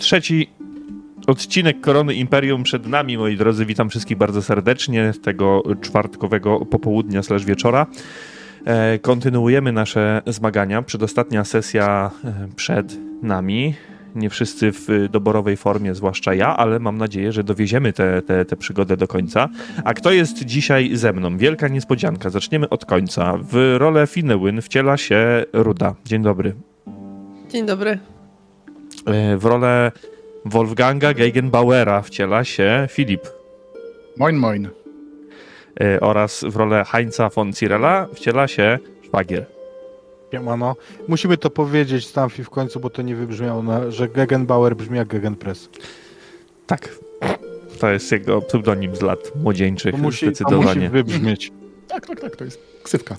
Trzeci odcinek Korony Imperium przed nami, moi drodzy. Witam wszystkich bardzo serdecznie tego czwartkowego popołudnia / wieczora. Kontynuujemy nasze zmagania. Przedostatnia sesja przed nami. Nie wszyscy w doborowej formie, zwłaszcza ja, ale mam nadzieję, że dowieziemy tę przygodę do końca. A kto jest dzisiaj ze mną? Wielka niespodzianka. Zaczniemy od końca. W rolę Finewyn wciela się Ruda. Dzień dobry. Dzień dobry. W rolę Wolfganga Geigenbauera wciela się Filip. Moin, moin. Oraz w rolę Heinza von Cirella wciela się Szwagier. Siemano. Musimy to powiedzieć Stamfi w końcu, bo to nie wybrzmiało, że Gegenbauer brzmi jak Gegenpress. Tak. To jest jego pseudonim z lat młodzieńczych. Zdecydowanie. Musi wybrzmieć. Tak, to jest ksywka.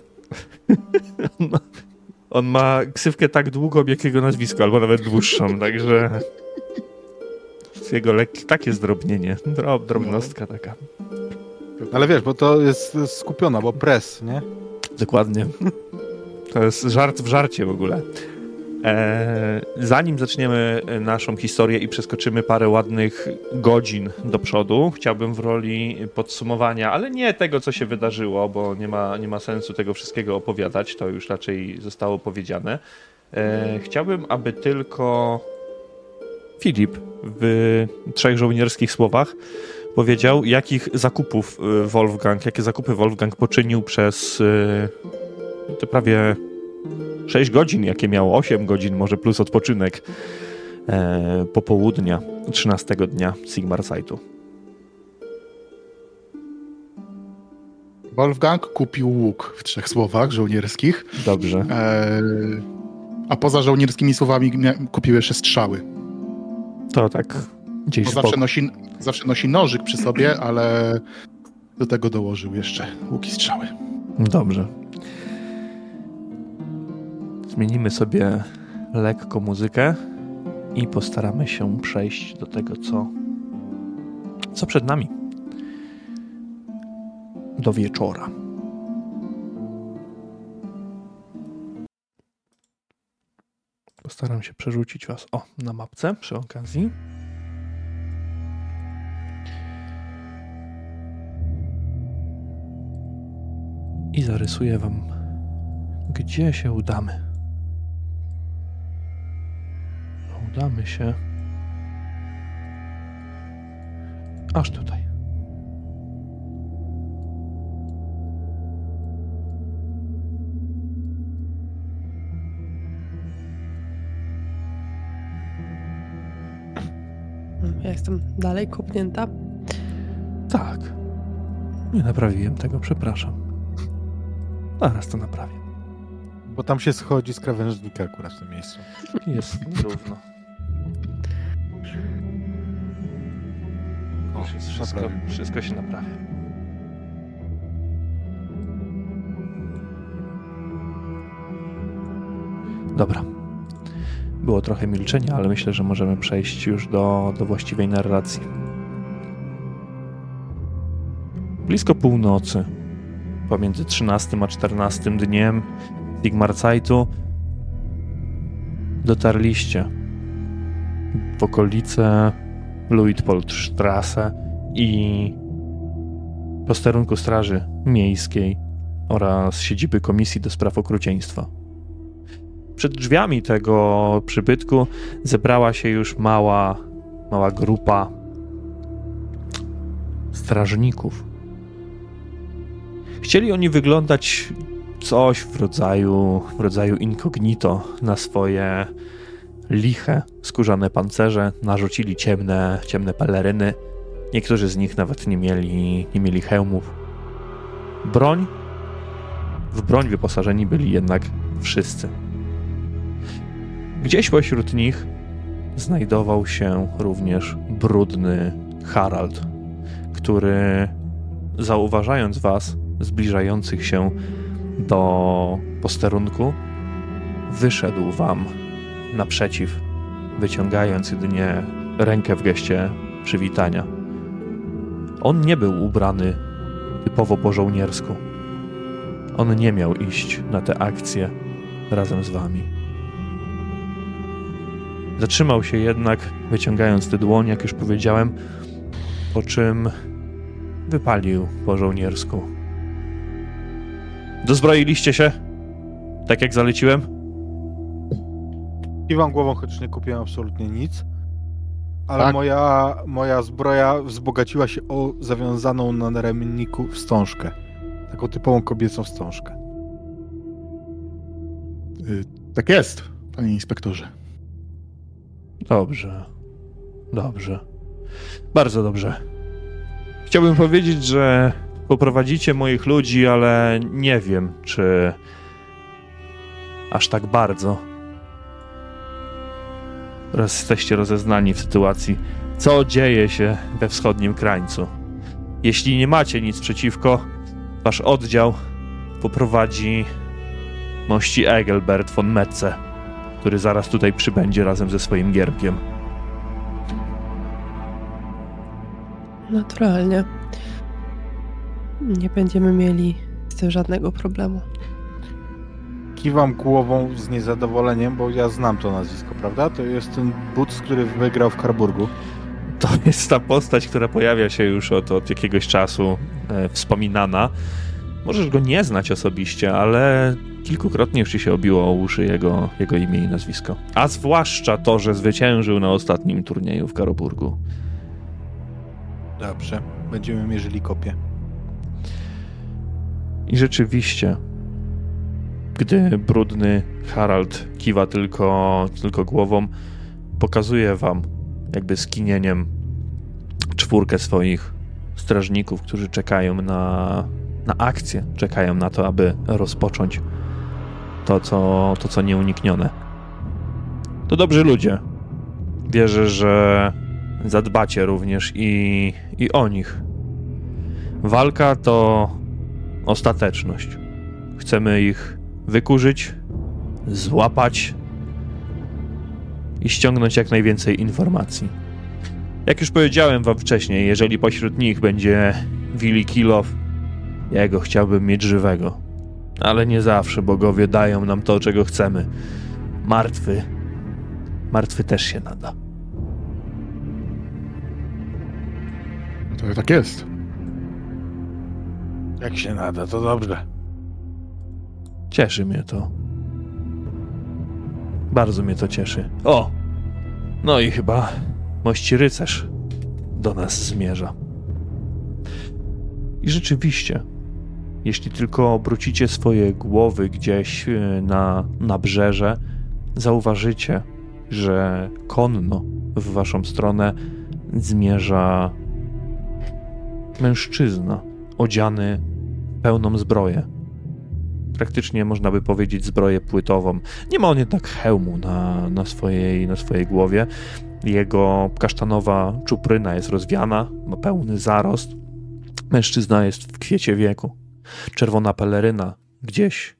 On ma ksywkę tak długą, jak jego nazwisko, albo nawet dłuższą, także jest jego takie zdrobnienie. Drobnostka taka. Ale wiesz, bo to jest skupiona, bo press, nie? Dokładnie. To jest żart w żarcie w ogóle. Zanim zaczniemy naszą historię i przeskoczymy parę ładnych godzin do przodu, chciałbym w roli podsumowania, ale nie tego, co się wydarzyło, bo nie ma sensu tego wszystkiego opowiadać, to już raczej zostało powiedziane. Chciałbym, aby tylko Filip w 3 żołnierskich słowach powiedział, jakie zakupy Wolfgang poczynił przez te prawie 6 godzin, jakie miało, 8 godzin może plus odpoczynek popołudnia 13 dnia Sigmarsightu. Wolfgang kupił łuk w 3 słowach żołnierskich. Dobrze. A poza żołnierskimi słowami kupił jeszcze strzały. To tak gdzieś bo zawsze nosi nożyk przy sobie, ale do tego dołożył jeszcze łuk i strzały. Dobrze. Zmienimy sobie lekko muzykę i postaramy się przejść do tego, co przed nami. Do wieczora. Postaram się przerzucić was na mapce przy okazji. I zarysuję wam, gdzie się udamy. Udamy się aż tutaj. Ja jestem dalej kopnięta. Tak. Nie naprawiłem tego, przepraszam. Zaraz to naprawię. Bo tam się schodzi z krawężnika akurat w tym miejscu. Jest równo. Wszystko się naprawia. Dobra. Było trochę milczenia, ale myślę, że możemy przejść już do właściwej narracji. Blisko północy, pomiędzy 13 a 14 dniem Sigmarsightu, dotarliście w okolice Luitpoldstrasse i posterunku Straży Miejskiej oraz siedziby Komisji do Spraw Okrucieństwa. Przed drzwiami tego przybytku zebrała się już mała grupa strażników. Chcieli oni wyglądać coś w rodzaju incognito na swoje liche, skórzane pancerze, narzucili ciemne peleryny. Niektórzy z nich nawet nie mieli hełmów. W broń wyposażeni byli jednak wszyscy. Gdzieś pośród nich znajdował się również brudny Harald, który zauważając was, zbliżających się do posterunku, wyszedł wam naprzeciw, wyciągając jedynie rękę w geście przywitania. On nie był ubrany typowo po żołniersku. On nie miał iść na tę akcję razem z wami. Zatrzymał się jednak, wyciągając tę dłoń, jak już powiedziałem, po czym wypalił po żołniersku. Dozbroiliście się? Tak jak zaleciłem? Kiwam głową, chociaż nie kupiłem absolutnie nic. Ale Tak. moja zbroja wzbogaciła się o zawiązaną na naramienniku wstążkę. Taką typową kobiecą wstążkę. Tak jest, panie inspektorze. Dobrze. Dobrze. Bardzo dobrze. Chciałbym powiedzieć, że poprowadzicie moich ludzi, ale nie wiem, czy aż tak bardzo. Teraz jesteście rozeznani w sytuacji, co dzieje się we wschodnim krańcu. Jeśli nie macie nic przeciwko, wasz oddział poprowadzi mości Engelbert von Metze, który zaraz tutaj przybędzie razem ze swoim gierbkiem. Naturalnie. Nie będziemy mieli z tym żadnego problemu. Kiwam głową z niezadowoleniem, bo ja znam to nazwisko, prawda? To jest ten Boots, który wygrał w Karburgu. To jest ta postać, która pojawia się już od jakiegoś czasu, wspominana. Możesz go nie znać osobiście, ale kilkukrotnie już ci się obiło o uszy jego imię i nazwisko. A zwłaszcza to, że zwyciężył na ostatnim turnieju w Karburgu. Dobrze, będziemy mierzyli kopię. I rzeczywiście, gdy brudny Harald kiwa tylko głową, pokazuje wam jakby skinieniem 4 swoich strażników, którzy czekają na akcję, czekają na to, aby rozpocząć to, co nieuniknione. To dobrzy ludzie. Wierzę, że zadbacie również i o nich. Walka to ostateczność. Chcemy ich wykurzyć, złapać i ściągnąć jak najwięcej informacji. Jak już powiedziałem wam wcześniej, jeżeli pośród nich będzie Willi Kilow, ja go chciałbym mieć żywego. Ale nie zawsze bogowie dają nam to, czego chcemy. Martwy też się nada. To tak jest. Jak się nada, to dobrze. Cieszy mnie to. Bardzo mnie to cieszy. O! No i chyba mości rycerz do nas zmierza. I rzeczywiście, jeśli tylko obrócicie swoje głowy gdzieś na nabrzeże, zauważycie, że konno w waszą stronę zmierza mężczyzna odziany w pełną zbroję. Praktycznie można by powiedzieć zbroję płytową. Nie ma on jednak hełmu na swojej głowie. Jego kasztanowa czupryna jest rozwiana, ma pełny zarost. Mężczyzna jest w kwiecie wieku. Czerwona peleryna gdzieś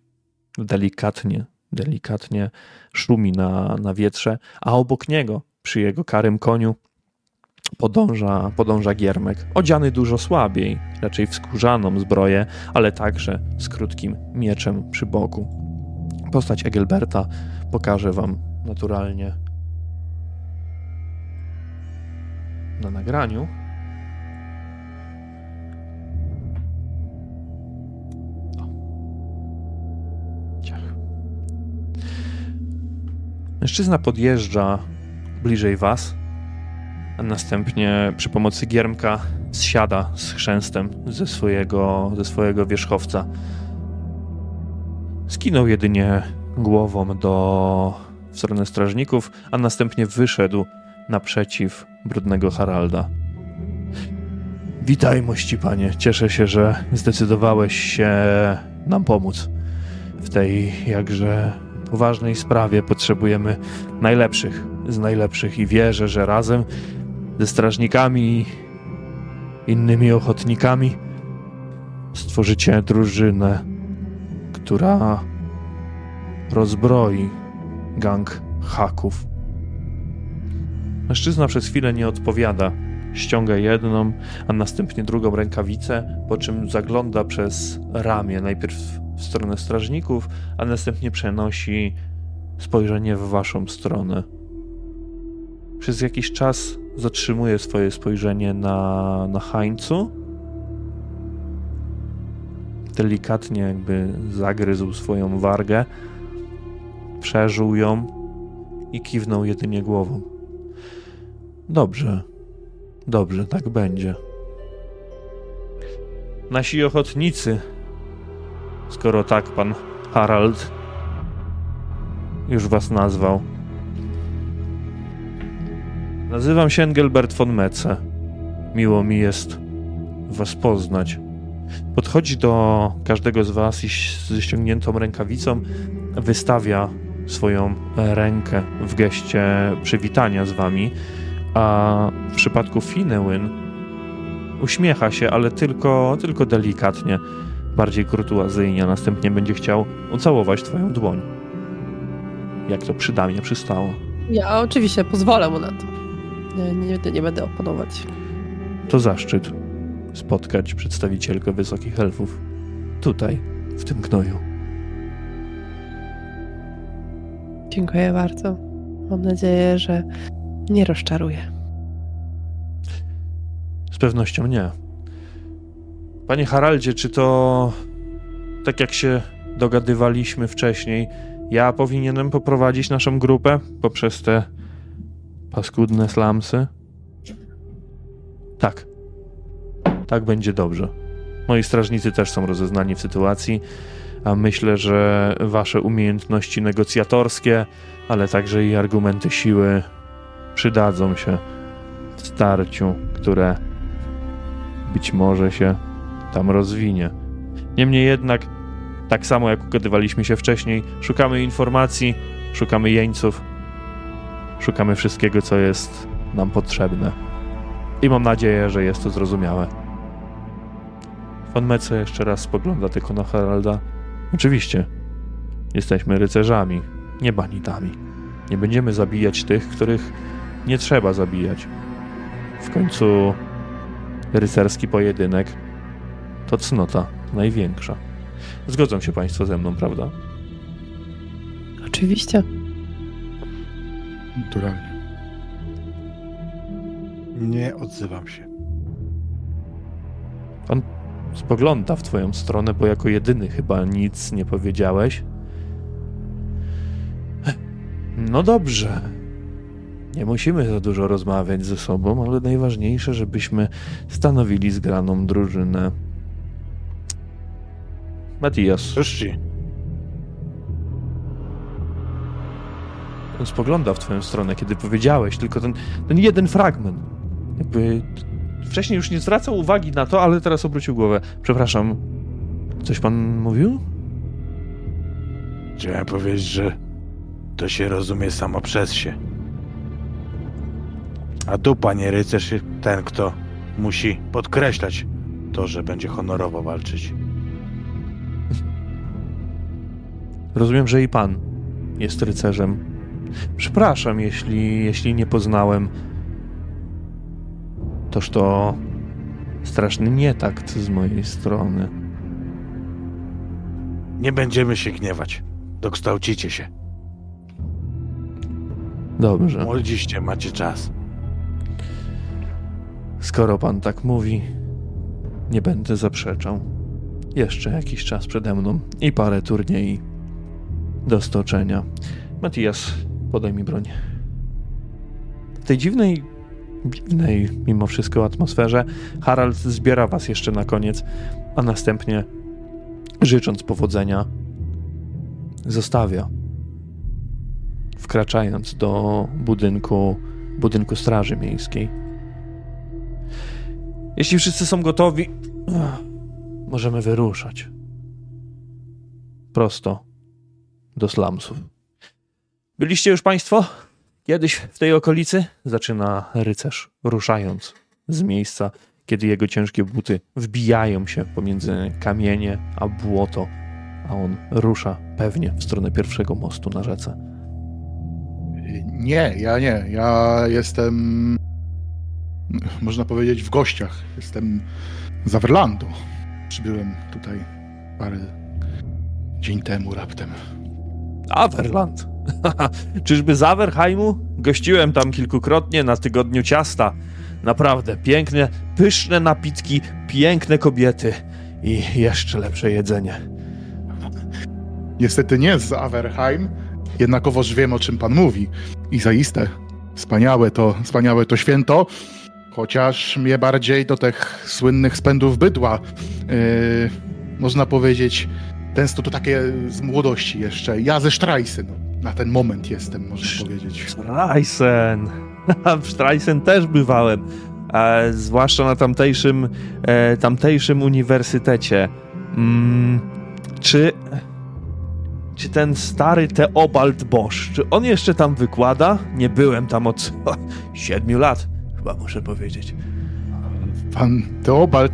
delikatnie szumi na wietrze, a obok niego, przy jego karym koniu, podąża giermek. Odziany dużo słabiej, raczej w skórzaną zbroję, ale także z krótkim mieczem przy boku. Postać Engelberta pokażę wam naturalnie na nagraniu. Mężczyzna podjeżdża bliżej was, a następnie przy pomocy giermka zsiada z chrzęstem ze swojego wierzchowca. Skinął jedynie głową w stronę strażników, a następnie wyszedł naprzeciw brudnego Haralda. Witaj, mości panie. Cieszę się, że zdecydowałeś się nam pomóc. W tej jakże poważnej sprawie potrzebujemy najlepszych z najlepszych i wierzę, że razem ze strażnikami i innymi ochotnikami stworzycie drużynę, która rozbroi gang haków. Mężczyzna przez chwilę nie odpowiada. Ściąga jedną, a następnie drugą rękawicę, po czym zagląda przez ramię, najpierw w stronę strażników, a następnie przenosi spojrzenie w waszą stronę. Przez jakiś czas zatrzymuje swoje spojrzenie na Hańcu. Delikatnie jakby zagryzł swoją wargę, przeżył ją i kiwnął jedynie głową. Dobrze, tak będzie. Nasi ochotnicy, skoro tak pan Harald już was nazwał. Nazywam się Engelbert von Metze. Miło mi jest was poznać. Podchodzi do każdego z was i ze ściągniętą rękawicą wystawia swoją rękę w geście przywitania z wami, a w przypadku Finnełyn uśmiecha się, ale tylko delikatnie, bardziej kurtuazyjnie, a następnie będzie chciał ucałować twoją dłoń. Jak to przy damie przystało. Ja oczywiście pozwolę mu na to. Nie będę oponować. To zaszczyt spotkać przedstawicielkę wysokich elfów tutaj, w tym gnoju. Dziękuję bardzo. Mam nadzieję, że nie rozczaruję. Z pewnością nie. Panie Haraldzie, czy to tak jak się dogadywaliśmy wcześniej, ja powinienem poprowadzić naszą grupę poprzez te paskudne slumsy? Tak. Tak będzie dobrze. Moi strażnicy też są rozeznani w sytuacji, a myślę, że wasze umiejętności negocjatorskie, ale także i argumenty siły przydadzą się w starciu, które być może się tam rozwinie. Niemniej jednak, tak samo jak ugadywaliśmy się wcześniej, szukamy informacji, szukamy jeńców, szukamy wszystkiego, co jest nam potrzebne. I mam nadzieję, że jest to zrozumiałe. Von Metze jeszcze raz spogląda tylko na Haralda. Oczywiście, jesteśmy rycerzami, nie banitami. Nie będziemy zabijać tych, których nie trzeba zabijać. W końcu rycerski pojedynek to cnota największa. Zgodzą się państwo ze mną, prawda? Oczywiście. Naturalnie. Nie odzywam się. On spogląda w twoją stronę, bo jako jedyny chyba nic nie powiedziałeś. No dobrze. Nie musimy za dużo rozmawiać ze sobą, ale najważniejsze, żebyśmy stanowili zgraną drużynę. Matias. Już ci. On spogląda w twoją stronę, kiedy powiedziałeś, tylko ten jeden fragment. Jakby wcześniej już nie zwracał uwagi na to, ale teraz obrócił głowę. Przepraszam, coś pan mówił? Chciałem powiedzieć, że to się rozumie samo przez się. A tu, panie rycerz, ten, kto musi podkreślać to, że będzie honorowo walczyć. Rozumiem, że i pan jest rycerzem. Przepraszam, jeśli nie poznałem. Toż to straszny nietakt z mojej strony. Nie będziemy się gniewać. Dokształcicie się. Dobrze. Młodziście, macie czas. Skoro pan tak mówi, nie będę zaprzeczał. Jeszcze jakiś czas przede mną i parę turniej do stoczenia. Matias, podaj mi broń. W tej dziwnej mimo wszystko atmosferze Harald zbiera was jeszcze na koniec, a następnie, życząc powodzenia, zostawia, wkraczając do budynku Straży Miejskiej. Jeśli wszyscy są gotowi, możemy wyruszać. Prosto do slumsów. Byliście już państwo kiedyś w tej okolicy? Zaczyna rycerz, ruszając z miejsca, kiedy jego ciężkie buty wbijają się pomiędzy kamienie a błoto, a on rusza pewnie w stronę pierwszego mostu na rzece. Nie. Ja jestem, można powiedzieć, w gościach. Jestem z Averlandu. Przybyłem tutaj parę dzień temu raptem. Averland! Czyżby z Averheimu? Gościłem tam kilkukrotnie na tygodniu ciasta. Naprawdę piękne, pyszne napitki, piękne kobiety i jeszcze lepsze jedzenie. Niestety nie z Averheim, jednakowoż wiem, o czym pan mówi. I zaiste, wspaniałe to święto, chociaż mnie bardziej do tych słynnych spędów bydła, można powiedzieć, często to takie z młodości jeszcze. Ja ze Strajsy, na ten moment jestem, można powiedzieć. Strajsen! W Strajsen też bywałem, zwłaszcza na tamtejszym uniwersytecie. Czy ten stary Theobald Bosch, czy on jeszcze tam wykłada? Nie byłem tam od 7 lat, chyba muszę powiedzieć. Pan Theobald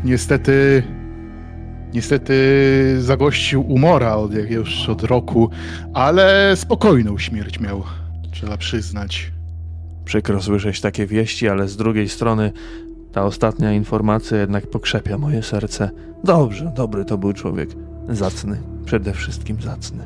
niestety zagościł umora już od roku, ale spokojną śmierć miał, trzeba przyznać. Przykro słyszeć takie wieści, ale z drugiej strony ta ostatnia informacja jednak pokrzepia moje serce. Dobrze, dobry to był człowiek. Zacny, przede wszystkim zacny.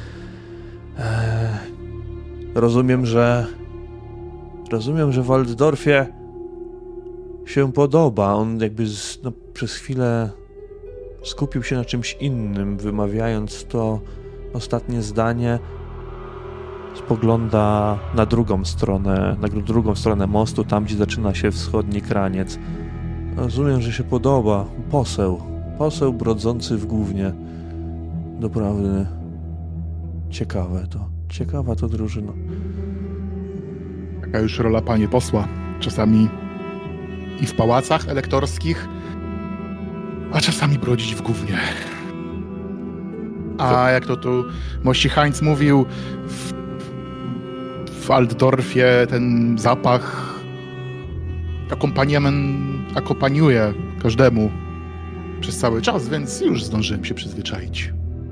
Rozumiem, że w Waldorfie się podoba. On jakby przez chwilę skupił się na czymś innym, wymawiając to ostatnie zdanie. Spogląda na drugą stronę mostu, tam gdzie zaczyna się wschodni kraniec. Rozumiem, że się podoba. Poseł brodzący w gównie. Doprawdy ciekawa to drużyna. Taka już rola panie posła. Czasami i w pałacach elektorskich, a czasami brodzić w gównie. A jak to tu mości Heinz mówił, w Altdorfie ten zapach akompaniuje każdemu przez cały czas, więc już zdążyłem się przyzwyczaić.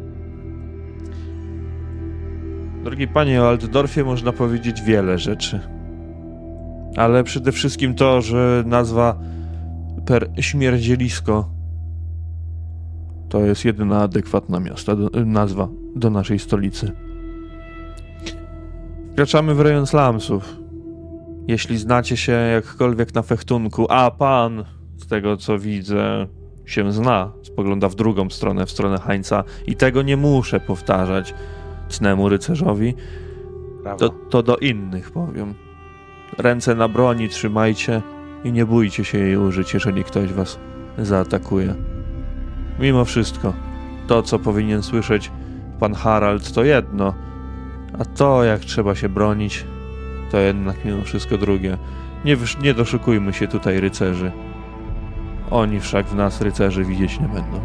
Drogi panie, o Altdorfie można powiedzieć wiele rzeczy. Ale przede wszystkim to, że nazwa per śmierdzielisko to jest jedyna adekwatna nazwa do naszej stolicy. Wkraczamy w rejon slumsów. Jeśli znacie się jakkolwiek na fechtunku, a pan, z tego co widzę, się zna, spogląda w drugą stronę, w stronę Heinza i tego nie muszę powtarzać cnemu rycerzowi, to do innych powiem. Ręce na broni trzymajcie i nie bójcie się jej użyć, jeżeli ktoś was zaatakuje. Mimo wszystko, to co powinien słyszeć pan Harald to jedno, a to jak trzeba się bronić, to jednak mimo wszystko drugie. Nie doszukujmy się tutaj rycerzy. Oni wszak w nas rycerzy widzieć nie będą.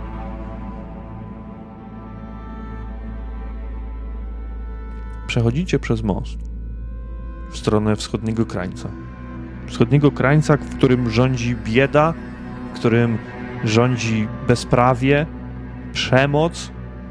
Przechodzicie przez most w stronę wschodniego krańca. Wschodniego krańca, w którym rządzi bieda, w którym rządzi bezprawie, przemoc,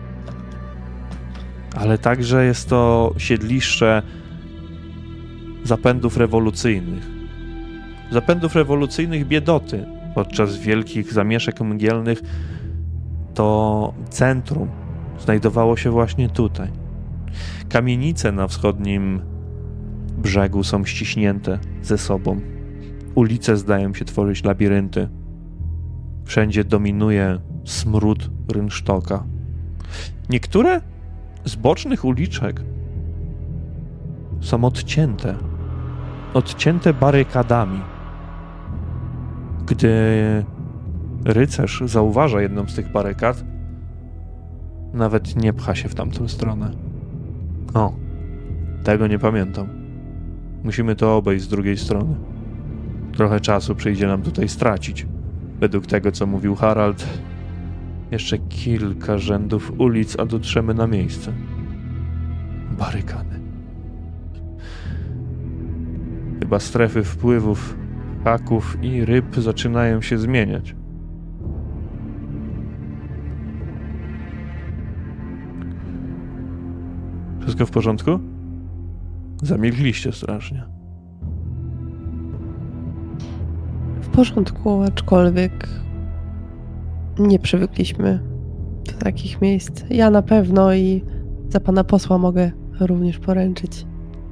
ale także jest to siedlisze zapędów rewolucyjnych. Zapędów rewolucyjnych biedoty. Podczas wielkich zamieszek mgielnych to centrum znajdowało się właśnie tutaj. Kamienice na wschodnim brzegu są ściśnięte ze sobą. Ulice zdają się tworzyć labirynty. Wszędzie dominuje smród rynsztoka. Niektóre z bocznych uliczek są odcięte barykadami. Gdy rycerz zauważa jedną z tych barykad, nawet nie pcha się w tamtą stronę. O, tego nie pamiętam. Musimy to obejść z drugiej strony. Trochę czasu przyjdzie nam tutaj stracić. Według tego, co mówił Harald, jeszcze kilka rzędów ulic, a dotrzemy na miejsce. Barykady. Chyba strefy wpływów haków i ryb zaczynają się zmieniać. Wszystko w porządku? Zamilkliście strasznie. W porządku, aczkolwiek nie przywykliśmy do takich miejsc. Ja na pewno i za pana posła mogę również poręczyć.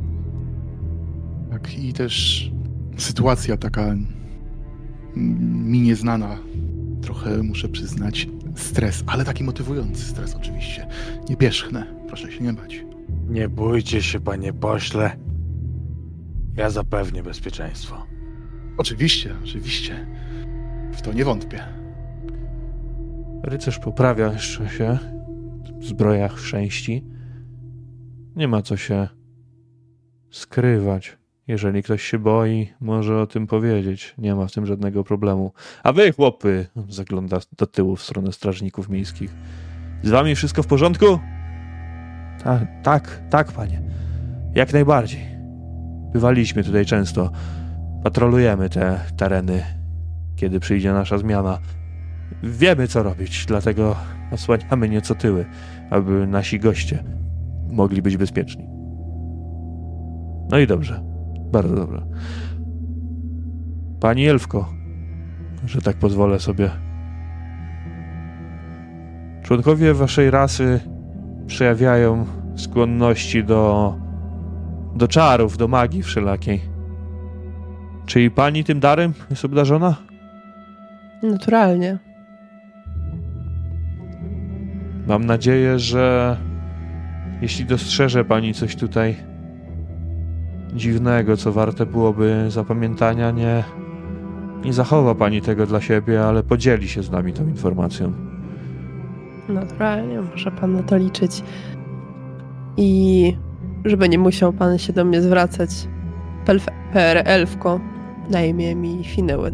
Tak, i też sytuacja taka mi nieznana. Trochę muszę przyznać stres, ale taki motywujący stres oczywiście. Nie pierzchnę, proszę się nie bać. Nie bójcie się, panie pośle. Ja zapewnię bezpieczeństwo. Oczywiście. W to nie wątpię. Rycerz poprawia jeszcze się. Zbroja chrzęści. Nie ma co się skrywać. Jeżeli ktoś się boi, może o tym powiedzieć. Nie ma w tym żadnego problemu. A wy, chłopy, zagląda do tyłu w stronę strażników miejskich. Z wami wszystko w porządku? Tak, panie. Jak najbardziej. Bywaliśmy tutaj często. Patrolujemy te tereny, kiedy przyjdzie nasza zmiana. Wiemy, co robić, dlatego osłaniamy nieco tyły, aby nasi goście mogli być bezpieczni. No i dobrze. Bardzo dobrze. Pani Elfko, że tak pozwolę sobie. Członkowie waszej rasy przejawiają skłonności do czarów, do magii wszelakiej. Czy i pani tym darem jest obdarzona? Naturalnie. Mam nadzieję, że jeśli dostrzeże pani coś tutaj dziwnego, co warte byłoby zapamiętania, nie zachowa pani tego dla siebie, ale podzieli się z nami tą informacją. Naturalnie, może pan na to liczyć. I żeby nie musiał pan się do mnie zwracać, Elfko, na imię mi Finnewen.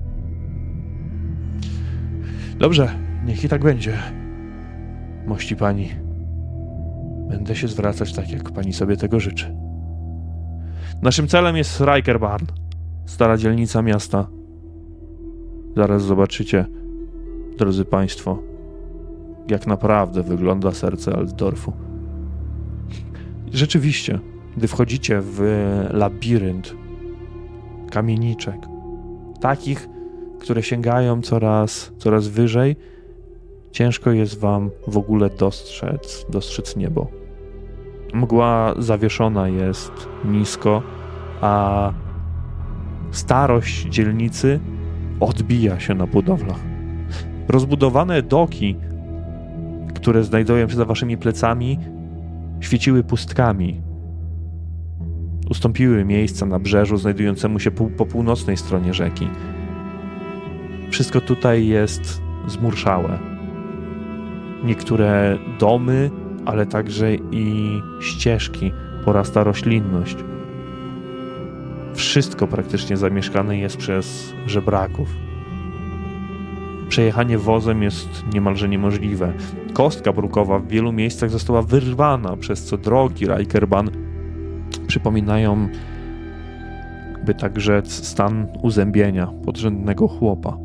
Dobrze, niech i tak będzie. Mości pani. Będę się zwracać tak, jak pani sobie tego życzy. Naszym celem jest Rikerbarn, stara dzielnica miasta. Zaraz zobaczycie, drodzy państwo, jak naprawdę wygląda serce Altdorfu. Rzeczywiście, gdy wchodzicie w labirynt kamieniczek, takich, które sięgają coraz wyżej, ciężko jest wam w ogóle dostrzec niebo. Mgła zawieszona jest nisko, a starość dzielnicy odbija się na budowlach. Rozbudowane doki, które znajdują się za waszymi plecami, świeciły pustkami. Ustąpiły miejsca na brzeżu znajdującemu się po północnej stronie rzeki. Wszystko tutaj jest zmurszałe. Niektóre domy, ale także i ścieżki porasta roślinność. Wszystko praktycznie zamieszkane jest przez żebraków. Przejechanie wozem jest niemalże niemożliwe. Kostka brukowa w wielu miejscach została wyrwana, przez co drogi Rikerban przypominają, by tak rzec, stan uzębienia podrzędnego chłopa.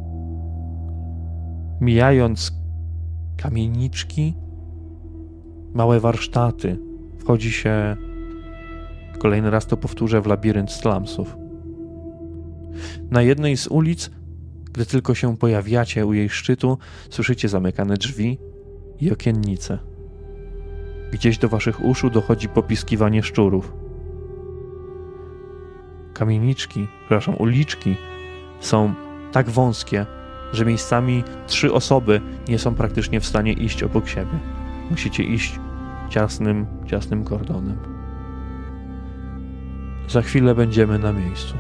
Mijając kamieniczki, małe warsztaty, wchodzi się, kolejny raz to powtórzę, w labirynt slumsów. Na jednej z ulic, gdy tylko się pojawiacie u jej szczytu, słyszycie zamykane drzwi i okiennice. Gdzieś do waszych uszu dochodzi popiskiwanie szczurów. Uliczki są tak wąskie, że miejscami 3 osoby nie są praktycznie w stanie iść obok siebie. Musicie iść ciasnym kordonem. Za chwilę będziemy na miejscu.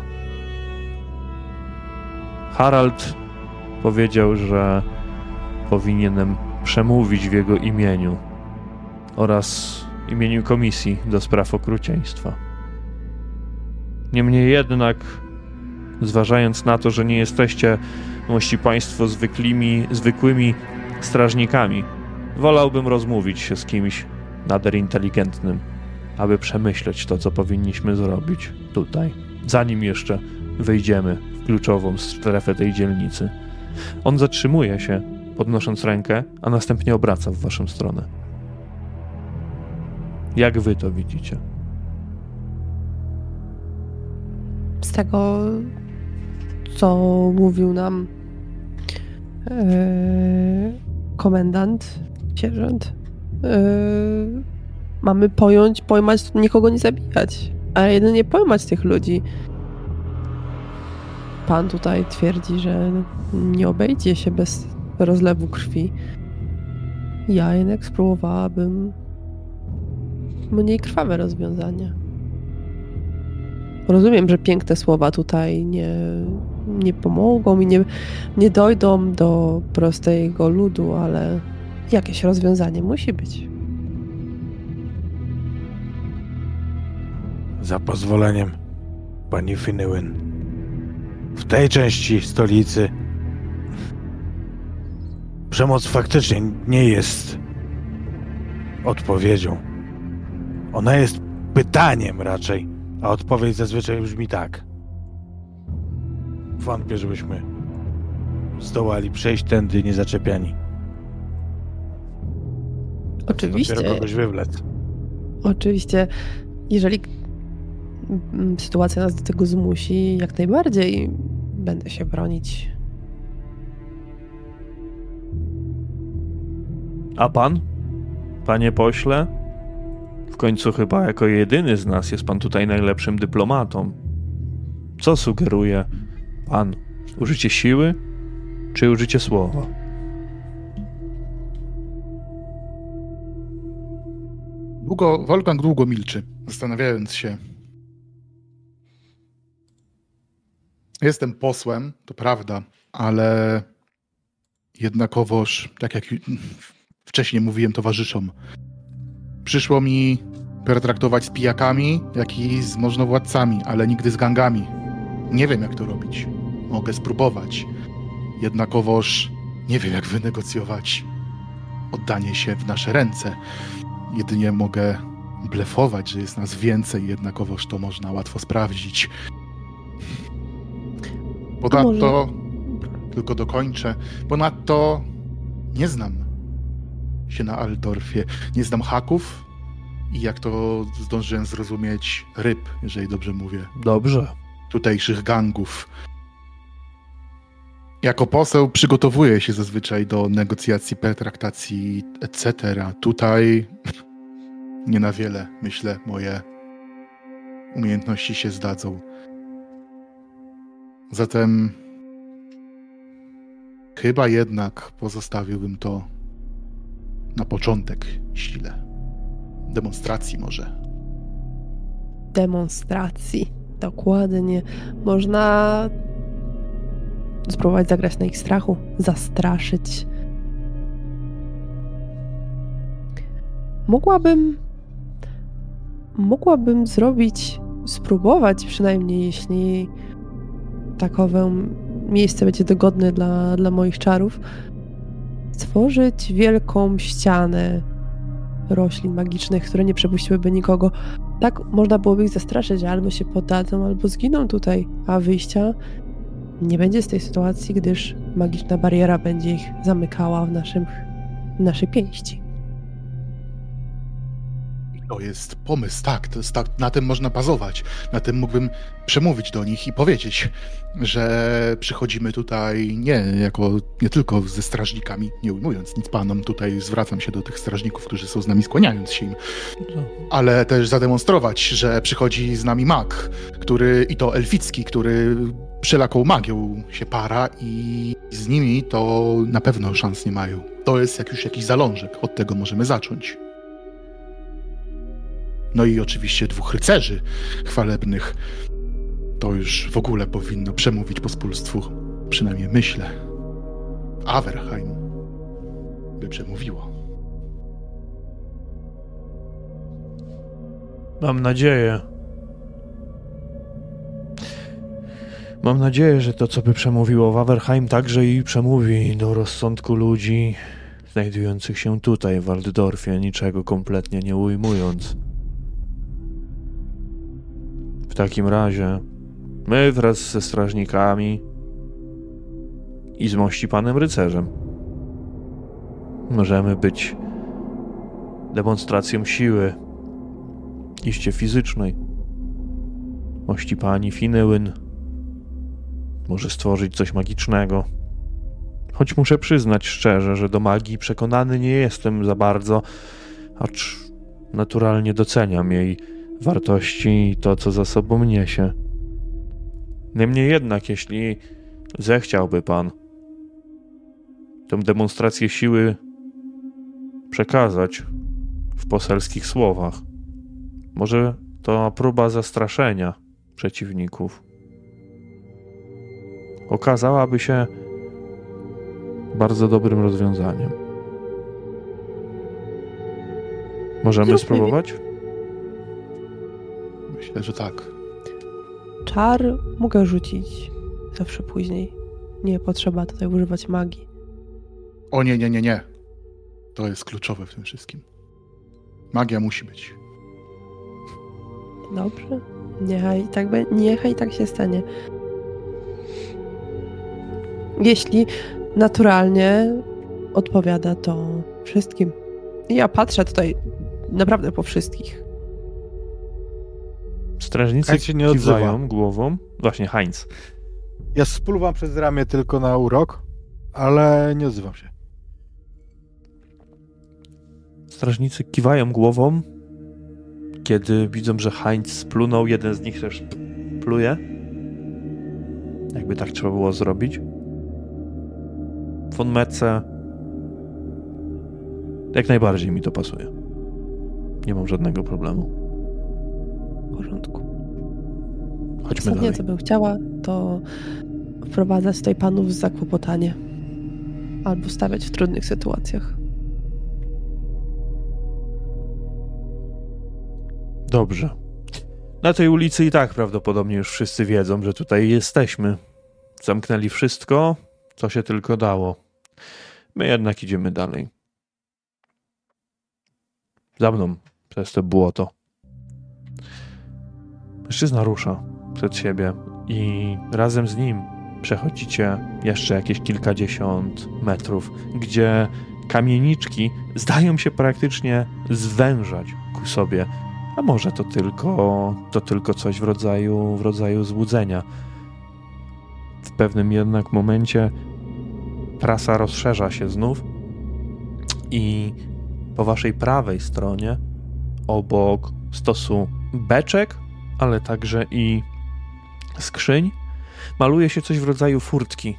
Harald powiedział, że powinienem przemówić w jego imieniu oraz imieniu Komisji do Spraw Okrucieństwa. Niemniej jednak, zważając na to, że nie jesteście, mości państwo, zwykłymi strażnikami, wolałbym rozmówić się z kimś nader inteligentnym, aby przemyśleć to, co powinniśmy zrobić tutaj, zanim jeszcze wejdziemy w kluczową strefę tej dzielnicy. On zatrzymuje się, podnosząc rękę, a następnie obraca w waszą stronę. Jak wy to widzicie? Z tego, co mówił nam komendant, sierżant, Mamy pojmać, nikogo nie zabijać, ale jedynie pojmać tych ludzi. Pan tutaj twierdzi, że nie obejdzie się bez rozlewu krwi. Ja jednak spróbowałabym mniej krwawe rozwiązania. Rozumiem, że piękne słowa tutaj nie pomogą i nie dojdą do prostego ludu, ale jakieś rozwiązanie musi być. Za pozwoleniem, pani Finnewen. W tej części stolicy przemoc faktycznie nie jest odpowiedzią. Ona jest pytaniem raczej, a odpowiedź zazwyczaj brzmi tak. Wątpię, żebyśmy zdołali przejść tędy niezaczepiani. Oczywiście. Dopiero kogoś wywlec. Oczywiście, jeżeli sytuacja nas do tego zmusi, jak najbardziej będę się bronić. A pan? Panie pośle? W końcu chyba jako jedyny z nas jest pan tutaj najlepszym dyplomatą. Co sugeruje pan? Użycie siły czy użycie słowa? Wolfgang długo milczy, zastanawiając się. Jestem posłem, to prawda, ale jednakowoż, tak jak wcześniej mówiłem towarzyszom, przyszło mi pertraktować z pijakami, jak i z możnowładcami, ale nigdy z gangami. Nie wiem, jak to robić. Mogę spróbować. Jednakowoż nie wiem, jak wynegocjować oddanie się w nasze ręce. Jedynie mogę blefować, że jest nas więcej, jednakowoż to można łatwo sprawdzić. Ponadto, tylko dokończę, ponadto nie znam się na Altdorfie. Nie znam haków i jak to zdążyłem zrozumieć, ryb, jeżeli dobrze mówię. Dobrze. Tutejszych gangów. Jako poseł przygotowuję się zazwyczaj do negocjacji, pertraktacji, etc. Tutaj nie na wiele, myślę, moje umiejętności się zdadzą. Zatem chyba jednak pozostawiłbym to na początek sile. Demonstracji może. Demonstracji. Dokładnie. Można spróbować zagrać na ich strachu, zastraszyć. Mogłabym spróbować przynajmniej, jeśli takowe miejsce będzie dogodne dla moich czarów, stworzyć wielką ścianę roślin magicznych, które nie przepuściłyby nikogo. Tak można byłoby ich zastraszyć, albo się poddadzą, albo zginą tutaj, a wyjścia nie będzie z tej sytuacji, gdyż magiczna bariera będzie ich zamykała w naszej pięści. To jest pomysł, tak, na tym można bazować. Na tym mógłbym przemówić do nich i powiedzieć, że przychodzimy tutaj nie tylko ze strażnikami, nie ujmując nic panom, tutaj zwracam się do tych strażników, którzy są z nami, skłaniając się im, ale też zademonstrować, że przychodzi z nami mag, i to elficki, który wszelaką magią się para i z nimi to na pewno szans nie mają. To jest już jakiś zalążek, od tego możemy zacząć. No i oczywiście 2 rycerzy chwalebnych. To już w ogóle powinno przemówić pospólstwu. Przynajmniej myślę. Averheim by przemówiło. Mam nadzieję, że to, co by przemówiło w Averheim, także i przemówi do rozsądku ludzi znajdujących się tutaj w Altdorfie, niczego kompletnie nie ujmując. W takim razie my wraz ze strażnikami i z mości panem rycerzem możemy być demonstracją siły, iście fizycznej. Mości pani Finnewen może stworzyć coś magicznego. Choć muszę przyznać szczerze, że do magii przekonany nie jestem za bardzo, acz naturalnie doceniam jej wartości i to, co za sobą niesie. Niemniej jednak, jeśli zechciałby pan tę demonstrację siły przekazać w poselskich słowach, może to próba zastraszenia przeciwników okazałaby się bardzo dobrym rozwiązaniem. Możemy spróbować? Myślę, że tak. Czar mogę rzucić zawsze później. Nie potrzeba tutaj używać magii. O nie. To jest kluczowe w tym wszystkim. Magia musi być. Dobrze. Niechaj tak się stanie. Jeśli naturalnie odpowiada to wszystkim. Ja patrzę tutaj naprawdę po wszystkich. Strażnicy Heinz się nie odzywa. kiwają głową. Właśnie, Heinz. Ja spluwam przez ramię tylko na urok, ale nie odzywam się. Strażnicy kiwają głową, kiedy widzą, że Heinz splunął. Jeden z nich też pluje. Jakby tak trzeba było zrobić. Von Metze. Jak najbardziej mi to pasuje. Nie mam żadnego problemu. W porządku. Chodźmy Ostatnie, dalej. co bym chciała, to wprowadzać tutaj panów w zakłopotanie. Albo stawiać w trudnych sytuacjach. Dobrze. Na tej ulicy i tak prawdopodobnie już wszyscy wiedzą, że tutaj jesteśmy. Zamknęli wszystko, co się tylko dało. My jednak idziemy dalej. Za mną, przez to błoto. Mężczyzna rusza przed siebie i razem z nim przechodzicie jeszcze jakieś kilkadziesiąt metrów, gdzie kamieniczki zdają się praktycznie zwężać ku sobie. A może to tylko coś w rodzaju złudzenia. W pewnym jednak momencie trasa rozszerza się znów i po waszej prawej stronie, obok stosu beczek, ale także i skrzyń, maluje się coś w rodzaju furtki.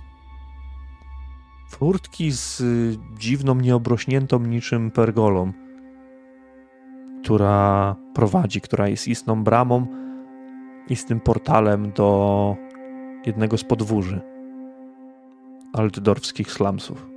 Furtki z dziwną, nieobrośniętą niczym pergolą, która jest istną bramą, istnym portalem do jednego z podwórzy altdorfskich slumsów.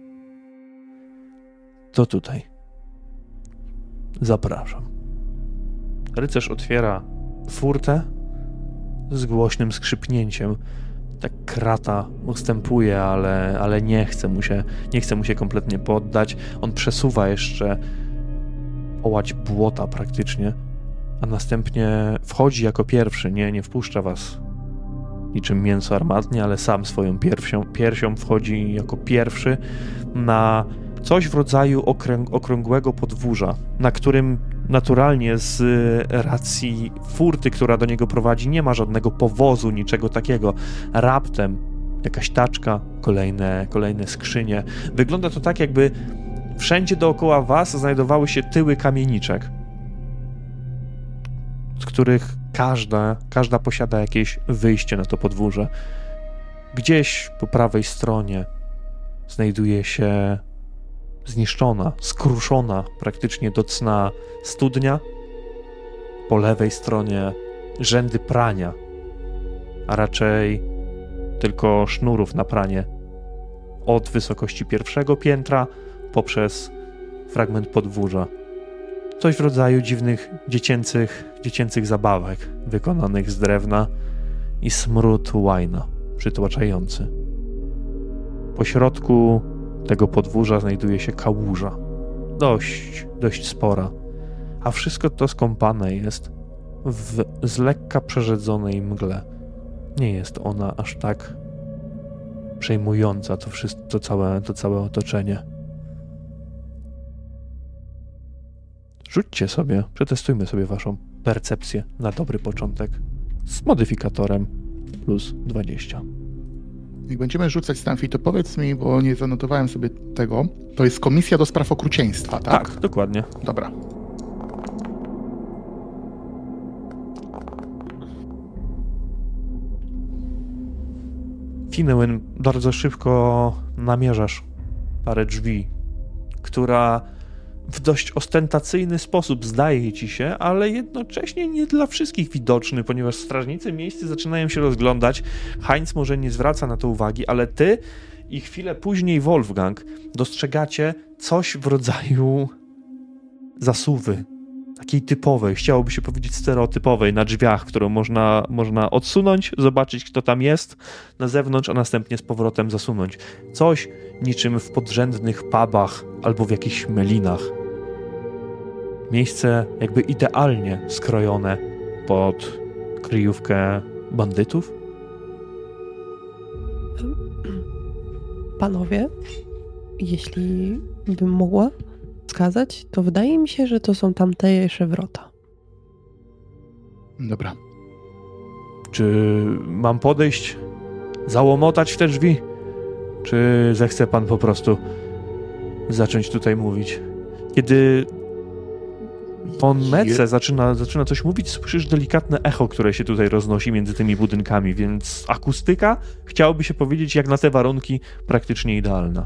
To tutaj. Zapraszam. Rycerz otwiera furtę z głośnym skrzypnięciem. Tak krata ustępuje, ale nie chce mu się kompletnie poddać. On przesuwa jeszcze połać błota praktycznie, a następnie wchodzi jako pierwszy. Nie wpuszcza was niczym mięso armatnie, ale sam swoją piersią wchodzi jako pierwszy na coś w rodzaju okrągłego podwórza, na którym naturalnie z racji furty, która do niego prowadzi, nie ma żadnego powozu, niczego takiego. Raptem jakaś taczka, kolejne skrzynie. Wygląda to tak, jakby wszędzie dookoła was znajdowały się tyły kamieniczek, z których każda posiada jakieś wyjście na to podwórze. Gdzieś po prawej stronie znajduje się zniszczona, skruszona praktycznie do cna studnia. Po lewej stronie rzędy prania, a raczej tylko sznurów na pranie od wysokości pierwszego piętra poprzez fragment podwórza. Coś w rodzaju dziwnych dziecięcych zabawek wykonanych z drewna i smród łajna przytłaczający. Po środku tego podwórza znajduje się kałuża. Dość spora. A wszystko to skąpane jest w z lekka przerzedzonej mgle. Nie jest ona aż tak przejmująca to całe otoczenie. Rzućcie sobie, przetestujmy sobie waszą percepcję na dobry początek z modyfikatorem plus 20. Jak będziemy rzucać, Stanfi, to powiedz mi, bo nie zanotowałem sobie tego. To jest Komisja do Spraw Okrucieństwa, tak? Tak, dokładnie. Dobra. Finnewen, bardzo szybko namierzasz parę drzwi, która w dość ostentacyjny sposób zdaje ci się, ale jednocześnie nie dla wszystkich widoczny, ponieważ strażnicy miejscy zaczynają się rozglądać. Heinz może nie zwraca na to uwagi, ale ty i chwilę później Wolfgang dostrzegacie coś w rodzaju zasuwy. Takiej typowej, chciałoby się powiedzieć stereotypowej, na drzwiach, którą można odsunąć, zobaczyć, kto tam jest na zewnątrz, a następnie z powrotem zasunąć. Coś niczym w podrzędnych pubach albo w jakichś melinach. Miejsce jakby idealnie skrojone pod kryjówkę bandytów. Panowie, jeśli bym mogła wskazać, to wydaje mi się, że to są tamtejsze wrota. Dobra. Czy mam podejść, załomotać w te drzwi? Czy zechce pan po prostu zacząć tutaj mówić? Kiedy von Metze zaczyna coś mówić, słyszysz delikatne echo, które się tutaj roznosi między tymi budynkami, więc akustyka, chciałoby się powiedzieć, jak na te warunki, praktycznie idealna.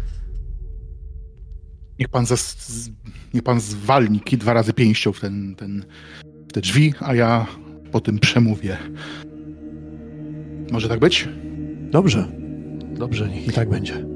Niech pan zwalni 2 razy pięścią w te drzwi, a ja po tym przemówię. Może tak być? Dobrze, niech i tak będzie.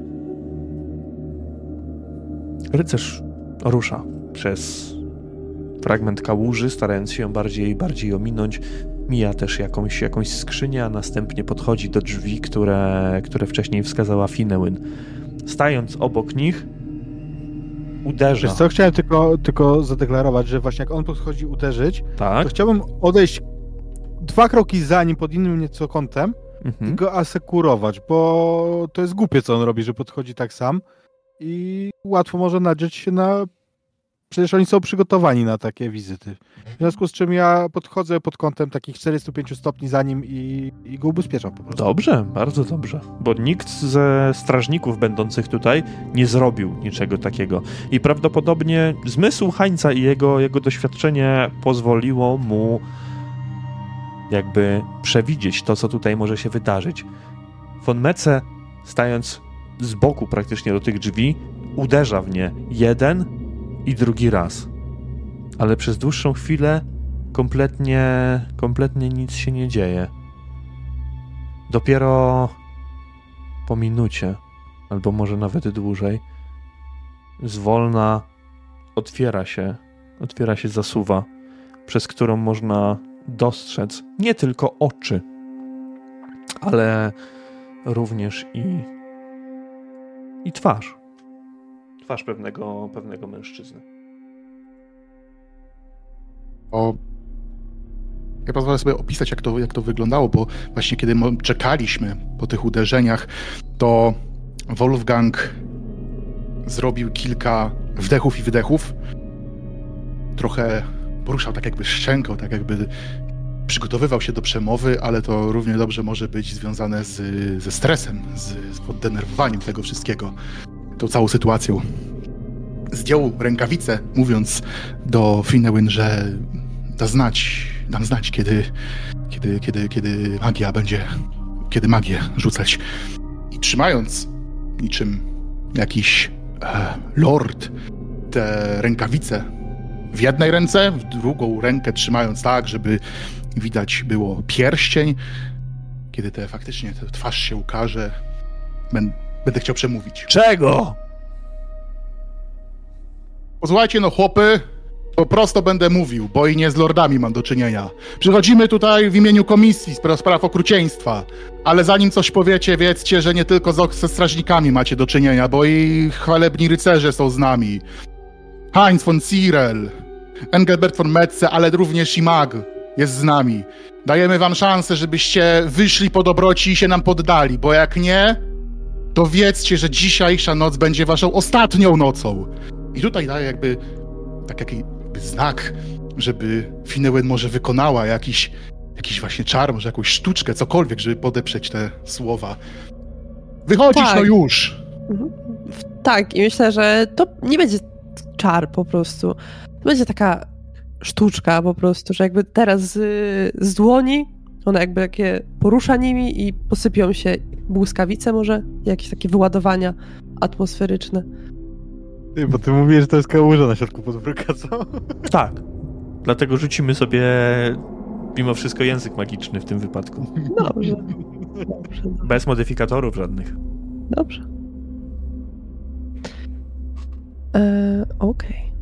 Rycerz rusza przez fragment kałuży, starając się ją bardziej ominąć. Mija też jakąś skrzynię, a następnie podchodzi do drzwi, które wcześniej wskazała Finnewen. Stając obok nich, uderza. Wiesz co, chciałem tylko zadeklarować, że właśnie jak on podchodzi uderzyć, tak? to chciałbym odejść 2 kroki za nim pod innym nieco kątem i go asekurować, bo to jest głupie, co on robi, że podchodzi tak sam i łatwo może nadzieć się na... Przecież oni są przygotowani na takie wizyty. W związku z czym ja podchodzę pod kątem takich 45 stopni za nim i go ubezpieczam po prostu. Dobrze, bardzo dobrze. Bo nikt ze strażników będących tutaj nie zrobił niczego takiego. I prawdopodobnie zmysł Heinza i jego doświadczenie pozwoliło mu jakby przewidzieć to, co tutaj może się wydarzyć. Von Metze, stając z boku praktycznie do tych drzwi, uderza w nie jeden i drugi raz. Ale przez dłuższą chwilę kompletnie nic się nie dzieje. Dopiero po minucie, albo może nawet dłużej, zwolna otwiera się zasuwa, przez którą można dostrzec nie tylko oczy, ale również i twarz. Twarz pewnego mężczyzny. Ja pozwolę sobie opisać, jak to wyglądało, bo właśnie kiedy czekaliśmy po tych uderzeniach, to Wolfgang zrobił kilka wdechów i wydechów. Trochę poruszał tak jakby szczęką, tak jakby przygotowywał się do przemowy, ale to równie dobrze może być związane ze stresem, z poddenerwowaniem tego wszystkiego, tą całą sytuacją. Zdjął rękawicę, mówiąc do Finnewen, że dam znać, kiedy magia będzie, kiedy magię rzucać. I trzymając niczym jakiś lord te rękawice w jednej ręce, w drugą rękę trzymając tak, żeby widać było pierścień. Kiedy faktycznie ta twarz się ukaże, będę chciał przemówić. Czego? Posłuchajcie, no chłopy, po prostu będę mówił, bo i nie z lordami mam do czynienia. Przychodzimy tutaj w imieniu komisji spraw okrucieństwa, ale zanim coś powiecie, wiedzcie, że nie tylko ze strażnikami macie do czynienia, bo i chwalebni rycerze są z nami. Heinz von Zirel, Engelbert von Metze, ale również i mag jest z nami. Dajemy wam szansę, żebyście wyszli po dobroci i się nam poddali, bo jak nie, to wiedzcie, że dzisiejsza noc będzie waszą ostatnią nocą. I tutaj daję jakby znak, żeby Finnewen może wykonała jakiś właśnie czar, może jakąś sztuczkę, cokolwiek, żeby podeprzeć te słowa. Wychodzisz, tak. No już! Tak, i myślę, że to nie będzie czar po prostu. To będzie taka sztuczka po prostu, że jakby teraz z dłoni ona jakby takie porusza nimi i posypią się błyskawice może? Jakieś takie wyładowania atmosferyczne. Ty, bo ty mówisz, że to jest kałuża na środku podwórka, co? Tak. Dlatego rzucimy sobie mimo wszystko język magiczny w tym wypadku. Dobrze. Bez modyfikatorów żadnych. Dobrze. Okej.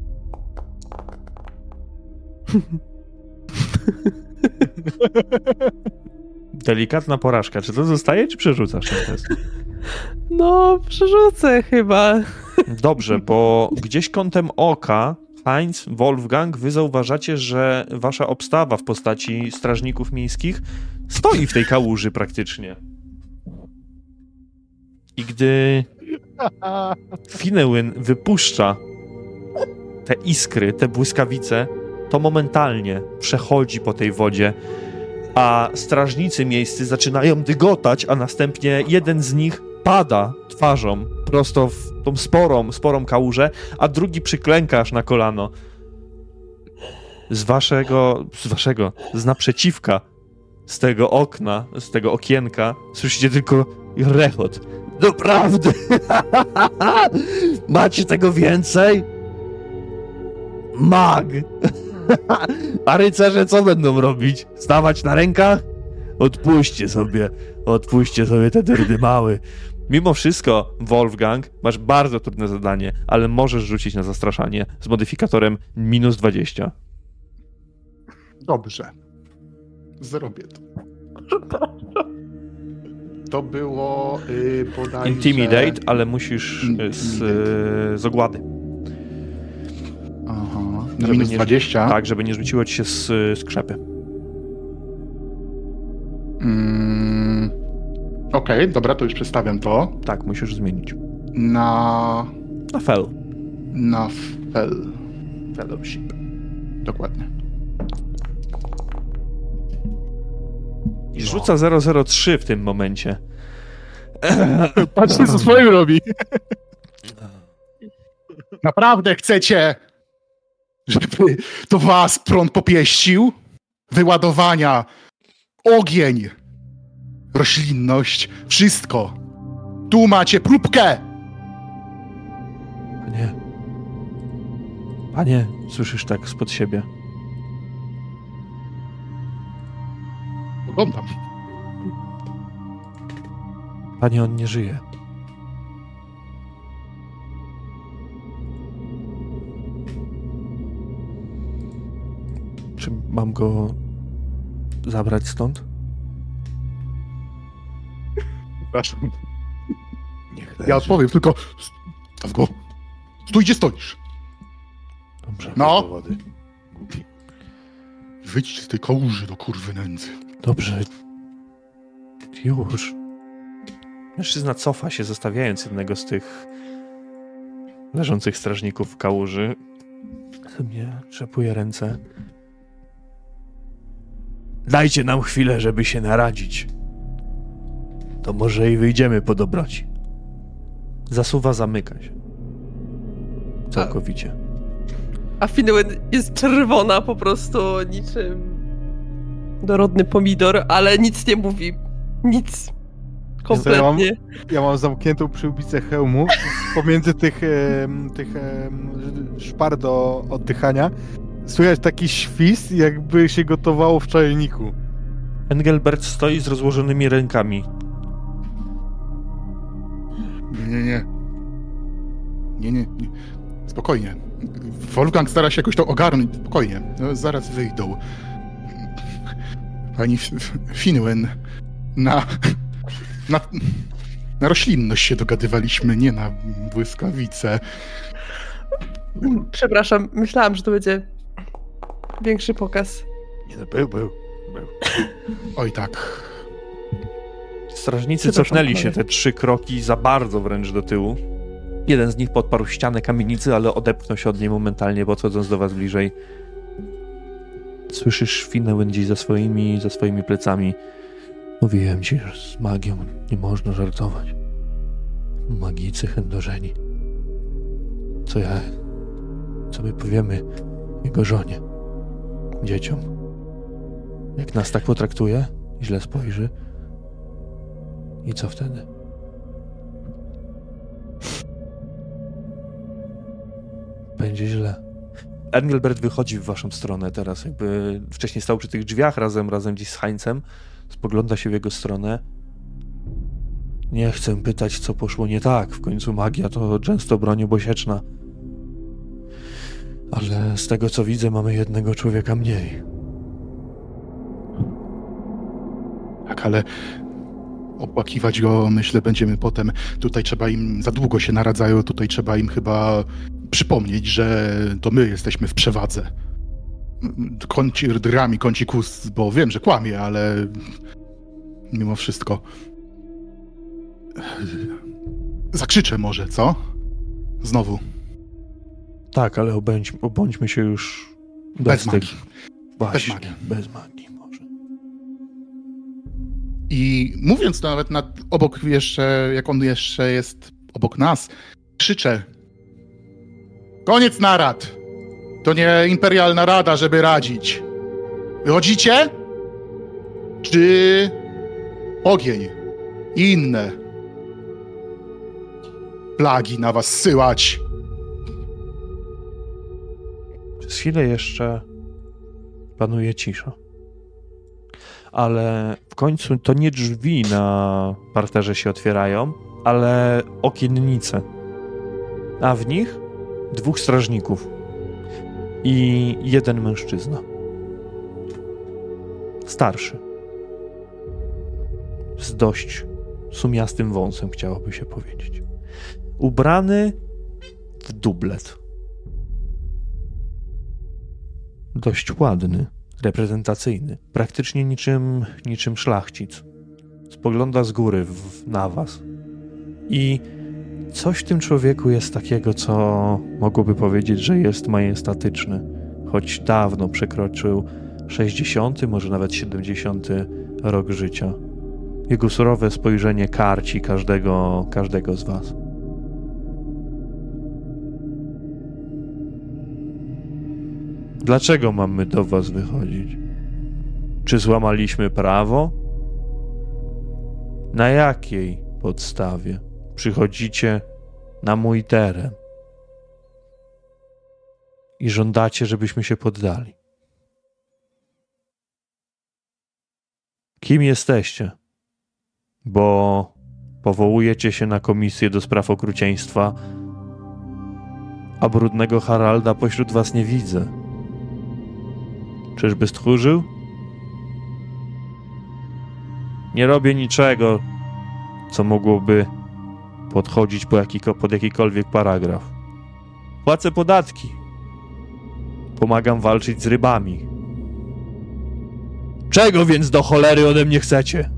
Delikatna porażka. Czy to zostaje, czy przerzucasz ten test? No, przerzucę chyba. Dobrze, bo gdzieś kątem oka Heinz, Wolfgang, wy zauważacie, że wasza obstawa w postaci strażników miejskich stoi w tej kałuży praktycznie. I gdy Finnegan wypuszcza te iskry, te błyskawice, to momentalnie przechodzi po tej wodzie, a strażnicy miejscy zaczynają dygotać, a następnie jeden z nich pada twarzą prosto w tą sporą kałużę, a drugi przyklęka aż na kolano. Z naprzeciwka, z tego okna, z tego okienka słyszycie tylko rechot. Doprawdy! Macie tego więcej? Mag! A rycerze co będą robić? Stawać na rękach? Odpuśćcie sobie te dyrdymały. Mimo wszystko, Wolfgang, masz bardzo trudne zadanie, ale możesz rzucić na zastraszanie z modyfikatorem -20. Dobrze. Zrobię to. To było bodajże... Intimidate, ale musisz z ogłady. Aha. Na -20? Tak, żeby nie rzuciło ci się z skrzepy. Okej, dobra, to już przedstawiam to. Tak, musisz zmienić. Na Fel. Na Fel. Fellowship. Dokładnie. I rzuca 003 w tym momencie. Patrzcie, co swoim robi. Naprawdę chcecie, żeby to was prąd popieścił? Wyładowania, ogień, roślinność, wszystko. Tu macie próbkę! Panie, słyszysz tak spod siebie. Oglądam. Panie, on nie żyje. Czy mam go zabrać stąd? Przepraszam. Niech Ja odpowiem, tylko... Staw go. Stój, gdzie stoisz. Dobrze. No. Wyjdź z tej kałuży do kurwy nędzy. Dobrze. Już. Mężczyzna cofa się, zostawiając jednego z tych leżących strażników w kałuży. Sobie trzepuje ręce. Dajcie nam chwilę, żeby się naradzić. To może i wyjdziemy po dobroci. Zasuwa zamyka się. Całkowicie. A Finnegan jest czerwona po prostu, niczym dorodny pomidor, ale nic nie mówi. Nic. Kompletnie. Ja mam zamkniętą przyłbicę hełmu pomiędzy tych szpar do oddychania. Słychać taki świst, jakby się gotowało w czajniku. Engelbert stoi z rozłożonymi rękami. Nie. Spokojnie. Wolfgang stara się jakoś to ogarnąć. Spokojnie. No, zaraz wyjdą. Pani Finnegan, na roślinność się dogadywaliśmy, nie na błyskawice. Przepraszam, myślałam, że to będzie większy pokaz. Nie, no był. Oj tak. Strażnicy cofnęli się te 3 kroki za bardzo wręcz do tyłu. Jeden z nich podparł ścianę kamienicy, ale odepchnął się od niej momentalnie, podchodząc do was bliżej. Słyszysz Finnegan gdzieś za swoimi plecami. Mówiłem ci, że z magią nie można żartować. Magicy chędożeni. Co my powiemy jego żonie, dzieciom? Jak nas tak potraktuje, źle spojrzy I co wtedy? Będzie źle. Engelbert wychodzi w waszą stronę teraz, jakby wcześniej stał przy tych drzwiach razem gdzieś z Heinzem, spogląda się w jego stronę. Nie chcę pytać, co poszło nie tak, w końcu magia to często broń obosieczna. Ale z tego, co widzę, mamy jednego człowieka mniej. Tak, ale opłakiwać go, myślę, będziemy potem. Tutaj trzeba im, za długo się naradzają, tutaj trzeba im chyba przypomnieć, że to my jesteśmy w przewadze. Kącikus, bo wiem, że kłamie, ale mimo wszystko. Zakrzyczę może, co? Znowu. Tak, ale obądźmy się już bez magii. Właśnie, bez magii może. I mówiąc to nawet obok jeszcze, jak on jeszcze jest obok nas, krzyczę: koniec narad! To nie imperialna rada, żeby radzić. Wychodzicie? Czy ogień i inne plagi na was zsyłać? Przez chwilę jeszcze panuje cisza. Ale w końcu to nie drzwi na parterze się otwierają, ale okiennice. A w nich 2 strażników i 1 mężczyzna. Starszy. Z dość sumiastym wąsem, chciałoby się powiedzieć. Ubrany w dublet. Dość ładny, reprezentacyjny. Praktycznie niczym szlachcic. Spogląda z góry na was. I coś w tym człowieku jest takiego, co mogłoby powiedzieć, że jest majestatyczny. Choć dawno przekroczył 60, może nawet 70 rok życia. Jego surowe spojrzenie karci każdego z was. Dlaczego mamy do was wychodzić? Czy złamaliśmy prawo? Na jakiej podstawie przychodzicie na mój teren i żądacie, żebyśmy się poddali? Kim jesteście? Bo powołujecie się na komisję do spraw okrucieństwa, a brudnego Haralda pośród was nie widzę. Czyżby stchórzył? Nie robię niczego, co mogłoby podchodzić pod jakikolwiek paragraf. Płacę podatki. Pomagam walczyć z rybami. Czego więc do cholery ode mnie chcecie?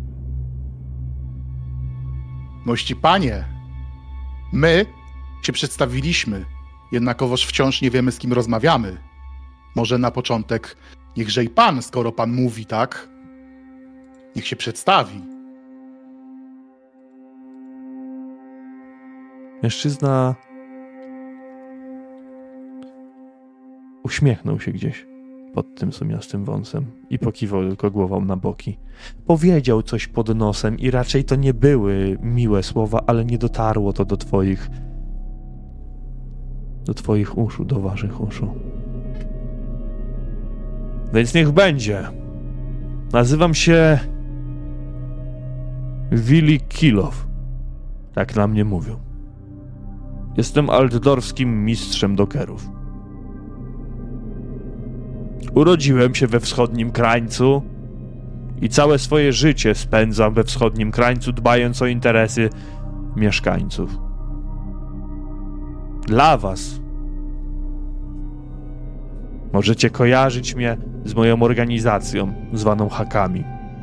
Mości panie, my się przedstawiliśmy, jednakowoż wciąż nie wiemy, z kim rozmawiamy. Może na początek niechże i pan, skoro pan mówi, tak? Niech się przedstawi. Mężczyzna uśmiechnął się gdzieś pod tym sumiastym wąsem i pokiwał tylko głową na boki. Powiedział coś pod nosem i raczej to nie były miłe słowa, ale nie dotarło to do twoich uszu, do waszych uszu. Więc niech będzie. Nazywam się Willi Kilow. Tak na mnie mówią. Jestem altdorfskim mistrzem dokerów. Urodziłem się we wschodnim krańcu i całe swoje życie spędzam we wschodnim krańcu, dbając o interesy mieszkańców. Dla was możecie kojarzyć mnie z moją organizacją, zwaną Hakami.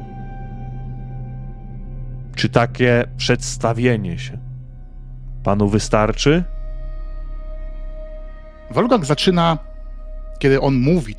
Czy takie przedstawienie się panu wystarczy? Wolfgang zaczyna, kiedy on mówi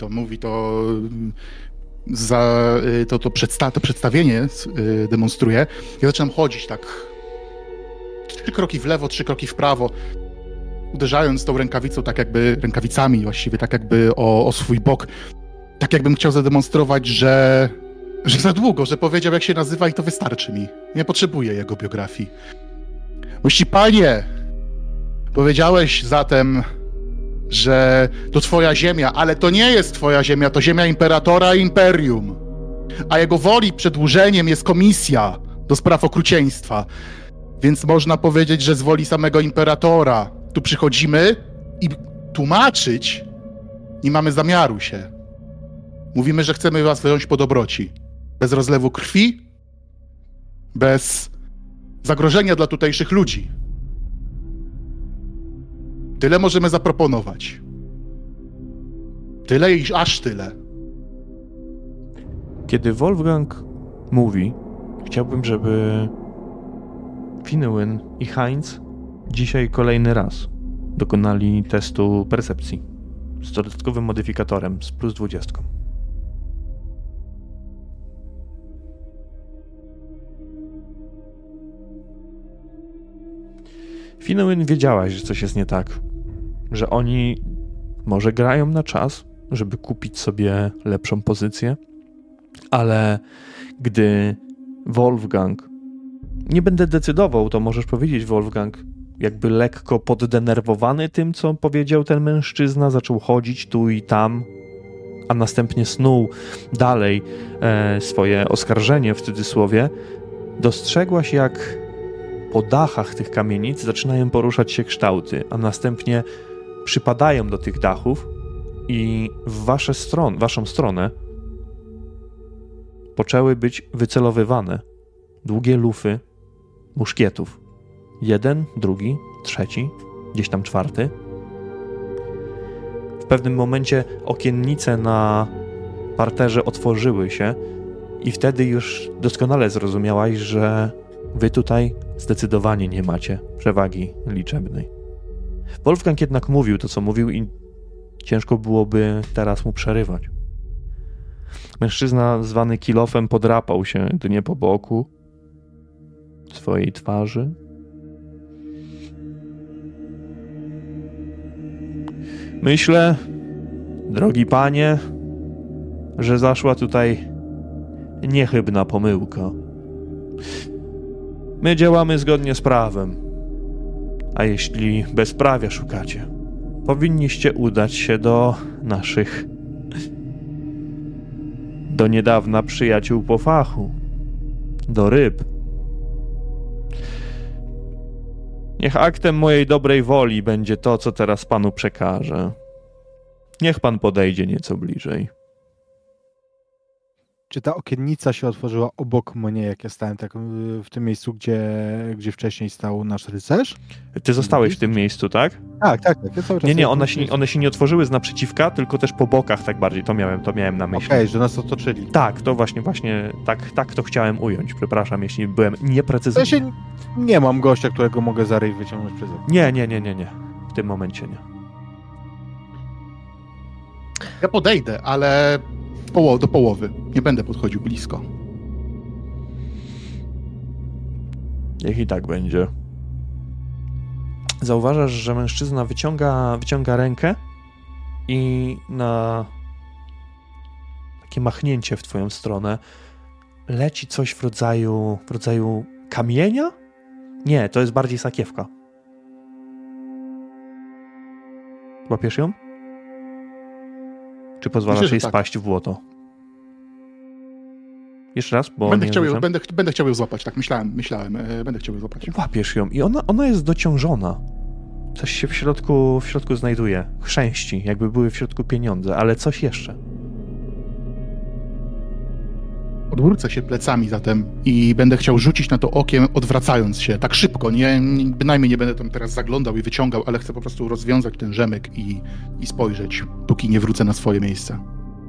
to przedstawienie demonstruje. Ja zaczynam chodzić tak 3 kroki w lewo, 3 kroki w prawo, uderzając tą rękawicą, tak jakby rękawicami właściwie, tak jakby o swój bok. Tak jakbym chciał zademonstrować, że że za długo, że powiedział, jak się nazywa i to wystarczy mi. Nie potrzebuję jego biografii. Mości panie, powiedziałeś zatem, że to twoja ziemia, ale to nie jest twoja ziemia, to ziemia imperatora i imperium. A jego woli przedłużeniem jest komisja do spraw okrucieństwa. Więc można powiedzieć, że z woli samego imperatora tu przychodzimy i tłumaczyć nie mamy zamiaru się. Mówimy, że chcemy was wyjąć po dobroci. Bez rozlewu krwi, bez zagrożenia dla tutejszych ludzi. Tyle możemy zaproponować. Tyle i aż tyle. Kiedy Wolfgang mówi, chciałbym, żeby Finnewen i Heinz dzisiaj kolejny raz dokonali testu percepcji z dodatkowym modyfikatorem, z plus 20. Finnewen wiedziałaś, że coś jest nie tak, że oni może grają na czas, żeby kupić sobie lepszą pozycję, ale gdy Wolfgang, nie będę decydował, to możesz powiedzieć, Wolfgang, jakby lekko poddenerwowany tym, co powiedział ten mężczyzna, zaczął chodzić tu i tam, a następnie snuł dalej swoje oskarżenie, w cudzysłowie, dostrzegłaś, jak po dachach tych kamienic zaczynają poruszać się kształty, a następnie przypadają do tych dachów i w waszą stronę poczęły być wycelowywane długie lufy muszkietów. Jeden, drugi, trzeci, gdzieś tam czwarty. W pewnym momencie okiennice na parterze otworzyły się i wtedy już doskonale zrozumiałaś, że wy tutaj zdecydowanie nie macie przewagi liczebnej. Wolfgang jednak mówił to, co mówił i ciężko byłoby teraz mu przerywać. Mężczyzna zwany kilofem podrapał się dnie po boku swojej twarzy. Myślę, drogi panie, że zaszła tutaj niechybna pomyłka. My działamy zgodnie z prawem, a jeśli bezprawia szukacie, powinniście udać się do naszych do niedawna przyjaciół po fachu, do ryb. Niech aktem mojej dobrej woli będzie to, co teraz panu przekażę. Niech pan podejdzie nieco bliżej. Czy ta okiennica się otworzyła obok mnie, jak ja stałem tak w tym miejscu, gdzie wcześniej stał nasz rycerz? Ty zostałeś w tym miejscu, tak? Tak. Ja cały czas Nie, one się nie otworzyły z naprzeciwka, tylko też po bokach tak bardziej. To miałem na myśli. Okej, że nas otoczyli. Tak, to właśnie tak to chciałem ująć. Przepraszam, jeśli byłem nieprecyzyjny. Ja się nie mam gościa, którego mogę za ryj wyciągnąć przez okno. Nie. W tym momencie nie. Ja podejdę, ale do połowy. Nie będę podchodził blisko. Niech i tak będzie. Zauważasz, że mężczyzna wyciąga rękę i na takie machnięcie w twoją stronę leci coś w rodzaju kamienia? Nie, to jest bardziej sakiewka. Łapiesz ją? Czy pozwalasz Myślę, że jej tak. spaść w błoto? Jeszcze raz, bo Będę chciał ją złapać, tak myślałem. Będę chciał ją złapać. Łapiesz ją i ona jest dociążona. Coś się w środku znajduje. Chrzęści, jakby były w środku pieniądze, ale coś jeszcze. Odwrócę się plecami zatem i będę chciał rzucić na to okiem, odwracając się. Tak szybko, bynajmniej nie będę tam teraz zaglądał i wyciągał, ale chcę po prostu rozwiązać ten rzemek i spojrzeć, póki nie wrócę na swoje miejsce.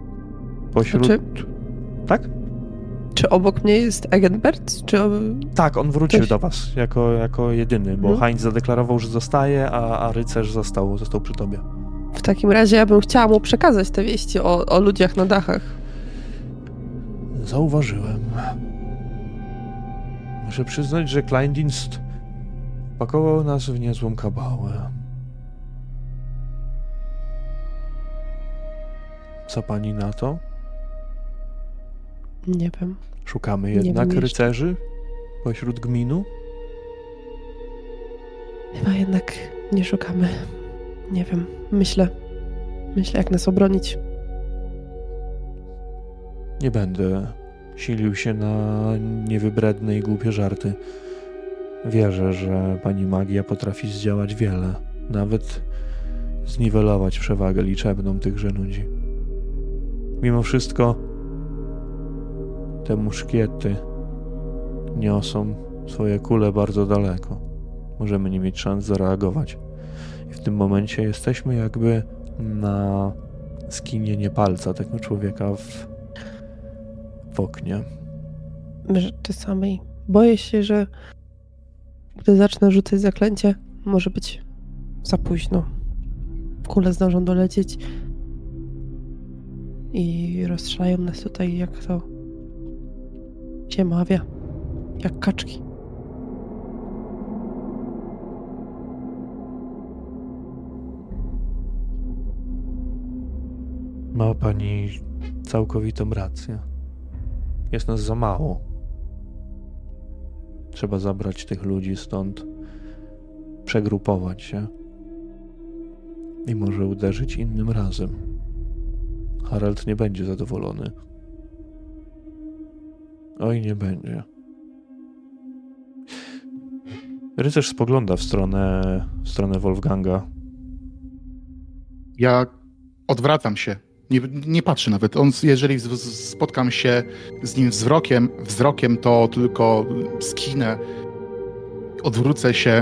Tak? Czy obok mnie jest Egenbert? Tak, on wrócił do was jako jedyny, bo Heinz zadeklarował, że zostaje, a rycerz został przy tobie. W takim razie ja bym chciała mu przekazać te wieści o ludziach na dachach. Zauważyłem. Muszę przyznać, że Kleindienst pakował nas w niezłą kabałę. Co pani na to? Nie wiem. Szukamy Nie jednak wiem jeszcze. rycerzy pośród gminu? Chyba jednak nie szukamy. Nie wiem. Myślę, jak nas obronić. Nie będę silił się na niewybredne i głupie żarty. Wierzę, że pani magia potrafi zdziałać wiele. Nawet zniwelować przewagę liczebną tychże ludzi. Mimo wszystko te muszkiety niosą swoje kule bardzo daleko. Możemy nie mieć szans zareagować. I w tym momencie jesteśmy jakby na skinienie palca tego człowieka w oknie. Że ty samej. Boję się, że gdy zacznę rzucać zaklęcie, może być za późno. Kule zdążą dolecieć i rozstrzelają nas tutaj, jak to się mawia, jak kaczki. Ma pani całkowitą rację. Jest nas za mało. Trzeba zabrać tych ludzi stąd, przegrupować się i może uderzyć innym razem. Harald nie będzie zadowolony. Oj, nie będzie. Rycerz spogląda w stronę Wolfganga. Ja odwracam się. Nie patrzę nawet. Jeżeli spotkam się z nim wzrokiem, to tylko skinę. Odwrócę się.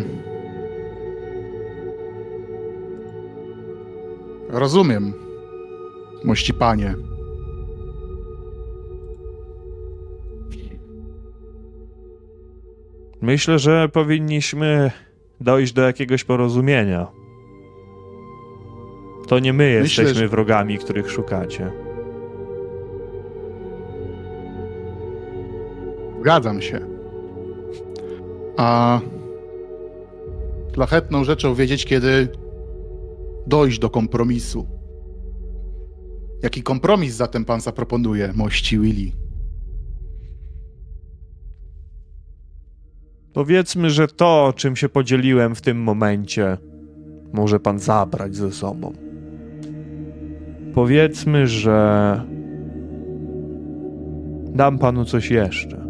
Rozumiem, mości panie. Myślę, że powinniśmy dojść do jakiegoś porozumienia. To nie my jesteśmy wrogami, których szukacie. Zgadzam się. A szlachetną rzeczą wiedzieć, kiedy dojść do kompromisu. Jaki kompromis zatem pan zaproponuje, mości Willy? Powiedzmy, że to, czym się podzieliłem w tym momencie, może pan zabrać ze sobą. Powiedzmy, że dam panu coś jeszcze.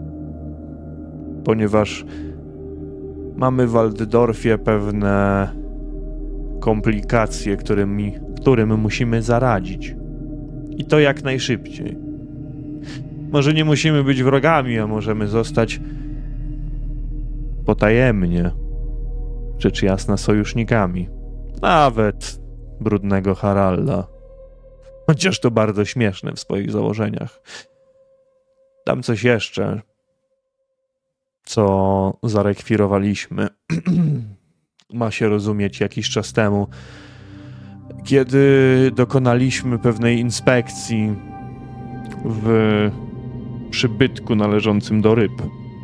Ponieważ mamy w Waldorfie pewne komplikacje, którym musimy zaradzić. I to jak najszybciej. Może nie musimy być wrogami, a możemy zostać potajemnie, rzecz jasna, sojusznikami. Nawet brudnego Haralda. Chociaż to bardzo śmieszne w swoich założeniach. Dam coś jeszcze, co zarekwirowaliśmy. Ma się rozumieć jakiś czas temu, kiedy dokonaliśmy pewnej inspekcji w przybytku należącym do ryb.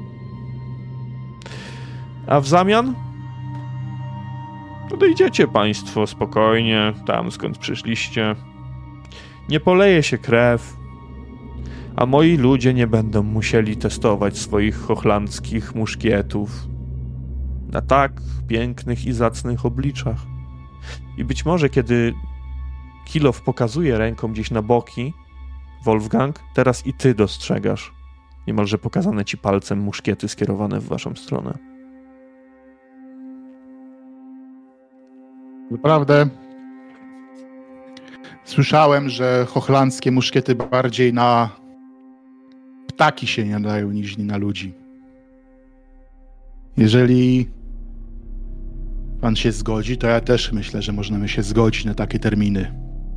A w zamian odejdziecie państwo spokojnie tam, skąd przyszliście. Nie poleje się krew, a moi ludzie nie będą musieli testować swoich hochlandzkich muszkietów na tak pięknych i zacnych obliczach. I być może, kiedy Kilow pokazuje ręką gdzieś na boki, Wolfgang, teraz i ty dostrzegasz niemalże pokazane ci palcem muszkiety skierowane w waszą stronę. Naprawdę słyszałem, że hochlandzkie muszkiety bardziej na ptaki się nie nadają niż na ludzi. Jeżeli pan się zgodzi, to ja też myślę, że możemy się zgodzić na takie terminy.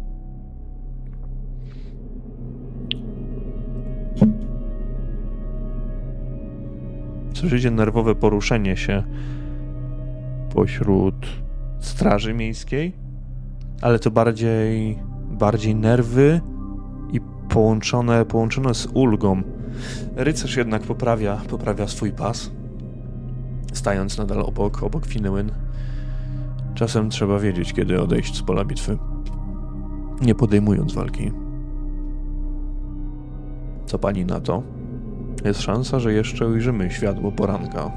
Słyszycie nerwowe poruszenie się pośród straży miejskiej, ale to bardziej nerwy i połączone z ulgą. Rycerz jednak poprawia swój pas, stając nadal obok Finnewen. Czasem trzeba wiedzieć, kiedy odejść z pola bitwy, nie podejmując walki. Co pani na to? Jest szansa, że jeszcze ujrzymy światło poranka.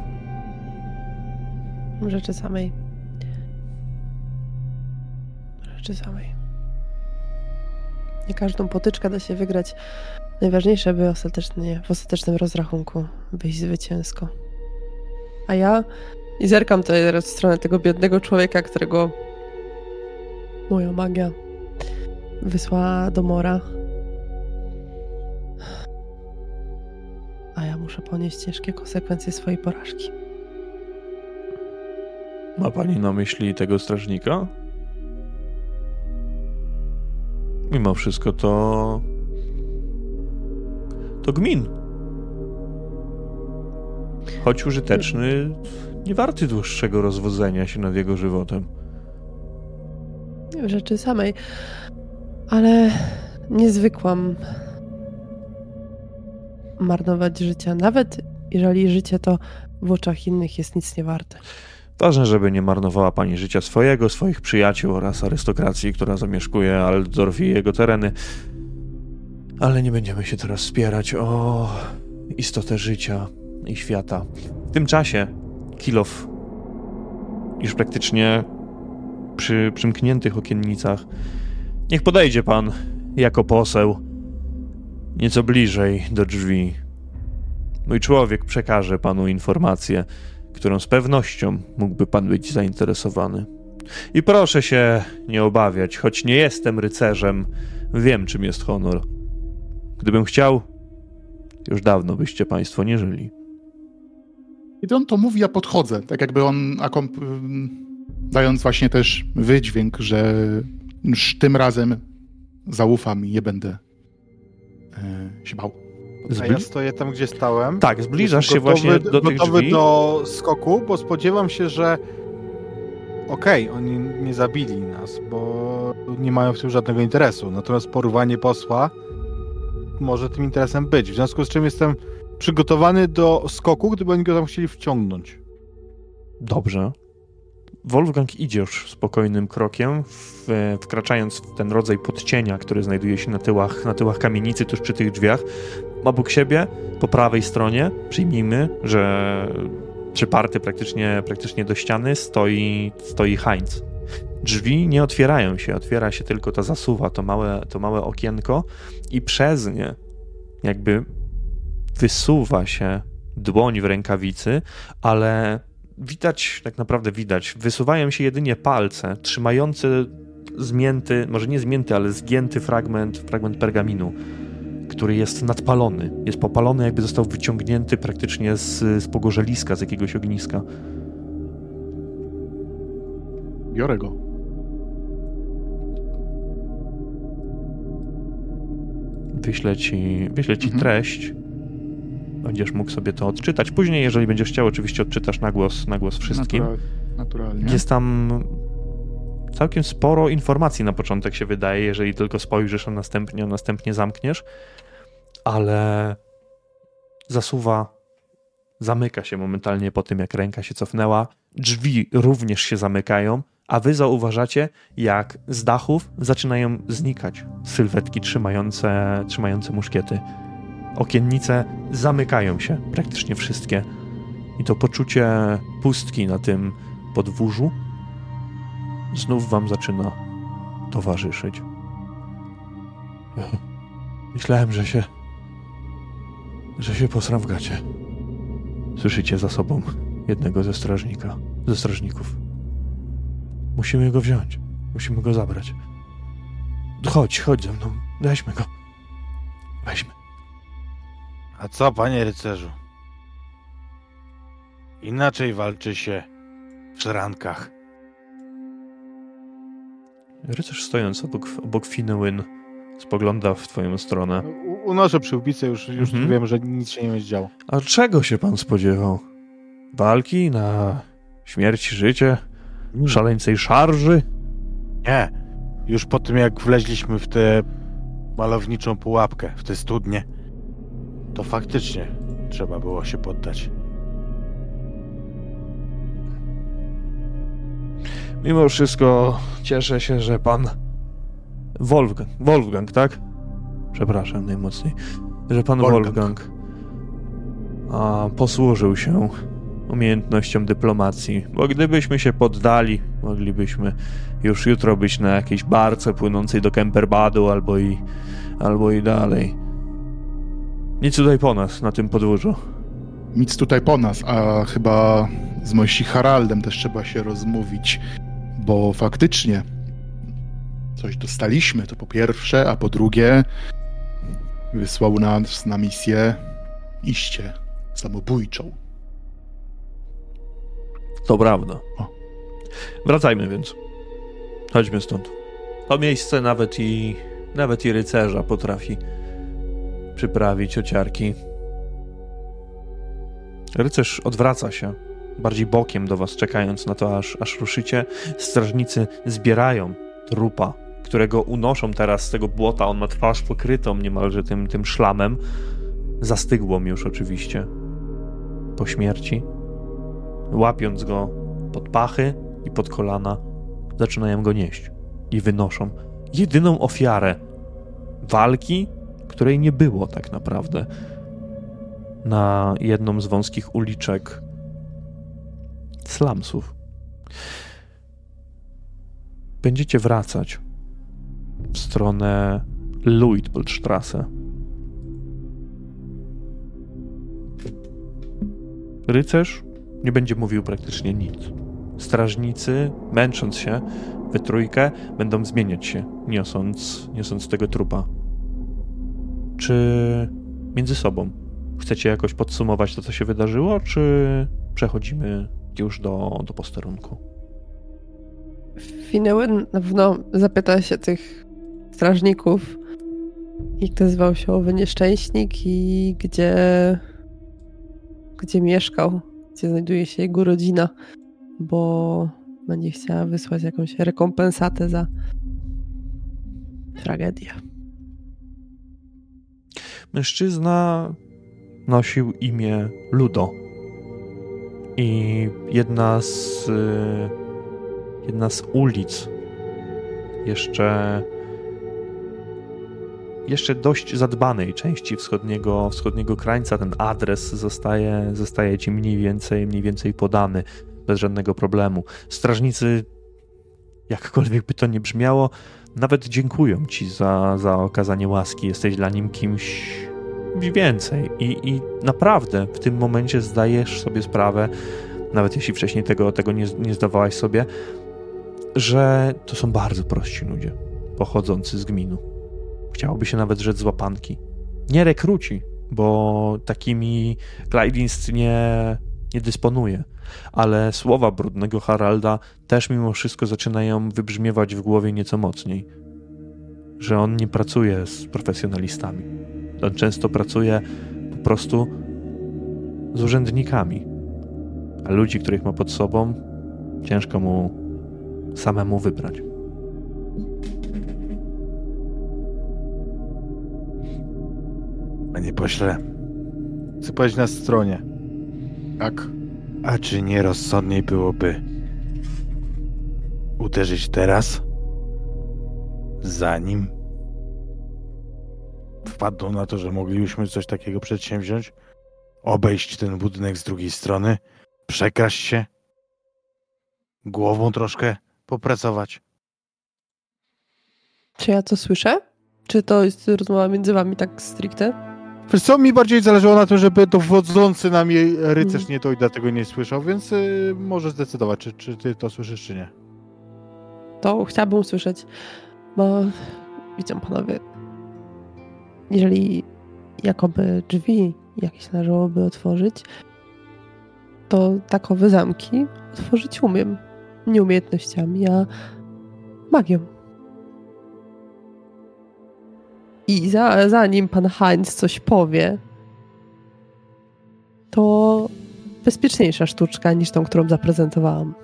Rzeczy samej. Nie każdą potyczkę da się wygrać. Najważniejsze, by w ostatecznym rozrachunku wyjść zwycięsko. A ja zerkam teraz w stronę tego biednego człowieka, którego moja magia wysłała do mora. A ja muszę ponieść ciężkie konsekwencje swojej porażki. Ma pani na myśli tego strażnika? Mimo wszystko to gmin. Choć użyteczny, nie warty dłuższego rozwodzenia się nad jego żywotem. W rzeczy samej. Ale nie zwykłam marnować życia. Nawet jeżeli życie to w oczach innych jest nic nie warte. Ważne, żeby nie marnowała pani życia swojego, swoich przyjaciół oraz arystokracji, która zamieszkuje Altdorf i jego tereny. Ale nie będziemy się teraz spierać o istotę życia i świata. W tym czasie Kilof już praktycznie przy przymkniętych okiennicach. Niech podejdzie pan jako poseł nieco bliżej do drzwi. Mój człowiek przekaże panu informację, którą z pewnością mógłby pan być zainteresowany. I proszę się nie obawiać, choć nie jestem rycerzem, wiem, czym jest honor. Gdybym chciał, już dawno byście państwo nie żyli. Kiedy on to mówi, ja podchodzę, tak jakby on dając właśnie też wydźwięk, że już tym razem zaufam i nie będę się bał. A ja stoję tam, gdzie stałem. Tak, zbliżasz się właśnie do tych gotowy drzwi. do skoku, bo spodziewam się, że oni nie zabili nas, bo nie mają w tym żadnego interesu. Natomiast porwanie posła może tym interesem być. W związku z czym jestem przygotowany do skoku, gdyby oni go tam chcieli wciągnąć. Dobrze. Wolfgang idzie już spokojnym krokiem, wkraczając w ten rodzaj podcienia, który znajduje się na tyłach kamienicy, tuż przy tych drzwiach. Obok siebie, po prawej stronie, przyjmijmy, że przyparty praktycznie do ściany stoi Heinz. Drzwi nie otwierają się, otwiera się tylko ta zasuwa, to małe okienko i przez nie jakby wysuwa się dłoń w rękawicy, ale tak naprawdę widać, wysuwają się jedynie palce trzymające zmięty, może nie zmięty, ale zgięty fragment pergaminu, który jest nadpalony. Jest popalony, jakby został wyciągnięty praktycznie z pogorzeliska, z jakiegoś ogniska. Biorę go. Wyślę ci treść. Będziesz mógł sobie to odczytać. Później, jeżeli będziesz chciał, oczywiście odczytasz na głos wszystkim. Naturalnie. Jest tam całkiem sporo informacji na początek, się wydaje, jeżeli tylko spojrzysz, a następnie zamkniesz. Ale zasuwa zamyka się momentalnie po tym, jak ręka się cofnęła. Drzwi również się zamykają, a wy zauważacie, jak z dachów zaczynają znikać sylwetki trzymające muszkiety. Okiennice zamykają się, praktycznie wszystkie. I to poczucie pustki na tym podwórzu znów wam zaczyna towarzyszyć. Myślałem, że się posram w gacie. Słyszycie za sobą jednego ze strażników. Musimy go wziąć. Musimy go zabrać. Chodź ze mną. Weźmy go. Weźmy. A co, panie rycerzu? Inaczej walczy się w szrankach. Rycerz stojąc obok Finwë spogląda w twoją stronę. Unoszę przyłbicę, już wiem, że nic się nie będzie działo. A czego się pan spodziewał? Walki na śmierć i życie? Szaleńcej szarży? Nie. Już po tym, jak wleźliśmy w tę malowniczą pułapkę, w tę studnię, to faktycznie trzeba było się poddać. Mimo wszystko cieszę się, że pan Wolfgang, tak? Przepraszam najmocniej. że pan Wolfgang posłużył się umiejętnością dyplomacji, bo gdybyśmy się poddali, moglibyśmy już jutro być na jakiejś barce płynącej do Kemperbadu albo i dalej. Nic tutaj po nas na tym podwórzu. Nic tutaj po nas, a chyba z mości Haraldem też trzeba się rozmówić, bo faktycznie coś dostaliśmy, to po pierwsze, a po drugie wysłał nas na misję iście samobójczą. To prawda. Wracajmy więc. Chodźmy stąd. To miejsce nawet i rycerza potrafi przyprawić ociarki. Rycerz odwraca się bardziej bokiem do was, czekając na to, aż ruszycie. Strażnicy zbierają trupa, którego unoszą teraz z tego błota. On ma twarz pokrytą niemalże tym szlamem. Zastygłą już oczywiście po śmierci. Łapiąc go pod pachy i pod kolana, zaczynają go nieść i wynoszą. Jedyną ofiarę walki, której nie było tak naprawdę, na jedną z wąskich uliczek slumsów. Będziecie wracać w stronę Luitpoldstrasse. Rycerz nie będzie mówił praktycznie nic. Strażnicy, męcząc się we trójkę, będą zmieniać się, niosąc tego trupa. Czy między sobą chcecie jakoś podsumować to, co się wydarzyło, czy przechodzimy już do posterunku? Finewen na pewno zapyta się tych strażników, jak nazywał się owy nieszczęśnik i gdzie mieszkał, gdzie znajduje się jego rodzina, bo będzie chciała wysłać jakąś rekompensatę za tragedię. Mężczyzna nosił imię Ludo i jedna z ulic jeszcze dość zadbanej części wschodniego krańca, ten adres zostaje ci mniej więcej podany bez żadnego problemu. Strażnicy, jakkolwiek by to nie brzmiało, nawet dziękują ci za okazanie łaski. Jesteś dla nim kimś więcej i naprawdę w tym momencie zdajesz sobie sprawę, nawet jeśli wcześniej tego nie zdawałaś sobie, że to są bardzo prości ludzie, pochodzący z gminu. Chciałoby się nawet rzec z łapanki. Nie rekruci, bo takimi Clydinst nie dysponuje, ale słowa brudnego Haralda też mimo wszystko zaczynają wybrzmiewać w głowie nieco mocniej. Że on nie pracuje z profesjonalistami. On często pracuje po prostu z urzędnikami. A ludzi, których ma pod sobą, ciężko mu samemu wybrać. Panie pośle, chcę powiedzieć na stronie. Tak. A czy nie rozsądniej byłoby uderzyć teraz, zanim wpadną na to, że moglibyśmy coś takiego przedsięwziąć? Obejść ten budynek z drugiej strony, przekraść się, głową troszkę popracować. Czy ja to słyszę? Czy to jest rozmowa między wami tak stricte? Wiesz co, mi bardziej zależało na tym, żeby dowodzący nami rycerz nie to i dlatego nie słyszał, więc może zdecydować, czy ty to słyszysz, czy nie. To chciałabym usłyszeć, bo widzą panowie, jeżeli jakoby drzwi jakieś należałoby otworzyć, to takowe zamki otworzyć umiem. Nie umiejętnościami, a magią. I zanim pan Heinz coś powie, to bezpieczniejsza sztuczka niż tą, którą zaprezentowałam.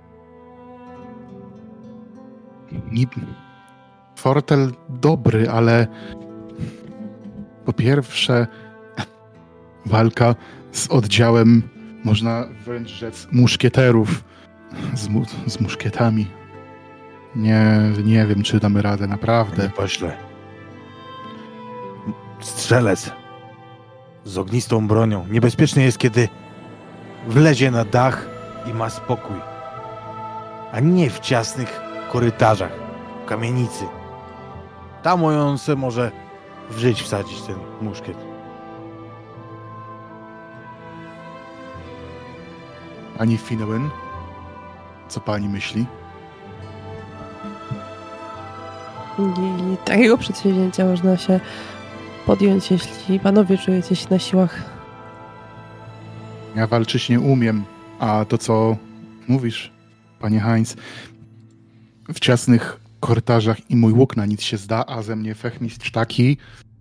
Fortel dobry, ale po pierwsze walka z oddziałem, można wręcz rzec, muszkieterów z muszkietami. Nie wiem, czy damy radę, naprawdę. Panie pośle, strzelec z ognistą bronią. Niebezpieczne jest, kiedy wlezie na dach i ma spokój, a nie w ciasnych korytarzach, w kamienicy. Tam on se może w żyć wsadzić ten muszkiet. Pani Finnewen, co pani myśli? I takiego przedsięwzięcia można się podjąć, jeśli panowie czujecie się na siłach. Ja walczyć nie umiem, a to co mówisz, panie Heinz, w ciasnych korytarzach i mój łuk na nic się zda, a ze mnie fechmistrz taki,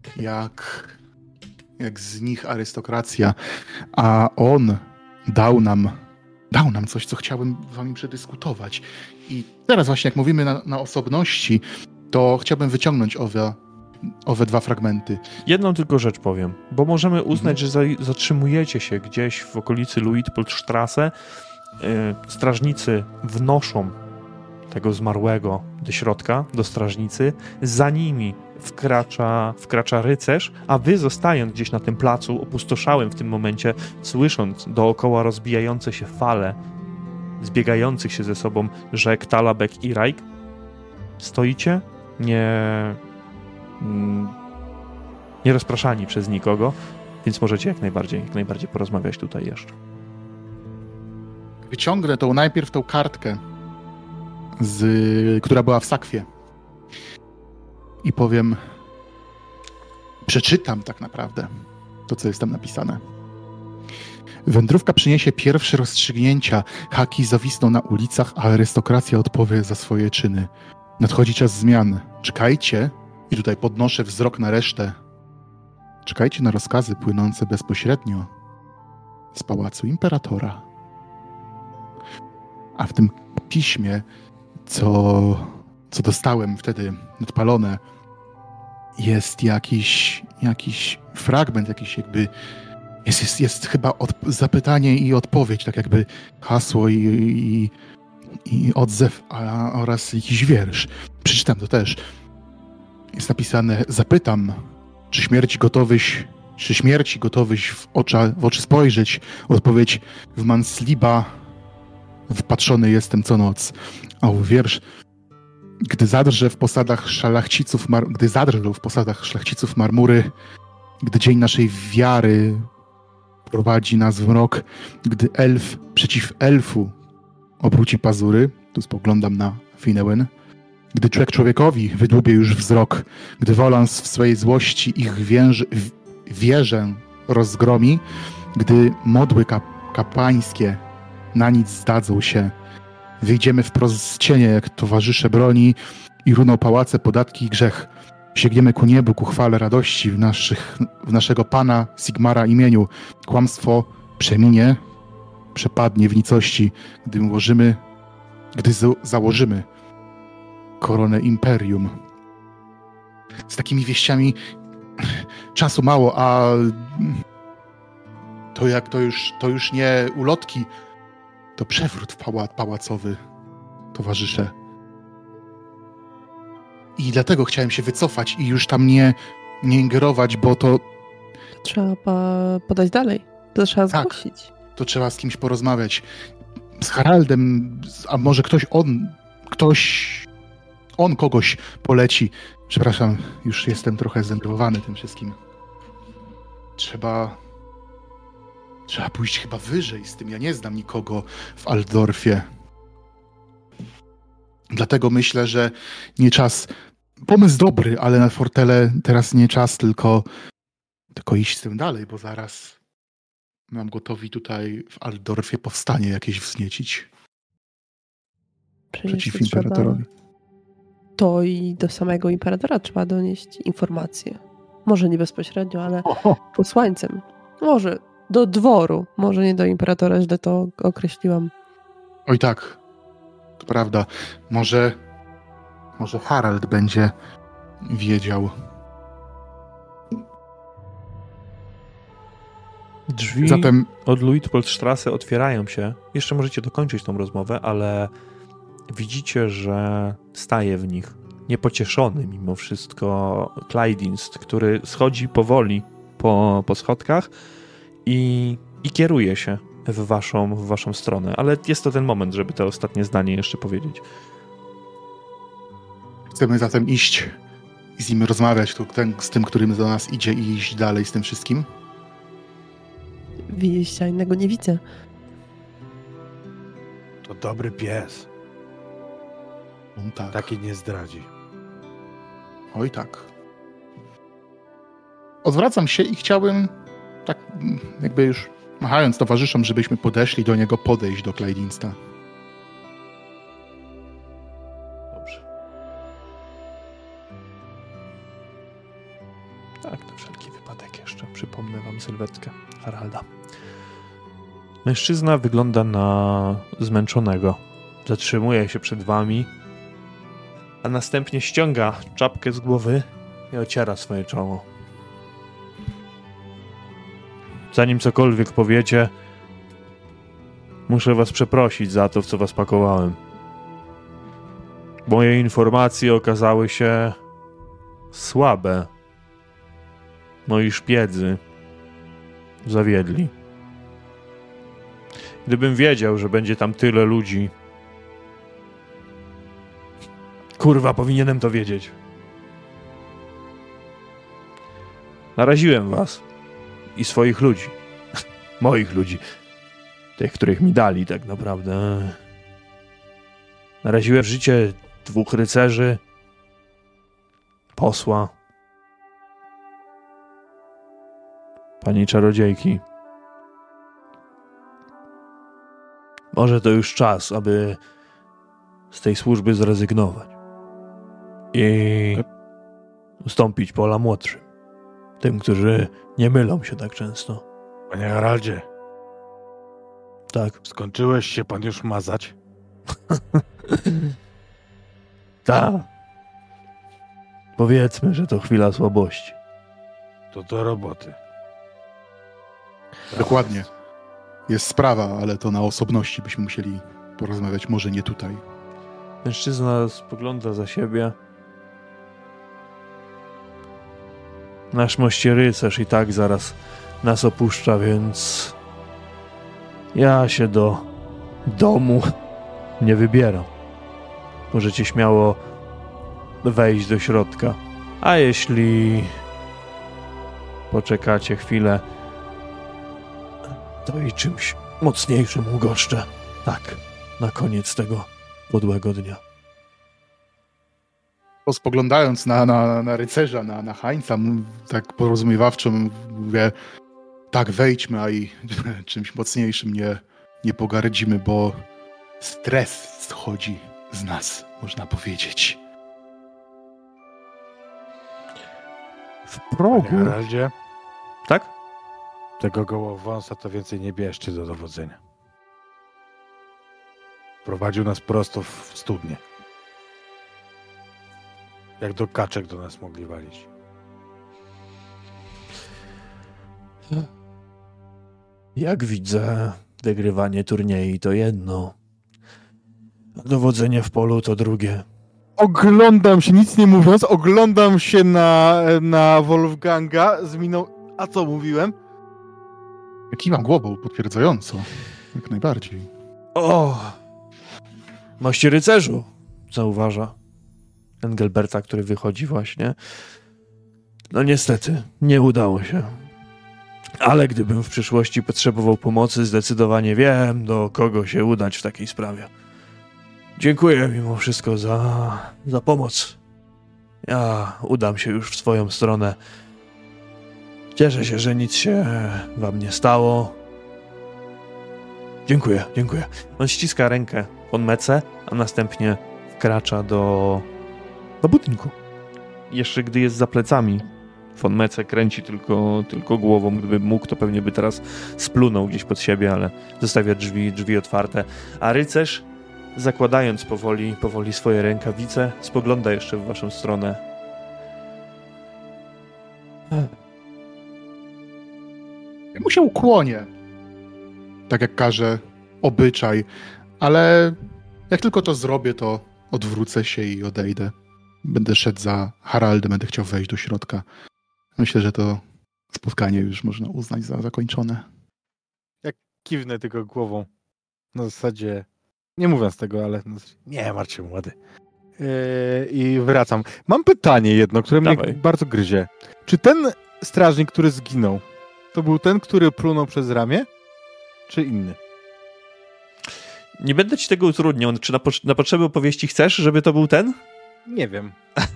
jak z nich arystokracja, a on dał nam coś, co chciałbym z wami przedyskutować. I teraz właśnie, jak mówimy na osobności, to chciałbym wyciągnąć owe dwa fragmenty. Jedną tylko rzecz powiem, bo możemy uznać, że zatrzymujecie się gdzieś w okolicy Luitpoldstrasse. Strażnicy wnoszą tego zmarłego do środka, do strażnicy. Za nimi wkracza rycerz, a wy, zostając gdzieś na tym placu opustoszałym w tym momencie, słysząc dookoła rozbijające się fale zbiegających się ze sobą rzek Talabek i Rajk, stoicie nie rozpraszani przez nikogo, więc możecie jak najbardziej porozmawiać tutaj jeszcze. Wyciągnę najpierw tą kartkę, która była w sakwie, i powiem, przeczytam tak naprawdę to, co jest tam napisane. Wędrówka przyniesie pierwsze rozstrzygnięcia, haki zawisną na ulicach, a arystokracja odpowie za swoje czyny. Nadchodzi czas zmian. Czekajcie, i tutaj podnoszę wzrok na resztę, czekajcie na rozkazy płynące bezpośrednio z pałacu imperatora. A w tym piśmie, co dostałem wtedy odpalone, jest jakiś fragment, jest chyba zapytanie i odpowiedź, tak jakby hasło i odzew, oraz jakiś wiersz. Przeczytam to też. Jest napisane: zapytam, czy śmierci gotowyś w oczy spojrzeć? Odpowiedź: w Mansliba wpatrzony jestem co noc. A wiersz: gdy zadrżą w posadach szlachciców marmury, gdy dzień naszej wiary prowadzi nas w mrok, gdy elf przeciw elfu obróci pazury, tu spoglądam na Finnewen, gdy człowiek człowiekowi wydłubie już wzrok, gdy Wolans w swojej złości ich wieżę rozgromi, gdy modły kapłańskie na nic zdadzą się, wyjdziemy wprost z cienia jak towarzysze broni i runą pałace, podatki i grzech. Sięgniemy ku niebu, ku chwale radości w naszego Pana Sigmara imieniu. Kłamstwo przeminie, przepadnie w nicości, gdy założymy koronę imperium. Z takimi wieściami czasu mało, a to już nie ulotki, to przewrót pałacowy, towarzysze. I dlatego chciałem się wycofać i już tam nie ingerować, bo to... Trzeba podać dalej. To trzeba zgłosić. To trzeba z kimś porozmawiać. Z Haraldem, a może on kogoś poleci. Przepraszam, już jestem trochę zdenerwowany tym wszystkim. Trzeba pójść chyba wyżej z tym. Ja nie znam nikogo w Altdorfie. Dlatego myślę, że nie czas. Pomysł dobry, ale na fortelę teraz nie czas, tylko iść z tym dalej, bo zaraz mam gotowi tutaj w Altdorfie powstanie jakieś wzniecić przeciw imperatorowi. To i do samego imperatora trzeba donieść informacje. Może nie bezpośrednio, ale posłańcem. Może do dworu. Może nie do imperatora, źle to określiłam. Oj tak, to prawda. Może Harald będzie wiedział. Drzwi od Luitpoldstrasse otwierają się. Jeszcze możecie dokończyć tą rozmowę, ale widzicie, że staje w nich niepocieszony mimo wszystko Clydinst, który schodzi powoli po schodkach i kieruje się w waszą stronę. Ale jest to ten moment, żeby to ostatnie zdanie jeszcze powiedzieć. Chcemy zatem iść i z nim rozmawiać, z tym, którym do nas idzie, i iść dalej z tym wszystkim? Wyjścia innego nie widzę. To dobry pies. Tak. Taki nie zdradzi. Oj tak. Odwracam się i chciałbym, tak jakby już machając towarzyszom, żebyśmy podeszli do niego, podejść do Clydinsta. Dobrze. Tak, na wszelki wypadek jeszcze przypomnę wam sylwetkę Haralda. Mężczyzna wygląda na zmęczonego. Zatrzymuje się przed wami, a następnie ściąga czapkę z głowy i ociera swoje czoło. Zanim cokolwiek powiecie, muszę was przeprosić za to, w co was pakowałem. Moje informacje okazały się słabe. Moi szpiedzy zawiedli. Gdybym wiedział, że będzie tam tyle ludzi... Kurwa, powinienem to wiedzieć. Naraziłem was. I swoich ludzi. Moich ludzi. Tych, których mi dali tak naprawdę. Naraziłem życie 2 rycerzy. Posła. Pani czarodziejki. Może to już czas, aby z tej służby zrezygnować. I ustąpić pola młodszym. Tym, którzy nie mylą się tak często. Panie Haraldzie. Tak. Skończyłeś się pan już mazać? Tak. Powiedzmy, że to chwila słabości. To do roboty. Dokładnie. Jest sprawa, ale to na osobności byśmy musieli porozmawiać, może nie tutaj. Mężczyzna spogląda za siebie. Nasz mości rycerz i tak zaraz nas opuszcza, więc ja się do domu nie wybieram. Możecie śmiało wejść do środka. A jeśli poczekacie chwilę, to i czymś mocniejszym ugoszczę. Tak, na koniec tego podłego dnia. Spoglądając na rycerza, na Heinza, tak porozumiewawczo mówię, tak, wejdźmy, a i czymś mocniejszym nie pogardzimy, bo stres schodzi z nas, można powiedzieć. W progu. Panie Haraldzie, Tak? tego gołowąsa to więcej nie bierzcie do dowodzenia. Prowadził nas prosto w studnię. Jak do kaczek do nas mogli walić. Jak widzę, wygrywanie turniej to jedno, a dowodzenie w polu to drugie. Oglądam się, nic nie mówiąc, oglądam się na Wolfganga z miną... A co mówiłem? Kiwam głową potwierdzająco. Jak najbardziej. O! Mości rycerzu! Zauważa Engelberta, który wychodzi właśnie. No niestety, nie udało się. Ale gdybym w przyszłości potrzebował pomocy, zdecydowanie wiem, do kogo się udać w takiej sprawie. Dziękuję mimo wszystko za pomoc. Ja udam się już w swoją stronę. Cieszę się, że nic się wam nie stało. Dziękuję. On ściska rękę von Metze, a następnie wkracza do budynku. Jeszcze gdy jest za plecami, von Metze kręci tylko głową. Gdyby mógł, to pewnie by teraz splunął gdzieś pod siebie, ale zostawia drzwi otwarte. A rycerz, zakładając powoli swoje rękawice, spogląda jeszcze w waszą stronę. Ja mu się ukłonię. Tak jak każe obyczaj, ale jak tylko to zrobię, to odwrócę się i odejdę. Będę szedł za Haraldem, będę chciał wejść do środka. Myślę, że to spotkanie już można uznać za zakończone. Kiwnę tylko głową. Na zasadzie, nie mówiąc tego, ale nie martw się, młody. I wracam. Mam pytanie jedno, które mnie bardzo gryzie. Czy ten strażnik, który zginął, to był ten, który plunął przez ramię? Czy inny? Nie będę ci tego utrudniał. Czy na potrzeby opowieści chcesz, żeby to był ten? Nie wiem.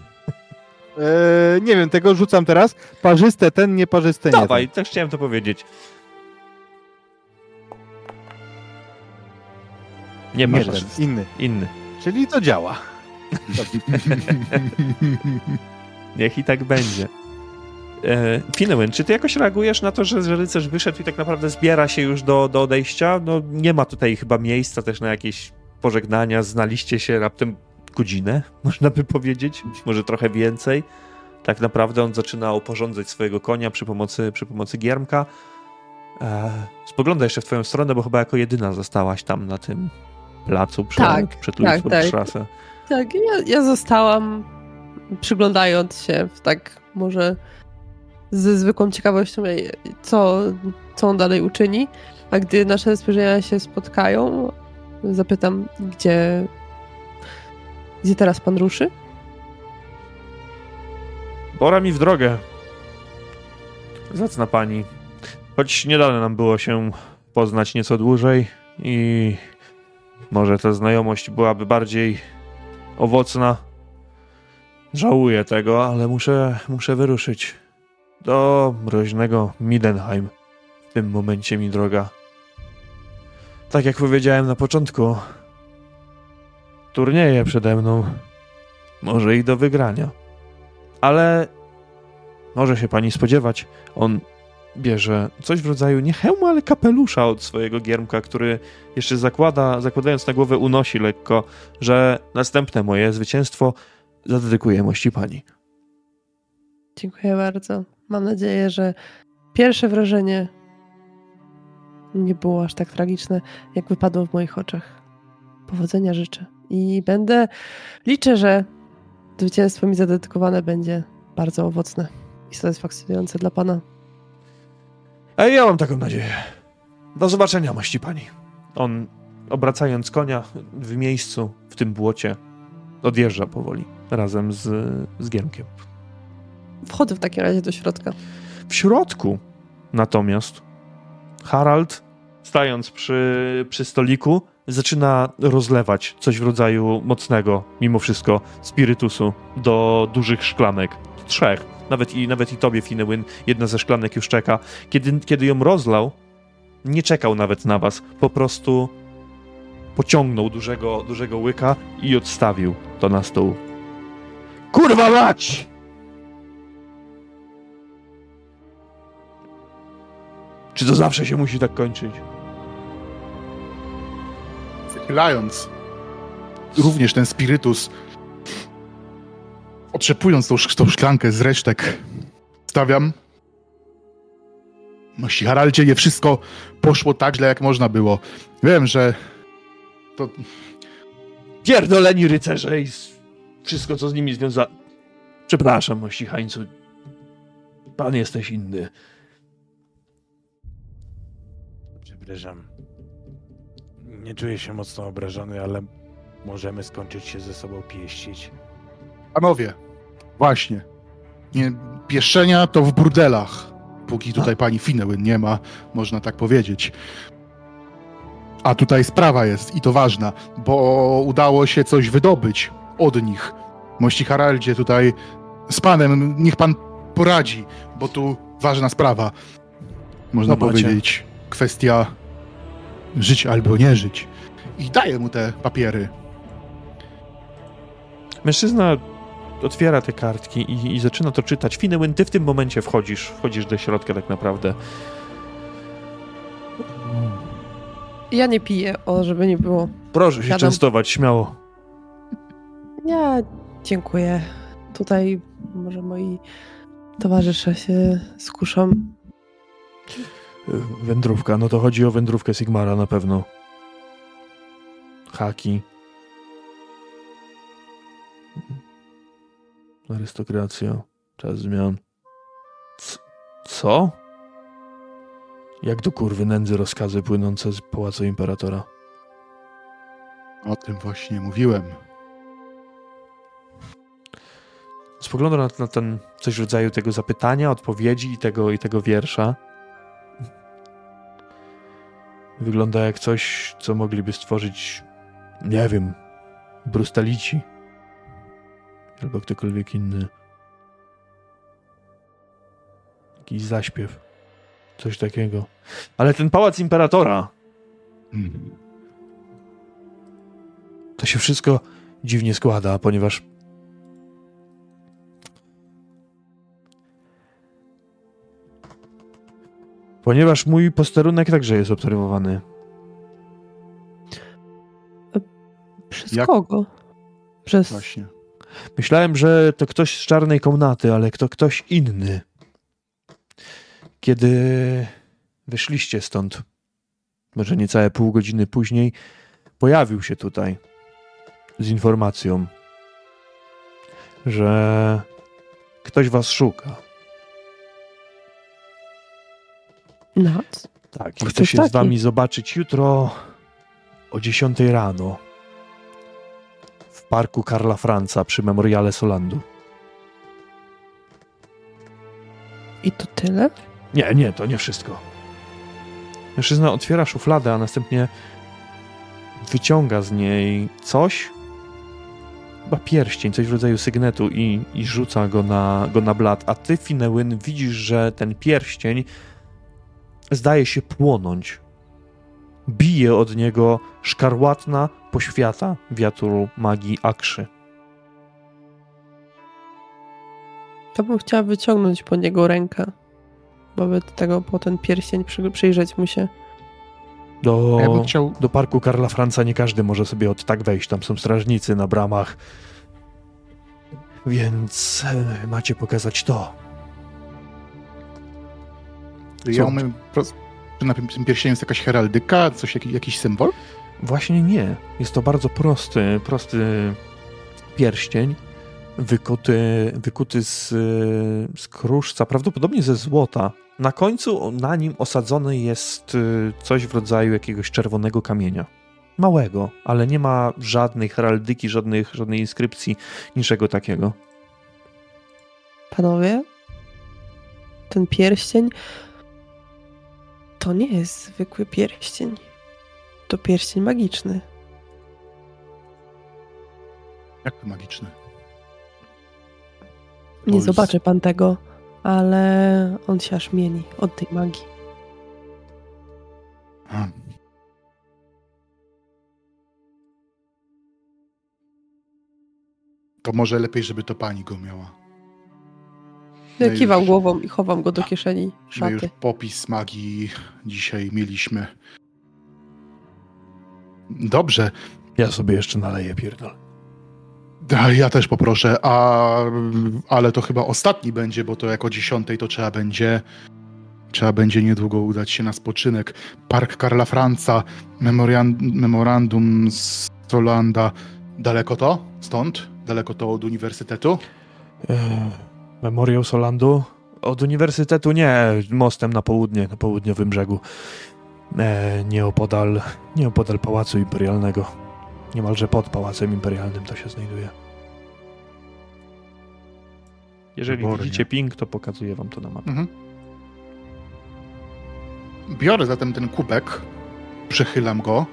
Nie wiem, tego rzucam teraz. Parzyste ten, nieparzyste nie. Dawaj, też chciałem to powiedzieć. Nie możesz. Inny. Czyli to działa. Niech i tak będzie. Finnewen, czy ty jakoś reagujesz na to, że rycerz wyszedł i tak naprawdę zbiera się już do odejścia? No nie ma tutaj chyba miejsca też na jakieś pożegnania. Znaliście się raptem godzinę, można by powiedzieć. Może trochę więcej. Tak naprawdę on zaczyna oporządzać swojego konia przy pomocy giermka. Spogląda jeszcze w twoją stronę, bo chyba jako jedyna zostałaś tam na tym placu przed Luxford. Tak, ja zostałam przyglądając się tak może ze zwykłą ciekawością, co on dalej uczyni, a gdy nasze spojrzenia się spotkają, zapytam, gdzie teraz pan ruszy? Pora mi w drogę. Zacna pani. Choć nie dane nam było się poznać nieco dłużej i może ta znajomość byłaby bardziej owocna. Żałuję tego, ale muszę wyruszyć do mroźnego Midenheim. W tym momencie mi droga. Tak jak powiedziałem na początku, turnieje przede mną. Może i do wygrania. Ale może się pani spodziewać, on bierze coś w rodzaju nie hełmu, ale kapelusza od swojego giermka, który jeszcze zakładając na głowę unosi lekko, że następne moje zwycięstwo zadedykuję mości pani. Dziękuję bardzo. Mam nadzieję, że pierwsze wrażenie nie było aż tak tragiczne, jak wypadło w moich oczach. Powodzenia życzę. I liczę, że zwycięstwo mi zadedykowane będzie bardzo owocne i satysfakcjonujące dla pana. A ja mam taką nadzieję. Do zobaczenia, mości pani. On, obracając konia w miejscu, w tym błocie, odjeżdża powoli, razem z giermkiem. Wchodzę w takim razie do środka. W środku natomiast Harald, stając przy stoliku, zaczyna rozlewać coś w rodzaju mocnego, mimo wszystko, spirytusu do dużych szklanek. 3. Nawet i tobie, Finnewen, jedna ze szklanek już czeka. Kiedy ją rozlał, nie czekał nawet na was. Po prostu pociągnął dużego łyka i odstawił to na stół. Kurwa mać! Czy to zawsze się musi tak kończyć? Wychylając również ten spirytus, otrzepując tą szklankę z resztek, stawiam. Mości Haraldzie, nie wszystko poszło tak źle, jak można było. Wiem, że to... Pierdoleni rycerze i wszystko, co z nimi związane. Przepraszam, mości Hańcu. Pan jesteś inny. Przepraszam. Nie czuję się mocno obrażony, ale możemy skończyć się ze sobą pieścić. Panowie, właśnie. Nie, pieszczenia to w burdelach. Póki tutaj pani Finnewen nie ma, można tak powiedzieć. A tutaj sprawa jest, i to ważna, bo udało się coś wydobyć od nich. Mości Haraldzie, tutaj z panem, niech pan poradzi, bo tu ważna sprawa. Można powiedzieć, kwestia żyć albo nie żyć. I daję mu te papiery. Mężczyzna otwiera te kartki i zaczyna to czytać. Finnewen, ty w tym momencie wchodzisz do środka tak naprawdę. Ja nie piję, żeby nie było. Proszę się częstować, śmiało. Ja dziękuję. Tutaj może moi towarzysze się skuszą. Wędrówka, no to chodzi o wędrówkę Sigmara na pewno. Haki. Arystokracja. Czas zmian. Co? Jak do kurwy nędzy rozkazy płynące z pałacu imperatora? O tym właśnie mówiłem. Spoglądam na ten coś w rodzaju tego zapytania, odpowiedzi i tego wiersza. Wygląda jak coś, co mogliby stworzyć, nie wiem, Brustalici. Albo ktokolwiek inny. Jakiś zaśpiew. Coś takiego. Ale ten pałac imperatora, to się wszystko dziwnie składa, ponieważ mój posterunek także jest obserwowany. Przez kogo? Przez... Właśnie. Myślałem, że to ktoś z czarnej komnaty, ale to ktoś inny. Kiedy wyszliście stąd, może niecałe pół godziny później, pojawił się tutaj z informacją, że ktoś was szuka. Nas? Tak, i Ktoś chce się taki? z wami zobaczyć jutro o 10 rano w parku Karla Franza przy Memoriale Solandu. I to tyle? Nie, to nie wszystko. Mężczyzna otwiera szufladę, a następnie wyciąga z niej coś, chyba pierścień, coś w rodzaju sygnetu i rzuca go na blat. A ty, Finewyn, widzisz, że ten pierścień zdaje się płonąć. Bije od niego szkarłatna poświata wiatru magii Akszy. To bym chciała wyciągnąć po niego rękę. Bo tego po ten pierścień przyjrzeć mu się. Ja bym chciał... Do parku Karla Franza nie każdy może sobie od tak wejść. Tam są strażnicy na bramach. Więc macie pokazać to. Ja umiem... Czy na tym pierścieniu jest jakaś heraldyka? Jakiś symbol? Właśnie nie. Jest to bardzo prosty pierścień. Wykuty z kruszca, prawdopodobnie ze złota. Na końcu na nim osadzony jest coś w rodzaju jakiegoś czerwonego kamienia. Małego, ale nie ma żadnej heraldyki, żadnej inskrypcji, niczego takiego. Panowie, ten pierścień to nie jest zwykły pierścień. To pierścień magiczny. Jak to magiczny? Nie zobaczy pan tego, ale on się aż mieni od tej magii. To może lepiej, żeby to pani go miała. Ja kiwam głową i chowam go do kieszeni My szaty. już popis magii dzisiaj mieliśmy. Dobrze. Ja sobie jeszcze naleję, pierdol. Ja też poproszę, ale to chyba ostatni będzie, bo to jako 10 to trzeba będzie niedługo udać się na spoczynek. Park Karla Franza, memorandum z Solanda. Daleko to? Stąd? Daleko to od uniwersytetu? Memoriał Solandu? Od uniwersytetu nie, mostem na południowym brzegu. Nieopodal Pałacu Imperialnego. Niemalże pod Pałacem Imperialnym to się znajduje. Jeżeli widzicie ping, to pokazuję wam to na mapie. Mhm. Biorę zatem ten kubek, przechylam go.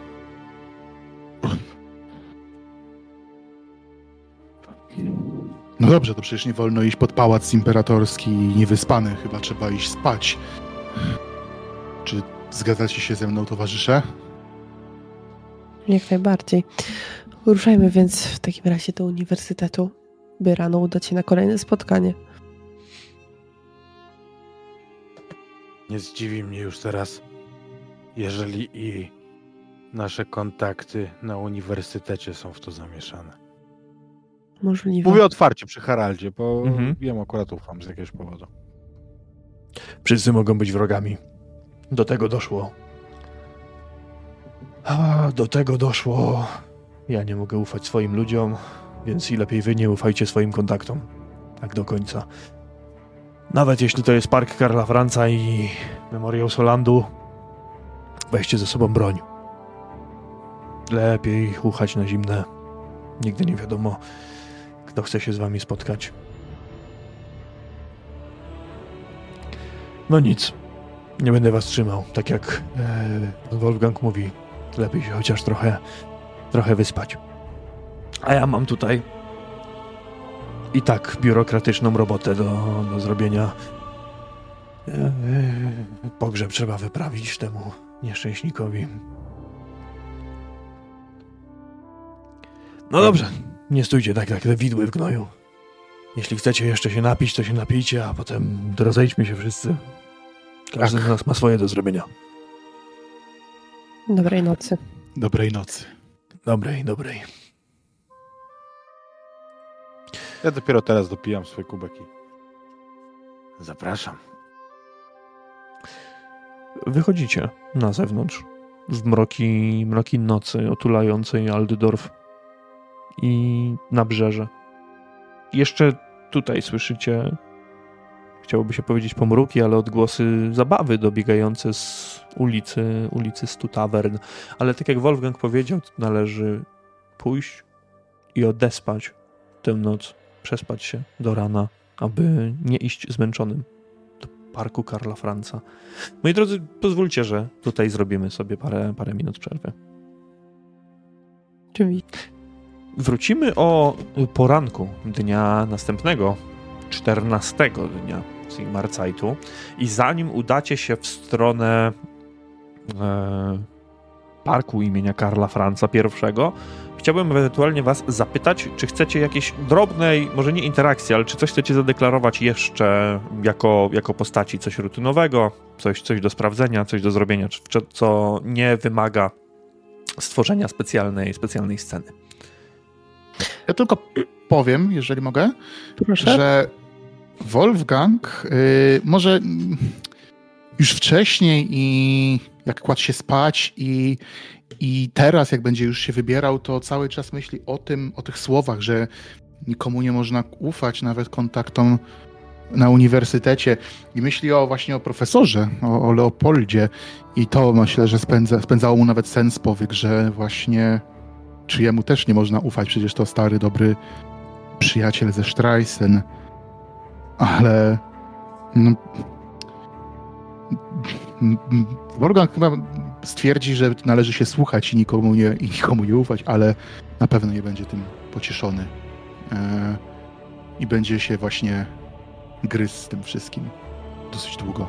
No dobrze, to przecież nie wolno iść pod pałac imperatorski niewyspany, chyba trzeba iść spać. Czy zgadzacie się ze mną, towarzysze? Jak najbardziej. Ruszajmy więc w takim razie do uniwersytetu, by rano udać się na kolejne spotkanie. Nie zdziwi mnie już teraz, jeżeli i nasze kontakty na uniwersytecie są w to zamieszane. Możliwe. Mówię otwarcie przy Haraldzie, bo Mhm. akurat ufam z jakiegoś powodu. Wszyscy mogą być wrogami. Do tego doszło. A do tego doszło. Ja nie mogę ufać swoim ludziom, więc i lepiej wy nie ufajcie swoim kontaktom. Tak do końca. Nawet jeśli to jest Park Karla Franza i Memoriał Solandu, weźcie ze sobą broń. Lepiej uchać na zimne. Nigdy nie wiadomo, kto chce się z wami spotkać. No nic. Nie będę was trzymał. Tak jak Wolfgang mówi, lepiej się chociaż trochę wyspać. A ja mam tutaj i tak biurokratyczną robotę do zrobienia. Pogrzeb trzeba wyprawić temu nieszczęśnikowi. No dobrze, nie stójcie tak jak te widły w gnoju. Jeśli chcecie jeszcze się napić, to się napijcie, a potem rozejdźmy się wszyscy. Każdy z nas ma swoje do zrobienia. Dobrej nocy. Dobrej nocy. Dobrej. Ja dopiero teraz dopijam swoje kubeki. Zapraszam. Wychodzicie na zewnątrz w mroki nocy otulającej Aldydorf i nabrzeże. Jeszcze tutaj słyszycie, chciałoby się powiedzieć pomruki, ale odgłosy zabawy dobiegające z ulicy Stu Tavern. Ale tak jak Wolfgang powiedział, należy pójść i odespać tę noc, przespać się do rana, aby nie iść zmęczonym do Parku Karla Franza. Moi drodzy, pozwólcie, że tutaj zrobimy sobie parę minut przerwy. Czyli Wrócimy o poranku dnia następnego, 14 dnia Sigmarzeitu, i zanim udacie się w stronę parku imienia Karla Franza I, chciałbym ewentualnie was zapytać, czy chcecie jakiejś drobnej, może nie interakcji, ale czy coś chcecie zadeklarować jeszcze jako postaci, coś rutynowego, coś do sprawdzenia, coś do zrobienia, co nie wymaga stworzenia specjalnej sceny. Ja tylko powiem, jeżeli mogę, proszę. że Wolfgang może już wcześniej i jak kładł się spać i teraz jak będzie już się wybierał, to cały czas myśli o tych słowach, że nikomu nie można ufać, nawet kontaktom na uniwersytecie, i myśli właśnie o profesorze, o Leopoldzie, i to myślę, że spędzało mu nawet sen z powiek, że właśnie czyjemu też nie można ufać, przecież to stary, dobry przyjaciel ze Strajsen. Ale Wolfgang chyba stwierdzi, że należy się słuchać i nikomu nie ufać, ale na pewno nie będzie tym pocieszony. I będzie się właśnie gryzł z tym wszystkim dosyć długo.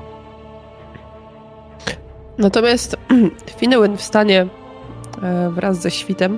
Natomiast Finnewen wstanie wraz ze świtem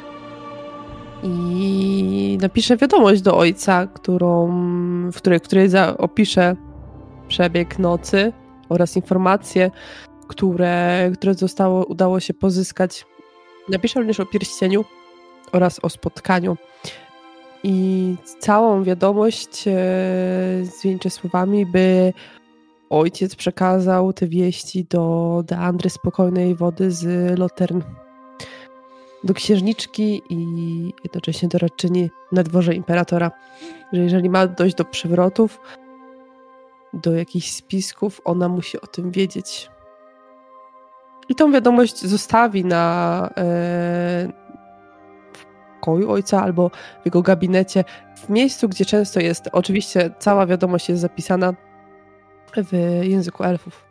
i napisze wiadomość do ojca, w której opisze przebieg nocy oraz informacje, które udało się pozyskać. Napisze również o pierścieniu oraz o spotkaniu. I całą wiadomość zwieńczy słowami, by ojciec przekazał te wieści do Deandry Spokojnej Wody z Lotern, do księżniczki i jednocześnie doradczyni na dworze imperatora, że jeżeli ma dojść do przewrotów, do jakichś spisków, ona musi o tym wiedzieć. I tą wiadomość zostawi w pokoju ojca albo w jego gabinecie, w miejscu, gdzie często jest. Oczywiście cała wiadomość jest zapisana w języku elfów.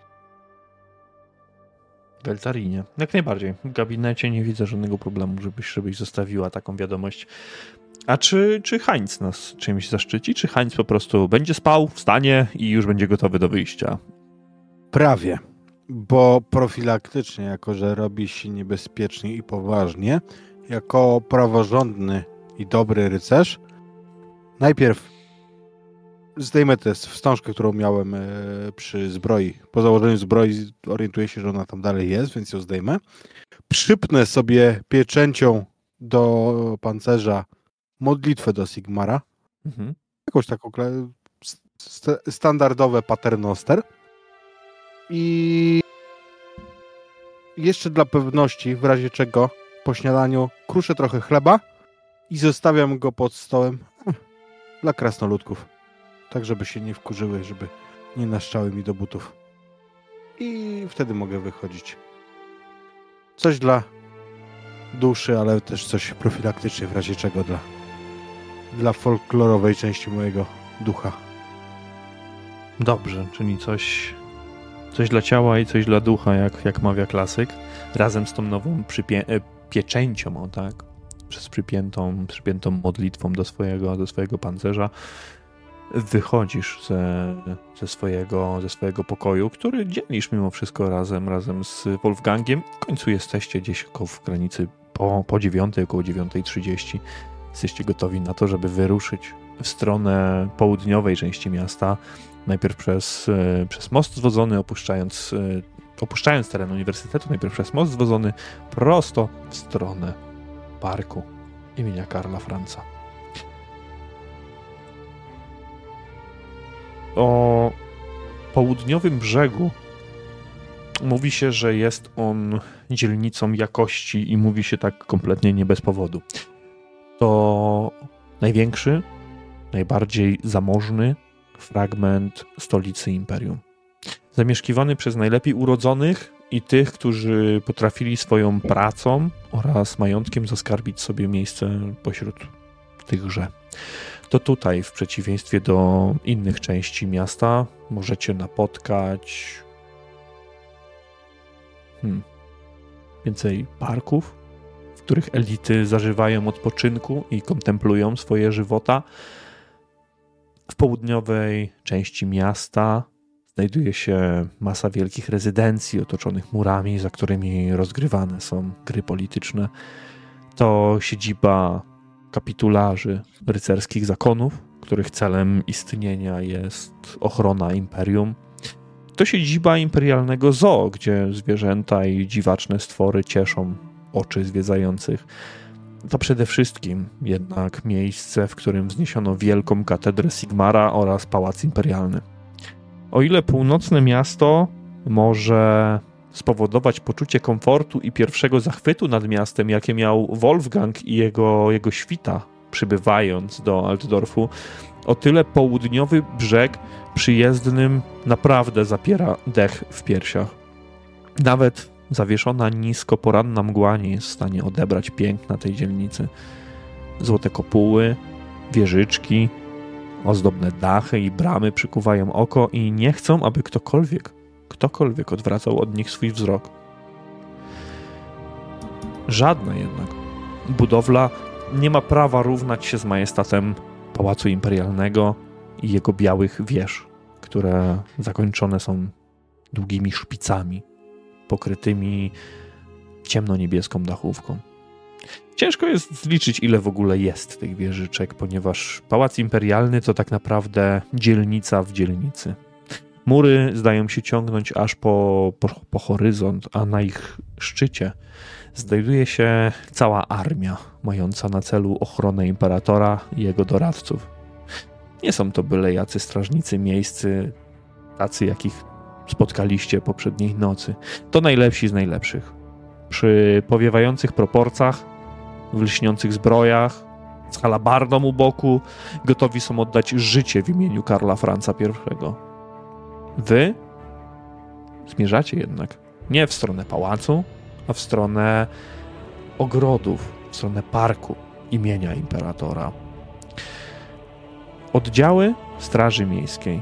W Eltarinie. Jak najbardziej. W gabinecie nie widzę żadnego problemu, żebyś zostawiła taką wiadomość. A czy Heinz nas czymś zaszczyci? Czy Heinz po prostu będzie spał, wstanie i już będzie gotowy do wyjścia? Prawie. Bo profilaktycznie, jako że robi się niebezpiecznie i poważnie, jako praworządny i dobry rycerz, najpierw zdejmę tę wstążkę, którą miałem przy zbroi. Po założeniu zbroi orientuję się, że ona tam dalej jest, więc ją zdejmę. Przypnę sobie pieczęcią do pancerza modlitwę do Sigmara. Mhm. Jakąś taką standardowe paternoster. I jeszcze dla pewności, w razie czego po śniadaniu kruszę trochę chleba i zostawiam go pod stołem dla krasnoludków. tak żeby się nie wkurzyły, żeby nie naszczały mi do butów. I wtedy mogę wychodzić. Coś dla duszy, ale też coś profilaktycznie, w razie czego dla folklorowej części mojego ducha. Dobrze, czyli coś dla ciała i coś dla ducha, jak mawia klasyk. Razem z tą nową pieczęcią, o tak, przez przypiętą modlitwą do swojego pancerza, wychodzisz ze swojego pokoju, który dzielisz mimo wszystko razem z Wolfgangiem. W końcu jesteście gdzieś w granicy po 9, około 9:30. Jesteście gotowi na to, żeby wyruszyć w stronę południowej części miasta. Najpierw przez most zwodzony, opuszczając teren uniwersytetu, najpierw przez most zwodzony prosto w stronę parku imienia Karla Franza. O południowym brzegu mówi się, że jest on dzielnicą jakości i mówi się tak kompletnie nie bez powodu. To największy, najbardziej zamożny fragment stolicy imperium. Zamieszkiwany przez najlepiej urodzonych i tych, którzy potrafili swoją pracą oraz majątkiem zaskarbić sobie miejsce pośród tychże. To tutaj, w przeciwieństwie do innych części miasta, możecie napotkać więcej parków, w których elity zażywają odpoczynku i kontemplują swoje żywota. W południowej części miasta znajduje się masa wielkich rezydencji otoczonych murami, za którymi rozgrywane są gry polityczne. To siedziba kapitularzy rycerskich zakonów, których celem istnienia jest ochrona imperium. To siedziba imperialnego zoo, gdzie zwierzęta i dziwaczne stwory cieszą oczy zwiedzających. To przede wszystkim jednak miejsce, w którym wzniesiono wielką katedrę Sigmara oraz pałac imperialny. O ile północne miasto może spowodować poczucie komfortu i pierwszego zachwytu nad miastem, jakie miał Wolfgang i jego świta, przybywając do Altdorfu, o tyle południowy brzeg przyjezdnym naprawdę zapiera dech w piersiach. Nawet zawieszona nisko poranna mgła nie jest w stanie odebrać piękna tej dzielnicy. Złote kopuły, wieżyczki, ozdobne dachy i bramy przykuwają oko i nie chcą, aby ktokolwiek odwracał od nich swój wzrok. Żadna jednak budowla nie ma prawa równać się z majestatem Pałacu Imperialnego i jego białych wież, które zakończone są długimi szpicami, pokrytymi ciemnoniebieską dachówką. Ciężko jest zliczyć, ile w ogóle jest tych wieżyczek, ponieważ Pałac Imperialny to tak naprawdę dzielnica w dzielnicy. Mury zdają się ciągnąć aż po horyzont, a na ich szczycie znajduje się cała armia mająca na celu ochronę imperatora i jego doradców. Nie są to byle jacy strażnicy miejscy, tacy jakich spotkaliście poprzedniej nocy. To najlepsi z najlepszych. Przy powiewających proporcjach, w lśniących zbrojach, z halabardą u boku, gotowi są oddać życie w imieniu Karla Franza I. Wy zmierzacie jednak nie w stronę pałacu, a w stronę ogrodów, w stronę parku imienia imperatora. Oddziały Straży Miejskiej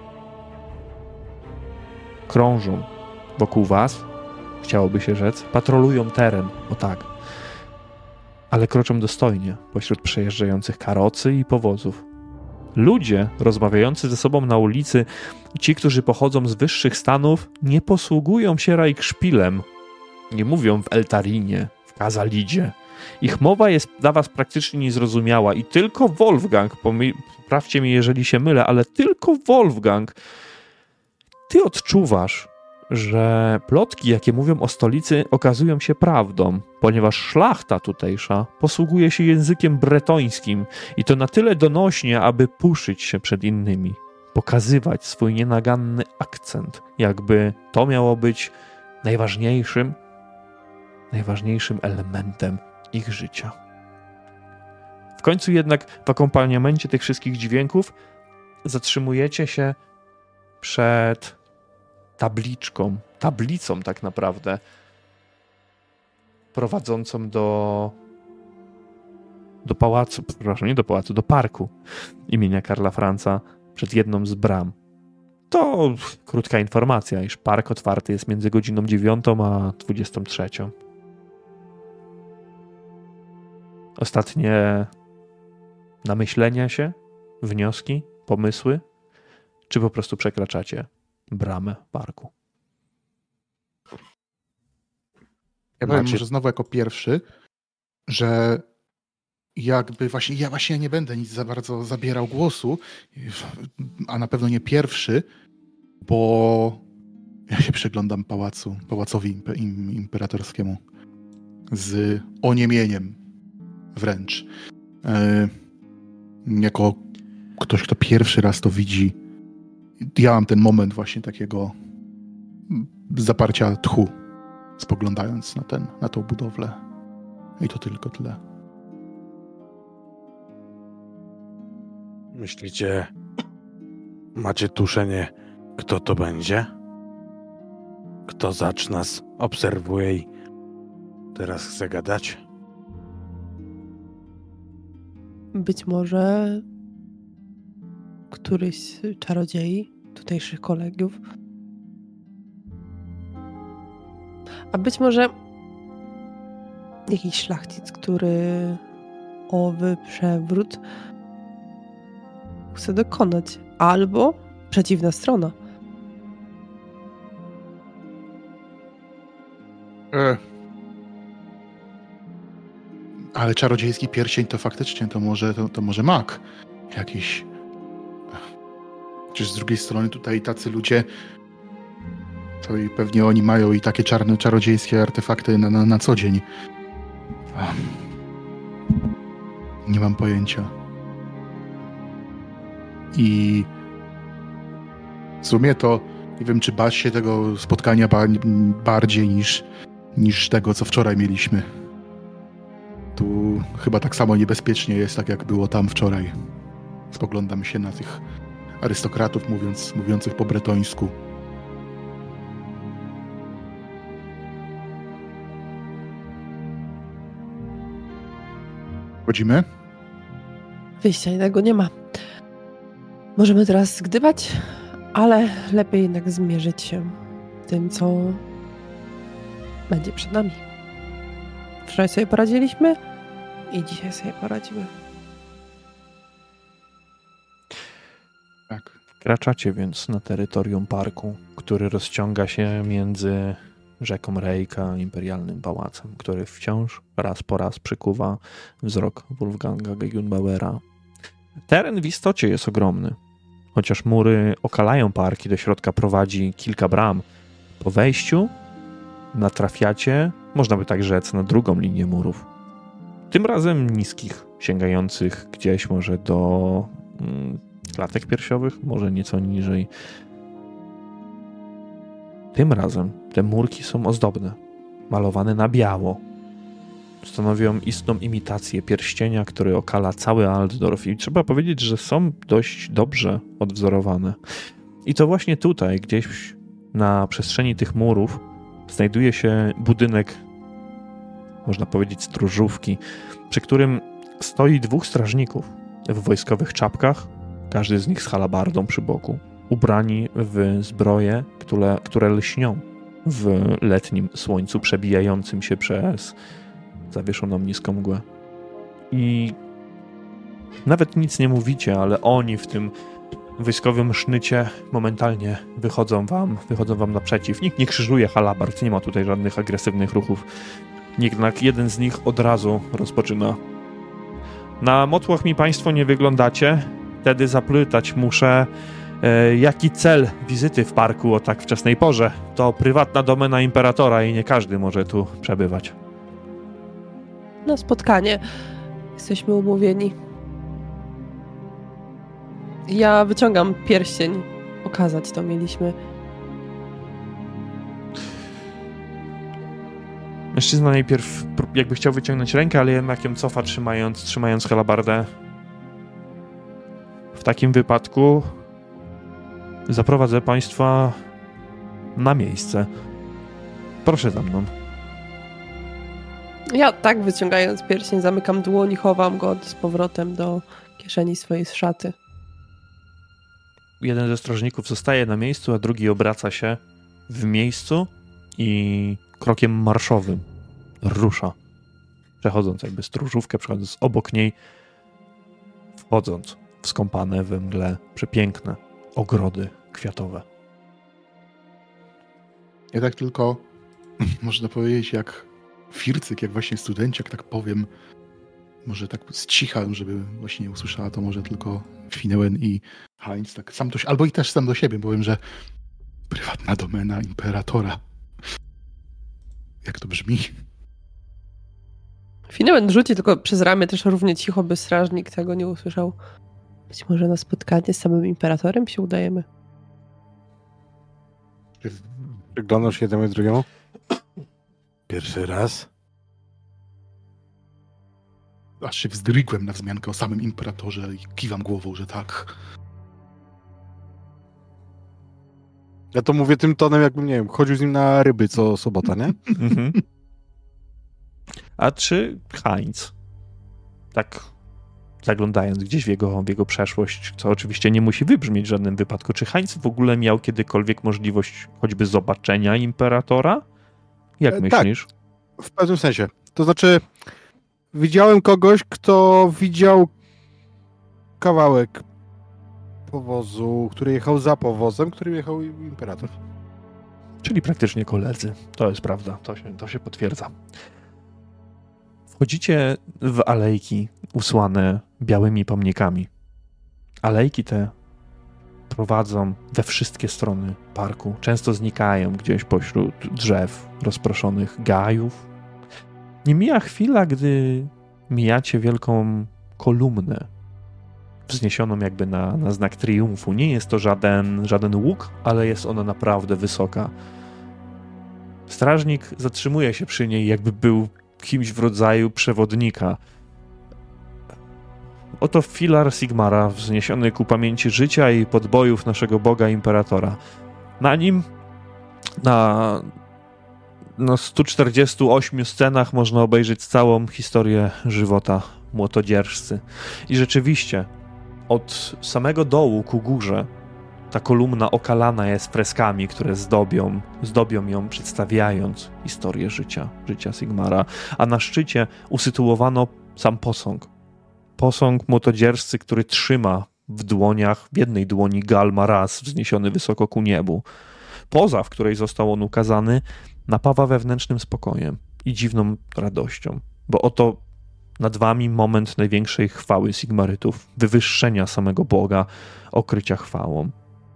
krążą wokół was, chciałoby się rzec, patrolują teren, o tak, ale kroczą dostojnie pośród przejeżdżających karocy i powozów. Ludzie rozmawiający ze sobą na ulicy, ci, którzy pochodzą z wyższych stanów, nie posługują się rajkszpilem. Nie mówią w Eltarinie, w Kazalidzie. Ich mowa jest dla was praktycznie niezrozumiała i tylko Wolfgang, poprawcie mnie, jeżeli się mylę, ale tylko Wolfgang, ty odczuwasz, że plotki, jakie mówią o stolicy, okazują się prawdą, ponieważ szlachta tutejsza posługuje się językiem bretońskim i to na tyle donośnie, aby puszyć się przed innymi, pokazywać swój nienaganny akcent, jakby to miało być najważniejszym elementem ich życia. W końcu jednak w akompaniamencie tych wszystkich dźwięków zatrzymujecie się przed tablicą tak naprawdę, prowadzącą do pałacu, przepraszam, nie do pałacu, do parku imienia Karla Franza, przed jedną z bram. To krótka informacja, iż park otwarty jest między godziną 9 a 23. Ostatnie namyślenia się, wnioski, pomysły, czy po prostu przekraczacie bramę parku? Ja powiem może znowu jako pierwszy, że jakby ja właśnie nie będę nic za bardzo zabierał głosu, a na pewno nie pierwszy, bo ja się przyglądam pałacowi imperatorskiemu z oniemieniem wręcz. Jako ktoś, kto pierwszy raz to widzi, ja mam ten moment właśnie takiego zaparcia tchu, spoglądając na tą budowlę. I to tylko tyle. Myślicie, macie tuszenie, kto to będzie? Kto zacz nas obserwuje i teraz chce gadać? Być może któryś z czarodziei tutejszych kolegiów. A być może jakiś szlachcic, który owy przewrót chce dokonać. Albo przeciwna strona. Ale czarodziejski pierścień to faktycznie to może mag jakiś. Przecież z drugiej strony tutaj tacy ludzie, to i pewnie oni mają i takie czarne, czarodziejskie artefakty na co dzień. Nie mam pojęcia. I w sumie to nie wiem, czy bać się tego spotkania bardziej niż tego, co wczoraj mieliśmy. Tu chyba tak samo niebezpiecznie jest, tak jak było tam wczoraj. Spoglądam się na tych arystokratów mówiących po bretońsku. Chodzimy? Wyjścia innego nie ma. Możemy teraz gdybać, ale lepiej jednak zmierzyć się z tym, co będzie przed nami. Wczoraj sobie poradziliśmy i dzisiaj sobie poradzimy. Tak. Wkraczacie więc na terytorium parku, który rozciąga się między rzeką Rejka a imperialnym pałacem, który wciąż raz po raz przykuwa wzrok Wolfganga Gegenbauera. Teren w istocie jest ogromny. Chociaż mury okalają park i do środka prowadzi kilka bram, po wejściu natrafiacie, można by tak rzec, na drugą linię murów. Tym razem niskich, sięgających gdzieś może do klatek piersiowych, może nieco niżej. Tym razem te murki są ozdobne, malowane na biało. Stanowią istną imitację pierścienia, który okala cały Altdorf i trzeba powiedzieć, że są dość dobrze odwzorowane. I to właśnie tutaj, gdzieś na przestrzeni tych murów, znajduje się budynek, można powiedzieć, stróżówki, przy którym stoi dwóch strażników w wojskowych czapkach, każdy z nich z halabardą przy boku, ubrani w zbroje, które lśnią w letnim słońcu przebijającym się przez zawieszoną niską mgłę. I nawet nic nie mówicie, ale oni w tym wojskowym sznycie momentalnie wychodzą wam naprzeciw. Nikt nie krzyżuje halabard, nie ma tutaj żadnych agresywnych ruchów. Jednak jeden z nich od razu rozpoczyna. Na motłoch mi państwo nie wyglądacie, wtedy zapytać muszę, jaki cel wizyty w parku o tak wczesnej porze? To prywatna domena imperatora i nie każdy może tu przebywać. Na spotkanie. Jesteśmy umówieni. Ja wyciągam pierścień. Pokazać to mieliśmy. Mężczyzna najpierw jakby chciał wyciągnąć rękę, ale jednak ją cofa, trzymając halabardę. W takim wypadku zaprowadzę państwa na miejsce. Proszę za mną. Ja tak wyciągając pierścień zamykam dłoń i chowam go z powrotem do kieszeni swojej szaty. Jeden ze strażników zostaje na miejscu, a drugi obraca się w miejscu i krokiem marszowym rusza. Przechodząc jakby stróżówkę, przechodząc obok niej, wchodząc w skąpane we mgle przepiękne ogrody kwiatowe. Ja tak tylko, można powiedzieć, jak fircyk, jak właśnie studenci, jak tak powiem, może tak z cicha, żeby właśnie nie usłyszała to może tylko Finnewen i Heinz, tak sam do siebie, albo i też sam do siebie, powiem, że prywatna domena imperatora. Jak to brzmi? Finnewen rzuci tylko przez ramię też równie cicho, by strażnik tego nie usłyszał. Być może na spotkanie z samym imperatorem się udajemy. Przyglądasz jednemu i drugiemu? Pierwszy raz? Aż się wzdrygłem na wzmiankę o samym imperatorze i kiwam głową, że tak. Ja to mówię tym tonem, jakbym, nie wiem, chodził z nim na ryby co sobota, nie? Mhm. A czy Heinz, tak zaglądając gdzieś w jego przeszłość, co oczywiście nie musi wybrzmieć w żadnym wypadku, czy Heinz w ogóle miał kiedykolwiek możliwość choćby zobaczenia imperatora? Jak myślisz? Tak, w pewnym sensie. To znaczy, widziałem kogoś, kto widział kawałek powozu, który jechał za powozem, którym jechał imperator. Czyli praktycznie koledzy. To jest prawda, to się potwierdza. Wchodzicie w alejki usłane białymi pomnikami. Alejki te prowadzą we wszystkie strony parku. Często znikają gdzieś pośród drzew, rozproszonych gajów. Nie mija chwila, gdy mijacie wielką kolumnę wzniesioną jakby na znak triumfu. Nie jest to żaden łuk, ale jest ona naprawdę wysoka. Strażnik zatrzymuje się przy niej, jakby był kimś w rodzaju przewodnika. Oto filar Sigmara, wzniesiony ku pamięci życia i podbojów naszego Boga Imperatora. Na nim, na 148 scenach można obejrzeć całą historię żywota młotodzierżcy. I rzeczywiście, od samego dołu ku górze ta kolumna okalana jest freskami, które zdobią ją, przedstawiając historię życia Sigmara. A na szczycie usytuowano sam posąg. Posąg młotodzierżcy, który trzyma w jednej dłoni Galma raz wzniesiony wysoko ku niebu. Poza, w której został on ukazany, napawa wewnętrznym spokojem i dziwną radością, bo oto nad wami moment największej chwały Sigmarytów, wywyższenia samego Boga, okrycia chwałą.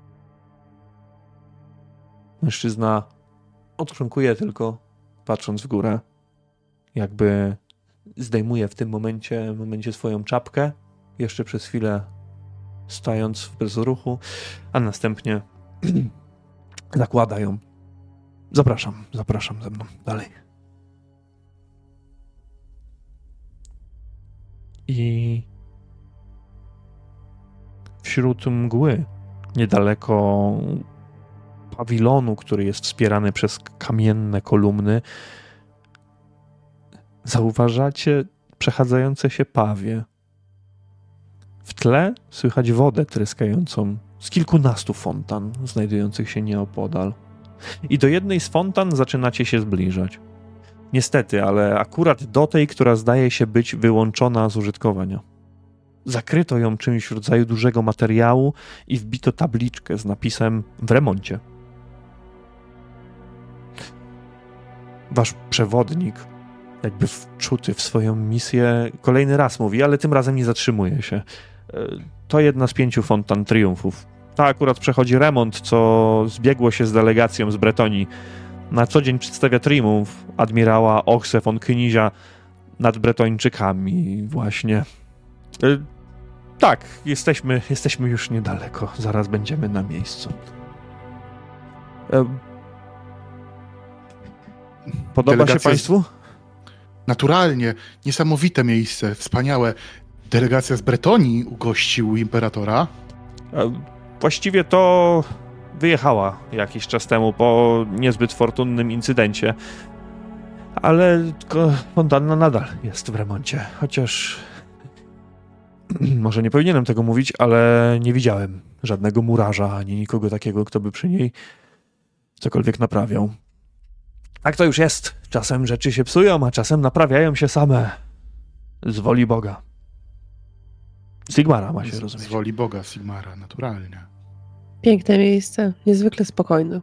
Mężczyzna odchrząkuje tylko, patrząc w górę, jakby zdejmuje w tym momencie swoją czapkę, jeszcze przez chwilę stając w bezruchu, a następnie zakłada ją. Zapraszam ze mną dalej. I wśród mgły, niedaleko pawilonu, który jest wspierany przez kamienne kolumny, zauważacie przechadzające się pawie. W tle słychać wodę tryskającą z kilkunastu fontan znajdujących się nieopodal. I do jednej z fontan zaczynacie się zbliżać. Niestety, ale akurat do tej, która zdaje się być wyłączona z użytkowania. Zakryto ją czymś w rodzaju dużego materiału i wbito tabliczkę z napisem w remoncie. Wasz przewodnik, jakby wczuty w swoją misję, kolejny raz mówi, ale tym razem nie zatrzymuje się. To jedna z 5 fontan triumfów. Ta akurat przechodzi remont, co zbiegło się z delegacją z Bretonii. Na co dzień przedstawia triumf admirała Ochse von Knizia nad Bretończykami właśnie. Tak, jesteśmy już niedaleko. Zaraz będziemy na miejscu. Podoba się państwu? Naturalnie. Niesamowite miejsce. Wspaniałe. delegacja z Bretonii ugościł imperatora? Właściwie to wyjechała jakiś czas temu po niezbyt fortunnym incydencie. Ale fontanna nadal jest w remoncie. Chociaż może nie powinienem tego mówić, ale nie widziałem żadnego murarza ani nikogo takiego, kto by przy niej cokolwiek naprawiał. Tak to już jest. Czasem rzeczy się psują, a czasem naprawiają się same. Z woli Boga. Sigmara ma się rozumieć. Z woli Boga, Sigmara, naturalnie. Piękne miejsce, niezwykle spokojne.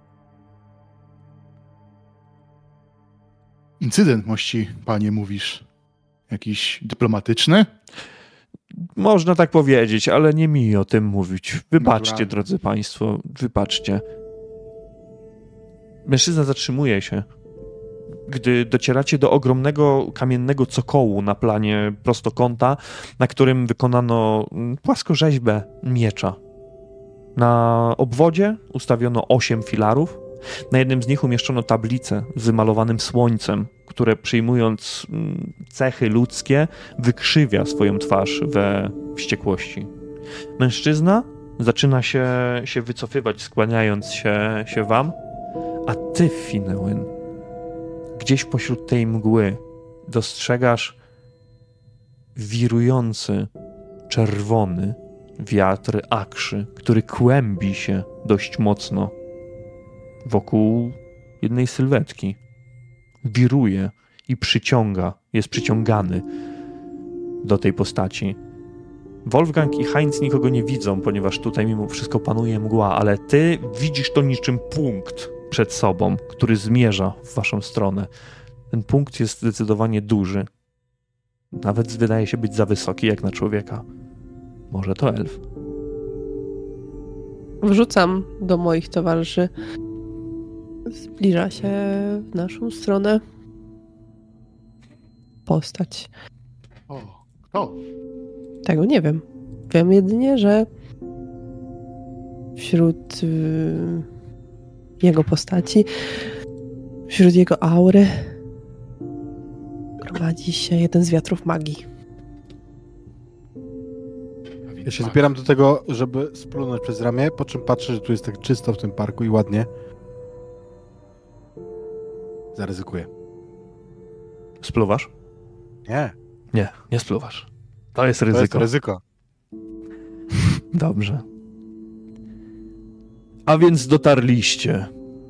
Incydent, mości panie, mówisz? Jakiś dyplomatyczny? Można tak powiedzieć, ale nie mi o tym mówić. Wybaczcie, Dobra. drodzy państwo, wybaczcie. Mężczyzna zatrzymuje się, gdy docieracie do ogromnego kamiennego cokołu na planie prostokąta, na którym wykonano płaskorzeźbę miecza. Na obwodzie ustawiono 8 filarów. Na jednym z nich umieszczono tablicę z wymalowanym słońcem, które przyjmując cechy ludzkie wykrzywia swoją twarz we wściekłości. Mężczyzna zaczyna się wycofywać, skłaniając się wam, a ty, Finnewen, gdzieś pośród tej mgły dostrzegasz wirujący, czerwony wiatr akrzy, który kłębi się dość mocno wokół jednej sylwetki. Wiruje i przyciąga, jest przyciągany do tej postaci. Wolfgang i Heinz nikogo nie widzą, ponieważ tutaj mimo wszystko panuje mgła, ale ty widzisz to niczym punkt przed sobą, który zmierza w waszą stronę. Ten punkt jest zdecydowanie duży. Nawet wydaje się być za wysoki jak na człowieka. Może to elf. Wrzucam do moich towarzyszy. Zbliża się w naszą stronę postać. O, kto? Tego nie wiem. Wiem jedynie, że wśród jego postaci, wśród jego aury gromadzi się jeden z wiatrów magii. Ja się zbieram do tego, żeby splunąć przez ramię, po czym patrzę, że tu jest tak czysto w tym parku i ładnie. Zaryzykuję. Spluwasz? Nie. Nie, nie spluwasz. To jest To ryzyko. jest ryzyko. Dobrze. A więc dotarliście.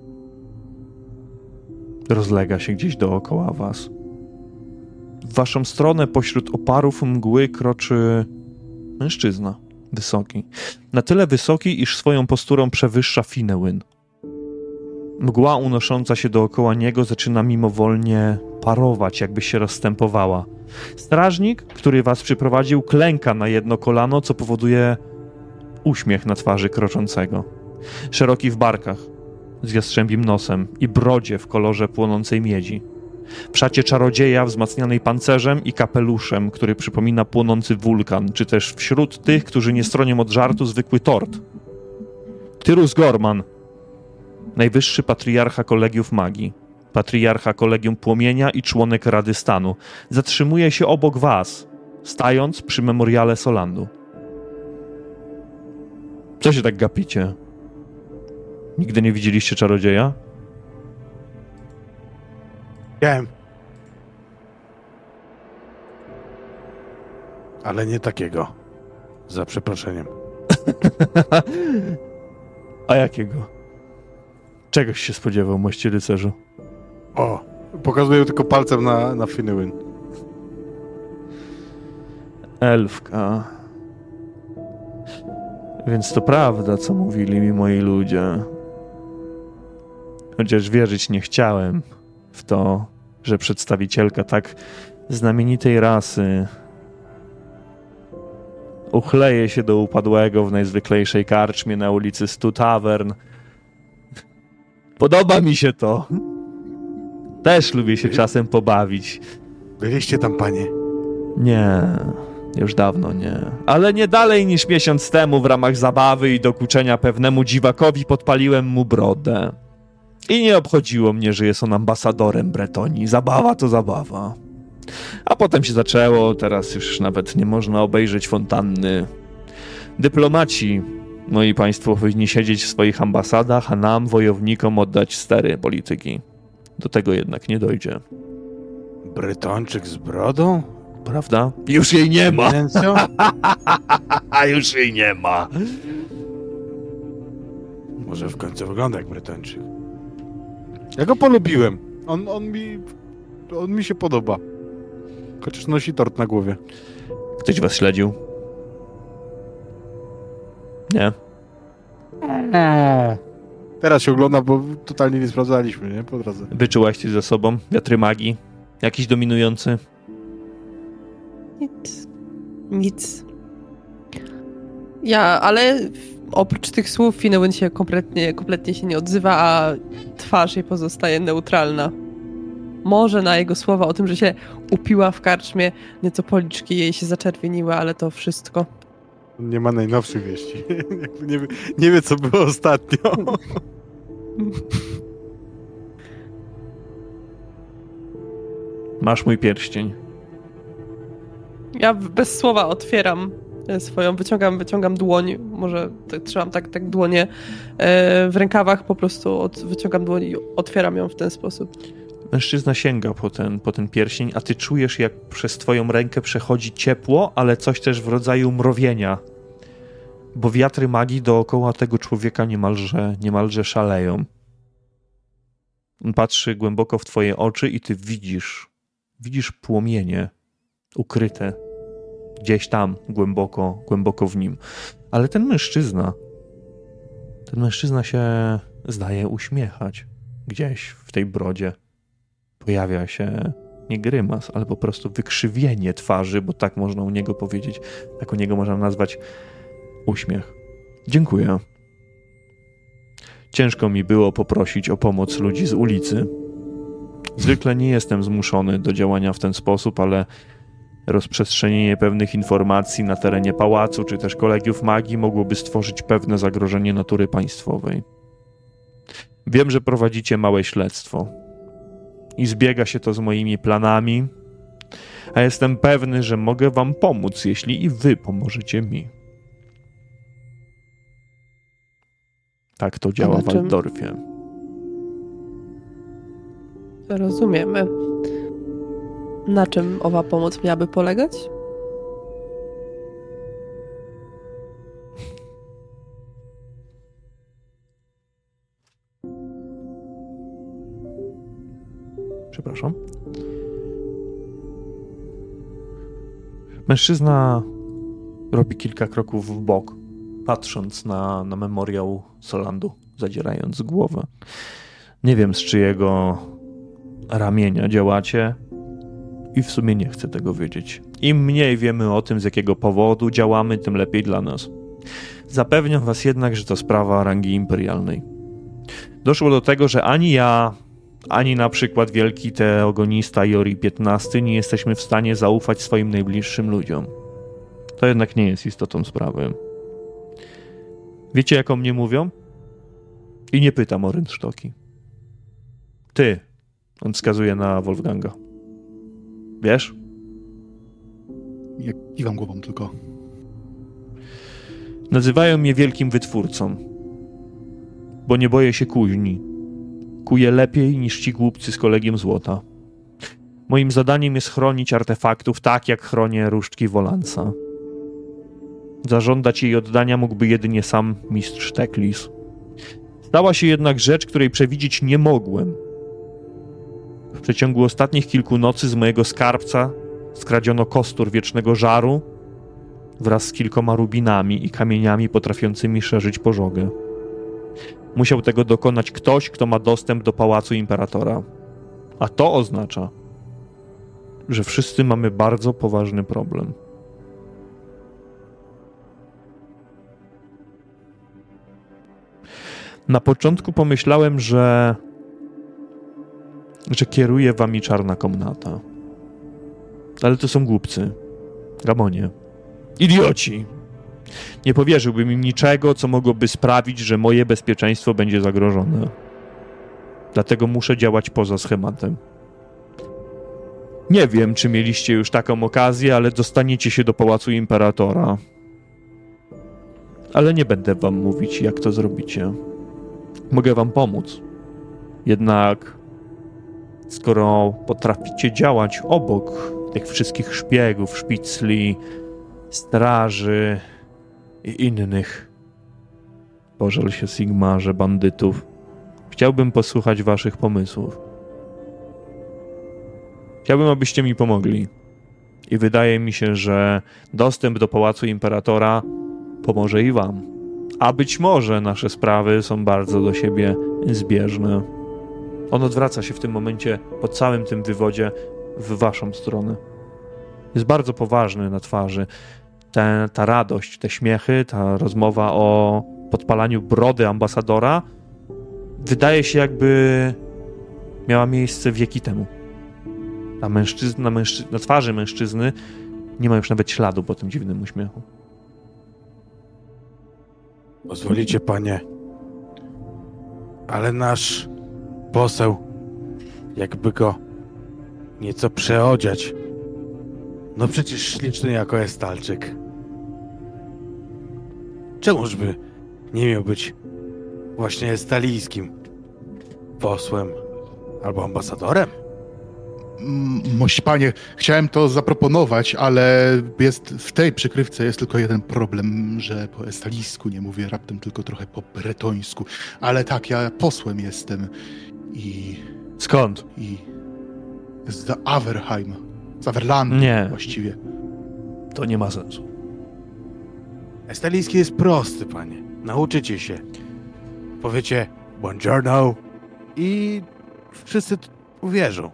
Rozlega się gdzieś dookoła was. W waszą stronę pośród oparów mgły kroczy mężczyzna. Wysoki. Na tyle wysoki, iż swoją posturą przewyższa Finnewen. Mgła unosząca się dookoła niego zaczyna mimowolnie parować, jakby się rozstępowała. Strażnik, który was przyprowadził, klęka na jedno kolano, co powoduje uśmiech na twarzy kroczącego. Szeroki w barkach, z jastrzębim nosem i brodzie w kolorze płonącej miedzi. W szacie czarodzieja wzmacnianej pancerzem i kapeluszem, który przypomina płonący wulkan, czy też wśród tych, którzy nie stronią od żartu, zwykły tort. Tyrus Gorman, najwyższy patriarcha Kolegiów Magii, patriarcha Kolegium Płomienia i członek Rady Stanu, zatrzymuje się obok was, stając przy memoriale Solandu. Co się tak gapicie? Nigdy nie widzieliście czarodzieja? Wiem. Ale nie takiego. Za przeproszeniem. A jakiego? Czegoś się spodziewał, mości rycerzu. O, Pokazuję tylko palcem na Finnewen. Elfka. Więc to prawda, co mówili mi moi ludzie. Chociaż wierzyć nie chciałem w to, że przedstawicielka tak znamienitej rasy uchleje się do upadłego w najzwyklejszej karczmie na ulicy Stu Tavern. Podoba mi się to. Też lubię się czasem pobawić. byliście tam, panie. Nie, już dawno nie. Ale nie dalej niż miesiąc temu w ramach zabawy i dokuczenia pewnemu dziwakowi podpaliłem mu brodę. I nie obchodziło mnie, że jest on ambasadorem Bretonii. Zabawa to zabawa. A potem się zaczęło, teraz już nawet nie można obejrzeć fontanny. Dyplomaci, moi państwo, powinni siedzieć w swoich ambasadach, a nam, wojownikom, oddać stery polityki. Do tego jednak nie dojdzie. Brytończyk z brodą? Prawda? Już jej nie ma! A Już jej nie ma! może w końcu wygląda jak Brytończyk. Ja go polubiłem. On mi się podoba. Chociaż nosi tort na głowie. Ktoś was śledził? Nie? Teraz się ogląda, bo totalnie nie sprawdzaliśmy, nie? Po drodze. Wyczułaś coś za sobą? Wiatry magii? Jakiś dominujący? Nic. Ale oprócz tych słów Finnegan się kompletnie się nie odzywa, a twarz jej pozostaje neutralna. Może na jego słowa o tym, że się upiła w karczmie, nieco policzki jej się zaczerwieniły, ale to wszystko. Nie ma najnowszych wieści. nie wie, co było ostatnio. Masz mój pierścień. Ja bez słowa otwieram swoją, wyciągam dłoń, może trzymam tak dłonie w rękawach, po prostu wyciągam dłoń i otwieram ją w ten sposób. Mężczyzna sięga po ten pierścień, a ty czujesz, jak przez twoją rękę przechodzi ciepło, ale coś też w rodzaju mrowienia. Bo wiatry magii dookoła tego człowieka niemalże szaleją. On patrzy głęboko w twoje oczy i ty widzisz płomienie ukryte gdzieś tam, głęboko w nim. Ale ten mężczyzna się zdaje uśmiechać gdzieś w tej brodzie. Pojawia się nie grymas, ale po prostu wykrzywienie twarzy, bo tak można u niego powiedzieć, tak u niego można nazwać uśmiech. Dziękuję. Ciężko mi było poprosić o pomoc ludzi z ulicy. Zwykle nie jestem zmuszony do działania w ten sposób, ale rozprzestrzenienie pewnych informacji na terenie pałacu czy też kolegiów magii mogłoby stworzyć pewne zagrożenie natury państwowej. Wiem, że prowadzicie małe śledztwo i zbiega się to z moimi planami, a jestem pewny, że mogę wam pomóc, jeśli i wy pomożecie mi. Tak to działa w Waldorfie. Rozumiemy. Na czym owa pomoc miałaby polegać? Przepraszam. Mężczyzna robi kilka kroków w bok, patrząc na memoriał Solandu, zadzierając głowę. Nie wiem, z czyjego ramienia działacie i w sumie nie chcę tego wiedzieć. Im mniej wiemy o tym, z jakiego powodu działamy, tym lepiej dla nas. Zapewniam was jednak, że to sprawa rangi imperialnej. Doszło do tego, że ani ja, ani na przykład wielki teogonista Jori XV nie jesteśmy w stanie zaufać swoim najbliższym ludziom. To jednak nie jest istotą sprawy. Wiecie, jak o mnie mówią? I nie pytam o rynsztoki. Ty, on wskazuje na Wolfganga. Wiesz? Ja kiwam głową tylko. Nazywają mnie wielkim wytwórcą, bo nie boję się kuźni. Kuję lepiej niż ci głupcy z Kolegium Złota. Moim zadaniem jest chronić artefaktów tak, jak chronię różdżki Wolansa. Zażądać jej oddania mógłby jedynie sam mistrz Teklis. Stała się jednak rzecz, której przewidzieć nie mogłem. W przeciągu ostatnich kilku nocy z mojego skarbca skradziono kostur wiecznego żaru wraz z kilkoma rubinami i kamieniami potrafiącymi szerzyć pożogę. Musiał tego dokonać ktoś, kto ma dostęp do pałacu imperatora. A to oznacza, że wszyscy mamy bardzo poważny problem. Na początku pomyślałem, że kieruje wami czarna komnata. Ale to są głupcy. Gamonie. Idioci! Nie powierzyłbym im niczego, co mogłoby sprawić, że moje bezpieczeństwo będzie zagrożone. Dlatego muszę działać poza schematem. Nie wiem, czy mieliście już taką okazję, ale dostaniecie się do Pałacu Imperatora. Ale nie będę wam mówić, jak to zrobicie. Mogę wam pomóc. Jednak skoro potraficie działać obok tych wszystkich szpiegów, szpicli, straży i innych, pożal się Sigmarze, bandytów, chciałbym posłuchać waszych pomysłów. Chciałbym, abyście mi pomogli. I wydaje mi się, że dostęp do Pałacu Imperatora pomoże i wam. A być może nasze sprawy są bardzo do siebie zbieżne. On odwraca się w tym momencie po całym tym wywodzie w waszą stronę. Jest bardzo poważny na twarzy. Ta radość, te śmiechy, ta rozmowa o podpalaniu brody ambasadora wydaje się, jakby miała miejsce wieki temu. Na twarzy mężczyzny nie ma już nawet śladu po tym dziwnym uśmiechu. Pozwolicie, panie, ale nasz poseł, jakby go nieco przeodziać. No przecież śliczny jako Estalczyk. Czemuż by nie miał być właśnie estalijskim posłem albo ambasadorem? Mości panie, chciałem to zaproponować, ale w tej przykrywce jest tylko jeden problem, że po estalijsku nie mówię raptem, tylko trochę po bretońsku. Ale tak, ja posłem jestem i... Skąd? I z Averheim, z Averlandu Nie. właściwie. To nie ma sensu. Estalijski jest prosty, panie. Nauczycie się. Powiecie buongiorno i wszyscy uwierzą.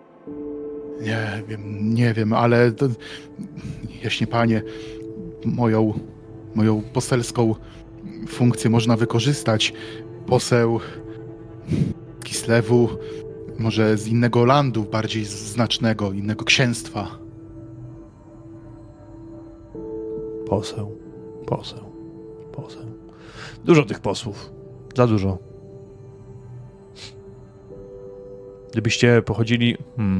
Nie wiem, ale to, jaśnie panie, moją poselską funkcję można wykorzystać. Poseł Kislewu, może z innego landu, bardziej znacznego, innego księstwa. Poseł. Dużo tych posłów. Za dużo. Gdybyście pochodzili...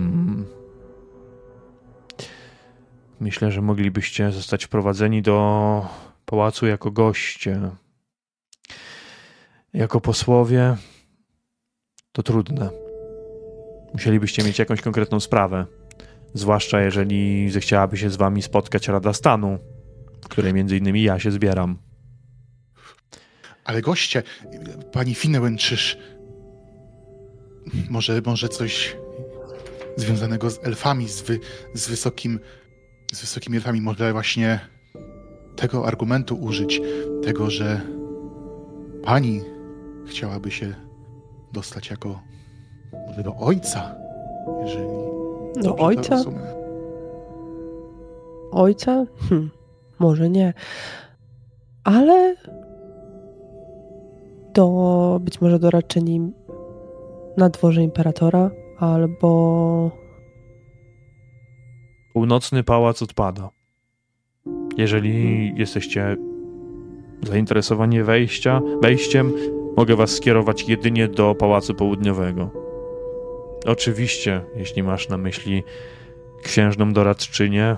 Myślę, że moglibyście zostać wprowadzeni do pałacu jako goście. Jako posłowie to trudne. Musielibyście mieć jakąś konkretną sprawę. Zwłaszcza jeżeli zechciałaby się z wami spotkać Rada Stanu, w której między innymi ja się zbieram. Ale goście, pani Finnewen, czyż może coś związanego z elfami, z wysokimi elfami, może właśnie tego argumentu użyć, tego, że pani chciałaby się dostać jako może do ojca, jeżeli... Do ojca? Ojca? Może nie. Ale być może doradczyni na dworze imperatora, albo... Północny pałac odpada. Jeżeli jesteście zainteresowani wejściem, mogę was skierować jedynie do Pałacu Południowego. Oczywiście, jeśli masz na myśli księżną doradczynię,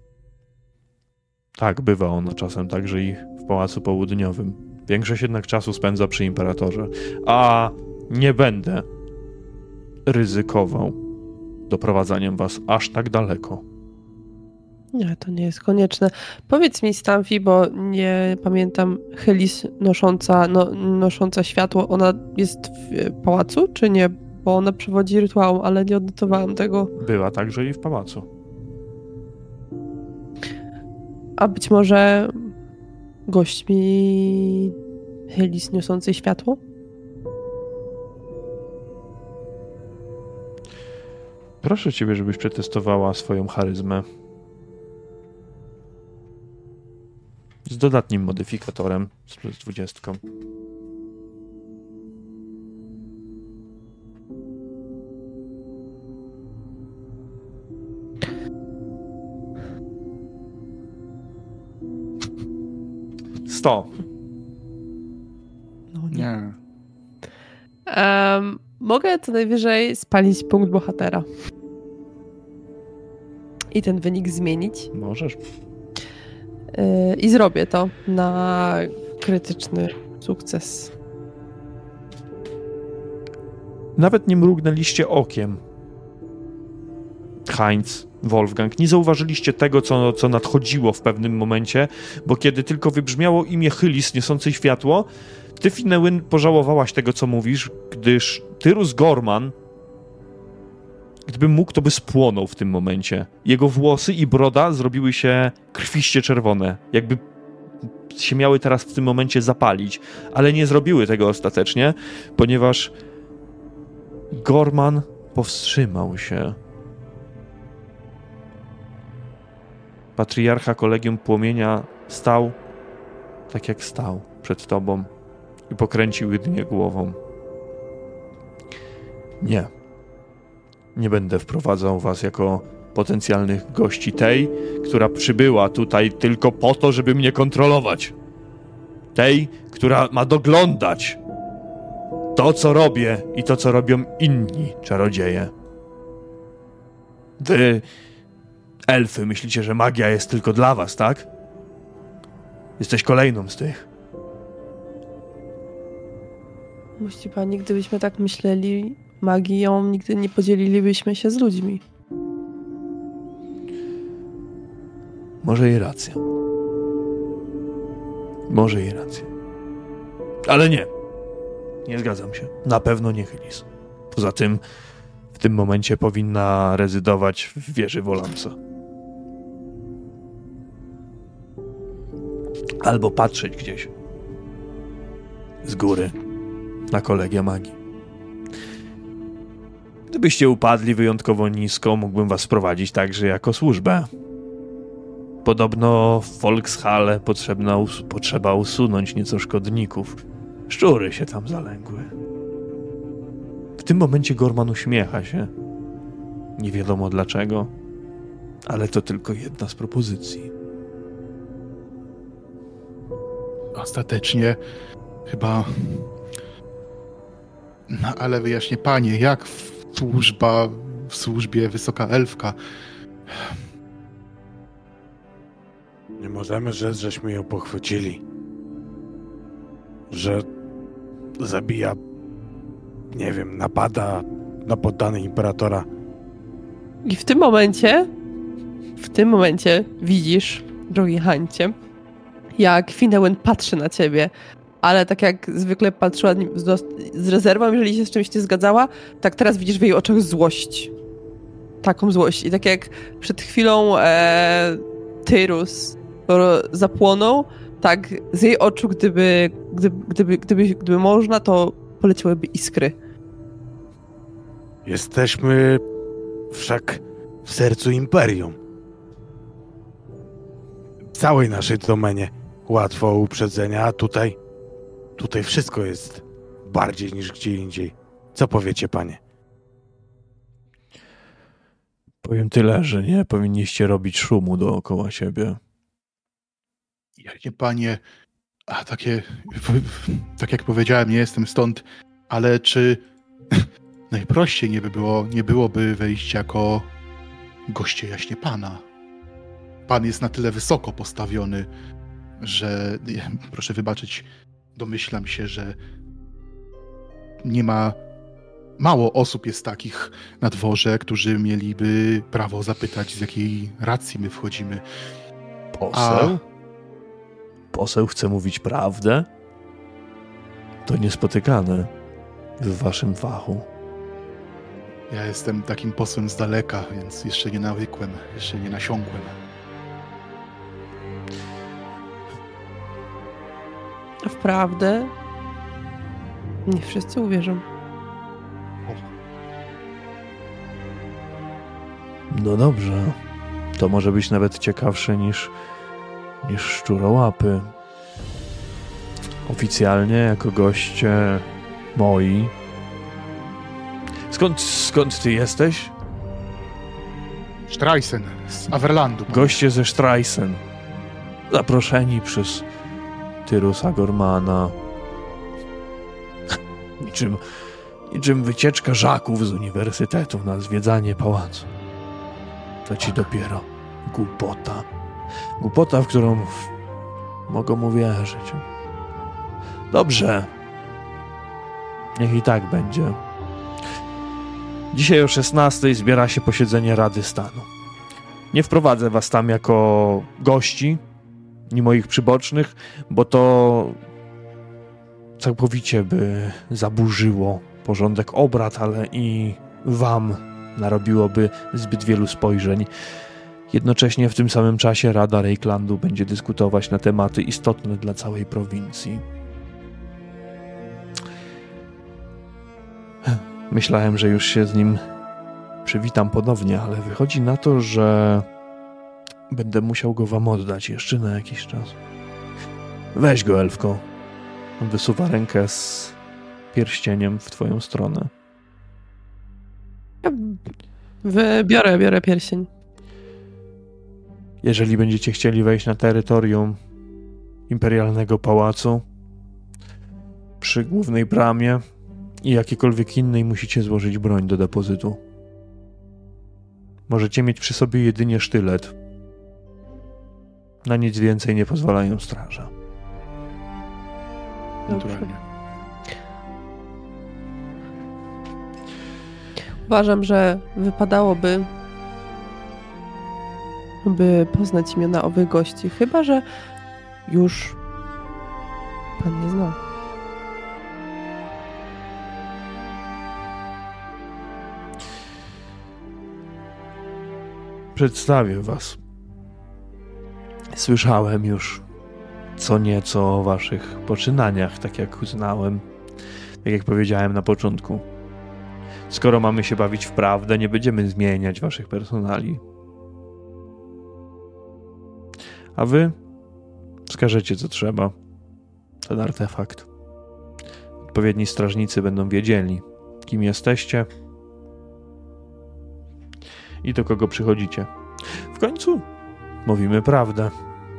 tak, bywa ona czasem także i w Pałacu Południowym. Większość jednak czasu spędza przy imperatorze. A nie będę ryzykował doprowadzaniem was aż tak daleko. Nie, to nie jest konieczne. Powiedz mi, Stanfi, bo nie pamiętam, Helis nosząca światło, ona jest w pałacu, czy nie? Bo ona przewodzi rytuałom, ale nie odnotowałam tego. Była także i w pałacu. A być może gośćmi Helis niosącej światło? Proszę ciebie, żebyś przetestowała swoją charyzmę. Z dodatnim modyfikatorem, z plus 20. Sto. No Nie. Mogę co najwyżej spalić punkt bohatera. i ten wynik zmienić. Możesz. I zrobię to na krytyczny sukces. Nawet nie mrugnęliście okiem. Heinz, Wolfgang, nie zauważyliście tego, co nadchodziło w pewnym momencie, bo kiedy tylko wybrzmiało imię Hylis niosącej światło, ty, Finnełyn, pożałowałaś tego, co mówisz, gdyż Tyrus Gorman, gdyby mógł, to by spłonął w tym momencie. Jego włosy i broda zrobiły się krwiście czerwone, jakby się miały teraz w tym momencie zapalić, ale nie zrobiły tego ostatecznie, ponieważ Gorman powstrzymał się. Patriarcha Kolegium Płomienia stał tak jak stał przed tobą i pokręcił jedynie głową. Nie. Nie będę wprowadzał was jako potencjalnych gości tej, która przybyła tutaj tylko po to, żeby mnie kontrolować. Tej, która ma doglądać to, co robię i to, co robią inni czarodzieje. Wy, elfy, myślicie, że magia jest tylko dla was, tak? Jesteś kolejną z tych. Musi pani, gdybyśmy tak myśleli magią, nigdy nie podzielilibyśmy się z ludźmi. Może i racja. Może i racja. Ale nie. Nie zgadzam się. Na pewno nie Hylis. Poza tym w tym momencie powinna rezydować w wieży Wolansa. Albo patrzeć gdzieś z góry na Kolegia Magii. Gdybyście upadli wyjątkowo nisko, mógłbym was wprowadzić także jako służbę. Podobno w Volkshalle potrzeba usunąć nieco szkodników. Szczury się tam zalęgły. W tym momencie Gorman uśmiecha się. Nie wiadomo dlaczego, ale to tylko jedna z propozycji. Ostatecznie chyba... No ale wyjaśnię, panie, jak w służbie wysoka elfka... Nie możemy rzec, żeśmy ją pochwycili. Że zabija, nie wiem, napada na poddanych imperatora. I w tym momencie widzisz, drogi Hańcie, jak Finnełyn patrzy na ciebie, ale tak jak zwykle patrzyła z rezerwą, jeżeli się z czymś nie zgadzała, tak teraz widzisz w jej oczach złość. Taką złość. I tak jak przed chwilą Tyrus zapłonął, tak z jej oczu, gdyby można, to poleciałyby iskry. Jesteśmy wszak w sercu imperium. W całej naszej domenie łatwo o uprzedzenia, a tutaj wszystko jest bardziej niż gdzie indziej. Co powiecie, panie? Powiem tyle, że nie powinniście robić szumu dookoła siebie. Jakie panie... tak jak powiedziałem, nie jestem stąd, ale czy najprościej nie byłoby wejść jako goście jaśnie pana? Pan jest na tyle wysoko postawiony, że, proszę wybaczyć, domyślam się, że mało osób jest takich na dworze, którzy mieliby prawo zapytać, z jakiej racji my wchodzimy. Poseł? Poseł chce mówić prawdę? To niespotykane w waszym fachu. Ja jestem takim posłem z daleka, więc jeszcze nie nawykłem, jeszcze nie nasiągłem. Wprawdę? Nie wszyscy uwierzą. No dobrze. To może być nawet ciekawsze niż szczurołapy. Oficjalnie jako goście moi. Skąd ty jesteś? Streisen z Averlandu. Goście ze Streisen. Zaproszeni przez Tyrusa Gormana. Niczym wycieczka żaków z uniwersytetu na zwiedzanie pałacu. to ci dopiero głupota. Głupota, w którą mogą uwierzyć. Dobrze. Niech i tak będzie. Dzisiaj o 16:00 zbiera się posiedzenie Rady Stanu. Nie wprowadzę was tam jako gości, ni moich przybocznych, bo to całkowicie by zaburzyło porządek obrad, ale i wam narobiłoby zbyt wielu spojrzeń. Jednocześnie w tym samym czasie Rada Reiklandu będzie dyskutować na tematy istotne dla całej prowincji. Myślałem, że już się z nim przywitam ponownie, ale wychodzi na to, że będę musiał go wam oddać jeszcze na jakiś czas. Weź go, elfko. On wysuwa rękę z pierścieniem w twoją stronę. Ja biorę pierścień. Jeżeli będziecie chcieli wejść na terytorium imperialnego pałacu, przy głównej bramie i jakiejkolwiek innej musicie złożyć broń do depozytu. Możecie mieć przy sobie jedynie sztylet. Na nic więcej nie pozwalają straże. Naturalnie. Uważam, że wypadałoby by poznać imiona owych gości, chyba że już pan nie zna. Przedstawię was. Słyszałem już co nieco o waszych poczynaniach, tak jak uznałem, tak jak powiedziałem na początku. Skoro mamy się bawić w prawdę, nie będziemy zmieniać waszych personali. A wy wskażecie, co trzeba. Ten artefakt. Odpowiedni strażnicy będą wiedzieli, kim jesteście i do kogo przychodzicie. W końcu mówimy prawdę.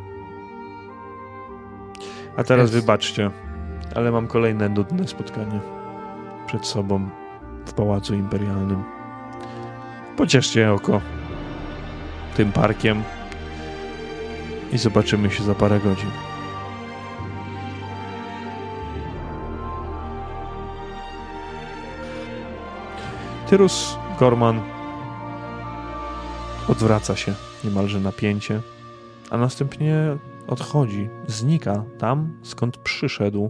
A teraz wybaczcie, ale mam kolejne nudne spotkanie przed sobą w Pałacu Imperialnym. Pocieszcie oko tym parkiem i zobaczymy się za parę godzin. Tyrus Gorman odwraca się niemalże napięcie, a następnie odchodzi, znika tam, skąd przyszedł.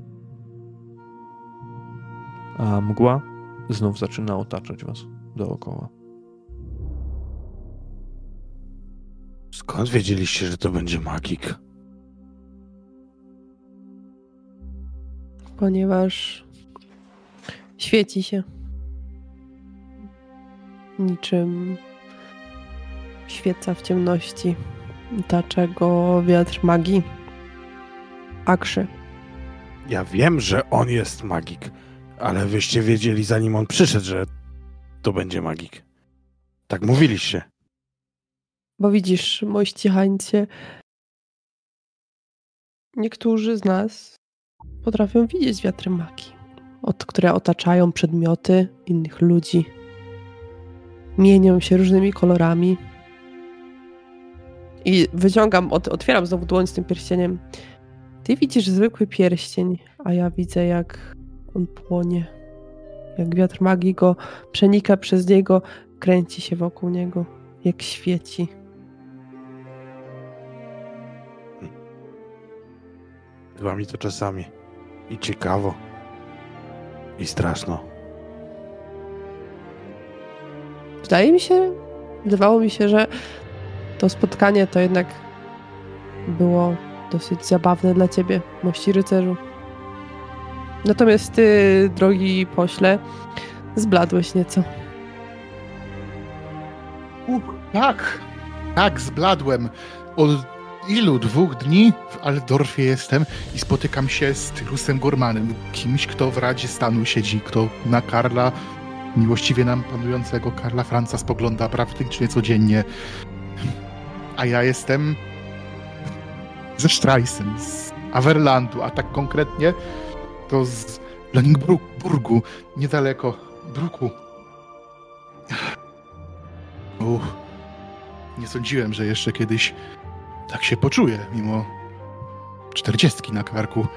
A mgła znów zaczyna otaczać was dookoła. Skąd wiedzieliście, że to będzie magik? Ponieważ świeci się niczym świeca w ciemności. Otacza go wiatr magii. Akszy. Ja wiem, że on jest magik, ale wyście wiedzieli, zanim on przyszedł, że to będzie magik. Tak mówiliście. Bo widzisz, mości hańcie, niektórzy z nas potrafią widzieć wiatry magii, które otaczają przedmioty innych ludzi. Mienią się różnymi kolorami. I otwieram znowu dłoń z tym pierścieniem. Ty widzisz zwykły pierścień, a ja widzę, jak on płonie. Jak wiatr magii go przenika przez niego, kręci się wokół niego, jak świeci. Bywa mi to czasami i ciekawo, i straszno. Wydawało mi się, że to spotkanie to jednak było dosyć zabawne dla ciebie, mości rycerzu. Natomiast ty, drogi pośle, zbladłeś nieco. Tak, zbladłem. Od ilu? 2 dni w Altdorfie jestem i spotykam się z Tyrusem Gormanem, kimś, kto w Radzie Stanu siedzi, kto na Karla, miłościwie nam panującego Karla Franca spogląda praktycznie codziennie. A ja jestem ze Streisem, z Averlandu, a tak konkretnie to z Löningburgu, niedaleko Bruku. Nie sądziłem, że jeszcze kiedyś tak się poczuję, mimo 40 na karku.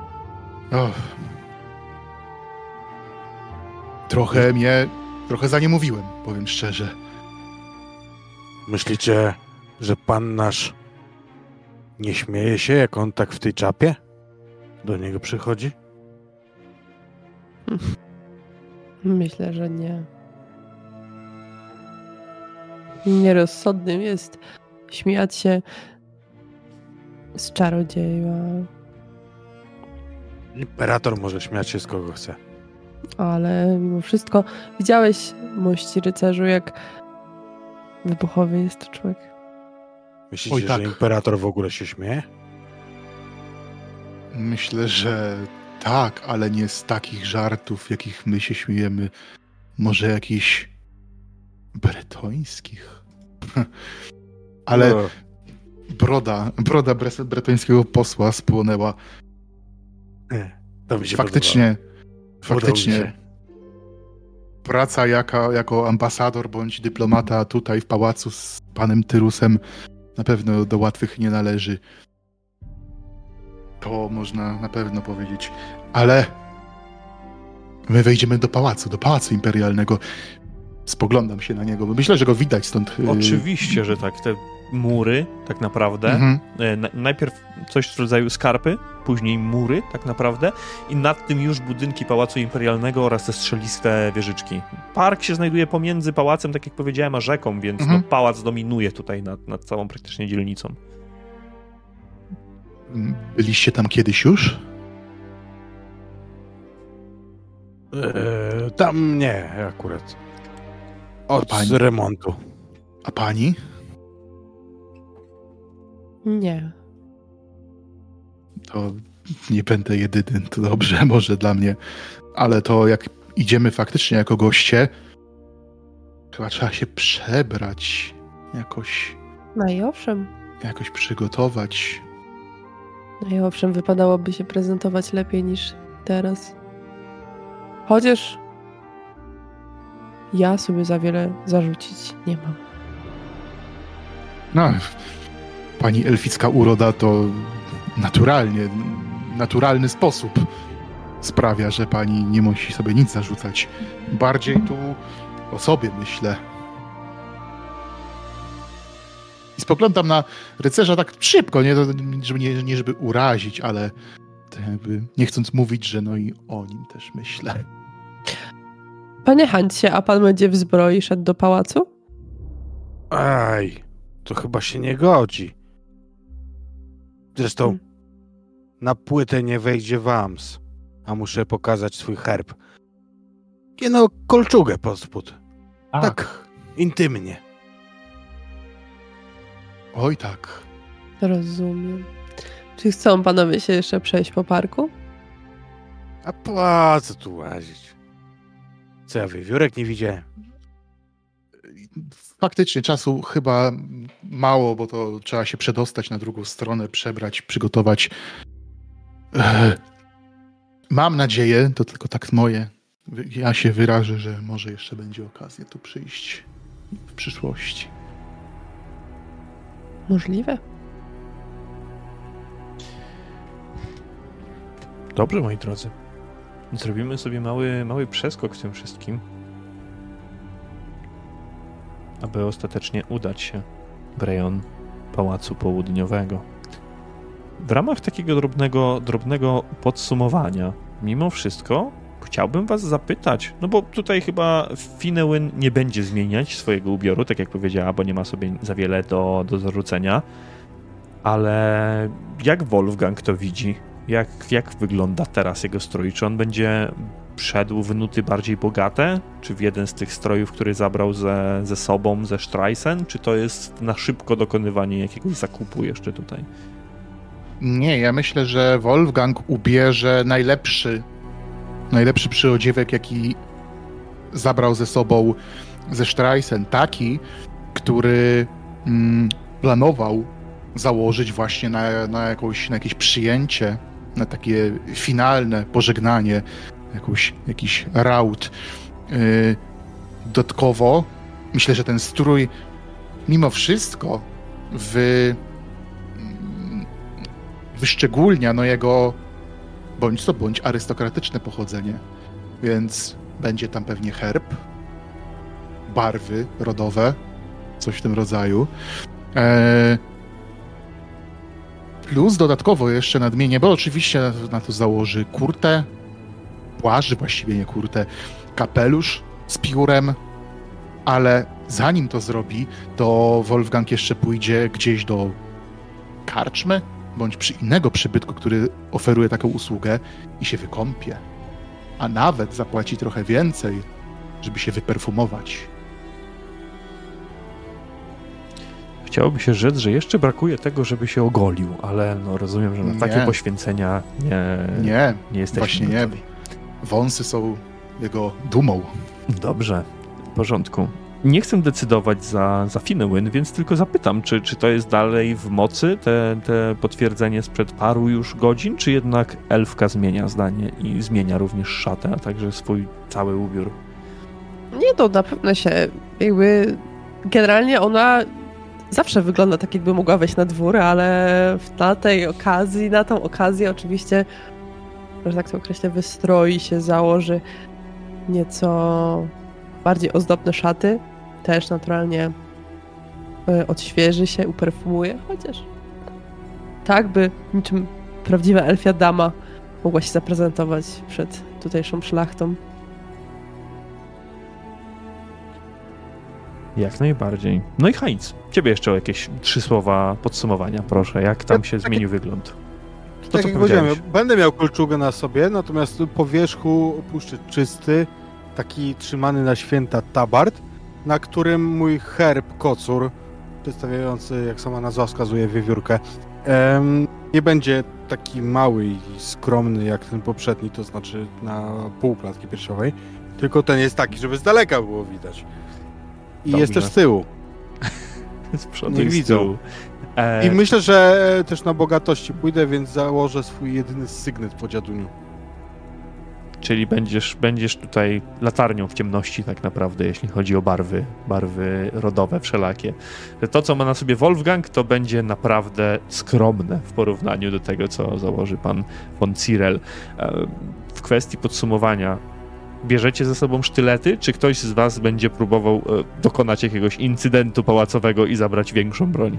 Trochę zaniemówiłem, powiem szczerze. Myślicie, że pan nasz nie śmieje się, jak on tak w tej czapie do niego przychodzi? Myślę, że nie. Nierozsądnym jest śmiać się z czarodzieja. Imperator może śmiać się z kogo chce. Ale mimo wszystko widziałeś, mości rycerzu, jak wybuchowy jest to człowiek. Myślicie, Oj, tak. że imperator w ogóle się śmieje? Myślę, że tak, ale nie z takich żartów, jakich my się śmiejemy. Może jakichś bretońskich. Ale No. broda bretońskiego posła spłonęła. To mi się Faktycznie, Podoba mi się. praca jako ambasador bądź dyplomata tutaj w pałacu z panem Tyrusem na pewno do łatwych nie należy. To można na pewno powiedzieć. Ale my wejdziemy do pałacu imperialnego. Spoglądam się na niego, bo myślę, że go widać stąd. Oczywiście, że tak. Te mury, tak naprawdę. Najpierw coś w rodzaju skarpy, później mury, tak naprawdę. I nad tym już budynki Pałacu Imperialnego oraz te strzeliste wieżyczki. Park się znajduje pomiędzy pałacem, tak jak powiedziałem, a rzeką, więc no, pałac dominuje tutaj nad całą praktycznie dzielnicą. Byliście tam kiedyś już? Tam nie, akurat. Od Pani? remontu. A pani? Nie. To nie będę jedyny, to dobrze, może dla mnie. Ale to jak idziemy faktycznie jako goście, chyba trzeba się przebrać, No i owszem. jakoś przygotować. No i owszem, wypadałoby się prezentować lepiej niż teraz. Chociaż ja sobie za wiele zarzucić nie mam. No, pani elficka uroda to naturalny sposób sprawia, że pani nie musi sobie nic zarzucać. Bardziej tu o sobie myślę. I spoglądam na rycerza tak szybko, nie żeby urazić, ale to jakby nie chcąc mówić, że no i o nim też myślę. Panie Hansie, a pan będzie w zbroi szedł do pałacu? Aj, to chyba się nie godzi. Zresztą na płytę nie wejdzie wams, a muszę pokazać swój herb. Jedną kolczugę pod spód. Tak, intymnie. Oj tak. Rozumiem. Czy chcą panowie się jeszcze przejść po parku? A po co tu łazić? Co ja wiewiórek nie widziałem? Faktycznie czasu chyba mało, bo to trzeba się przedostać na drugą stronę, przebrać, przygotować. Mam nadzieję, to tylko tak moje, ja się wyrażę, że może jeszcze będzie okazja tu przyjść w przyszłości. Możliwe. Dobrze, moi drodzy. Zrobimy sobie mały przeskok w tym wszystkim, aby ostatecznie udać się w rejon Pałacu Południowego. W ramach takiego drobnego podsumowania, mimo wszystko chciałbym was zapytać, no bo tutaj chyba Finewyn nie będzie zmieniać swojego ubioru, tak jak powiedziała, bo nie ma sobie za wiele do zarzucenia, ale jak Wolfgang to widzi? Jak wygląda teraz jego strój? Czy on będzie szedł w nuty bardziej bogate? Czy w jeden z tych strojów, który zabrał ze sobą, ze Streisand? Czy to jest na szybko dokonywanie jakiegoś zakupu jeszcze tutaj? Nie, ja myślę, że Wolfgang ubierze najlepszy przyodziewek, jaki zabrał ze sobą ze Streisand. Taki, który planował założyć właśnie na jakieś przyjęcie, na takie finalne pożegnanie, jakiś raut. Dodatkowo myślę, że ten strój mimo wszystko wyszczególnia jego bądź co bądź arystokratyczne pochodzenie. Więc będzie tam pewnie herb, barwy rodowe, coś w tym rodzaju. Plus dodatkowo jeszcze nadmienię, bo oczywiście na to założy kurtę, płaszcz, właściwie nie kurtę, kapelusz z piórem, ale zanim to zrobi, to Wolfgang jeszcze pójdzie gdzieś do karczmy, bądź przy innego przybytku, który oferuje taką usługę i się wykąpie. A nawet zapłaci trochę więcej, żeby się wyperfumować. Chciałoby się rzec, że jeszcze brakuje tego, żeby się ogolił, ale no rozumiem, że na takie poświęcenia nie jesteśmy właśnie gotowi. nie. Wąsy są jego dumą. Dobrze, w porządku. Nie chcę decydować za Finnewind, więc tylko zapytam, czy to jest dalej w mocy, te potwierdzenie sprzed paru już godzin, czy jednak elfka zmienia zdanie i zmienia również szatę, a także swój cały ubiór? Nie, to na pewno się jakby... Generalnie ona zawsze wygląda tak, jakby mogła wejść na dwór, ale na tą okazję oczywiście, że tak to określę, wystroi się, założy nieco bardziej ozdobne szaty. Też naturalnie odświeży się, uperfumuje, chociaż tak, by niczym prawdziwa elfia dama mogła się zaprezentować przed tutejszą szlachtą. Jak najbardziej. No i Heinz, ciebie jeszcze o jakieś 3 słowa podsumowania, proszę. Jak tam się zmienił wygląd? To, tak co jak powiedziałem, powiedziałeś. będę miał kolczugę na sobie, natomiast po wierzchu opuszczę czysty, taki trzymany na święta tabard, na którym mój herb kocur, przedstawiający, jak sama nazwa wskazuje, wiewiórkę, nie będzie taki mały i skromny jak ten poprzedni, to znaczy na pół klatki piersiowej, tylko ten jest taki, żeby z daleka było widać. I Dobrze. jest też z tyłu. Z przodu Nie i z widzą. tyłu. I myślę, że też na bogatości pójdę, więc założę swój jedyny sygnet po dziaduniu. Czyli będziesz tutaj latarnią w ciemności tak naprawdę, jeśli chodzi o barwy rodowe wszelakie. To, co ma na sobie Wolfgang, to będzie naprawdę skromne w porównaniu do tego, co założy pan von Cyrel. W kwestii podsumowania, bierzecie ze sobą sztylety, czy ktoś z was będzie próbował dokonać jakiegoś incydentu pałacowego i zabrać większą broń?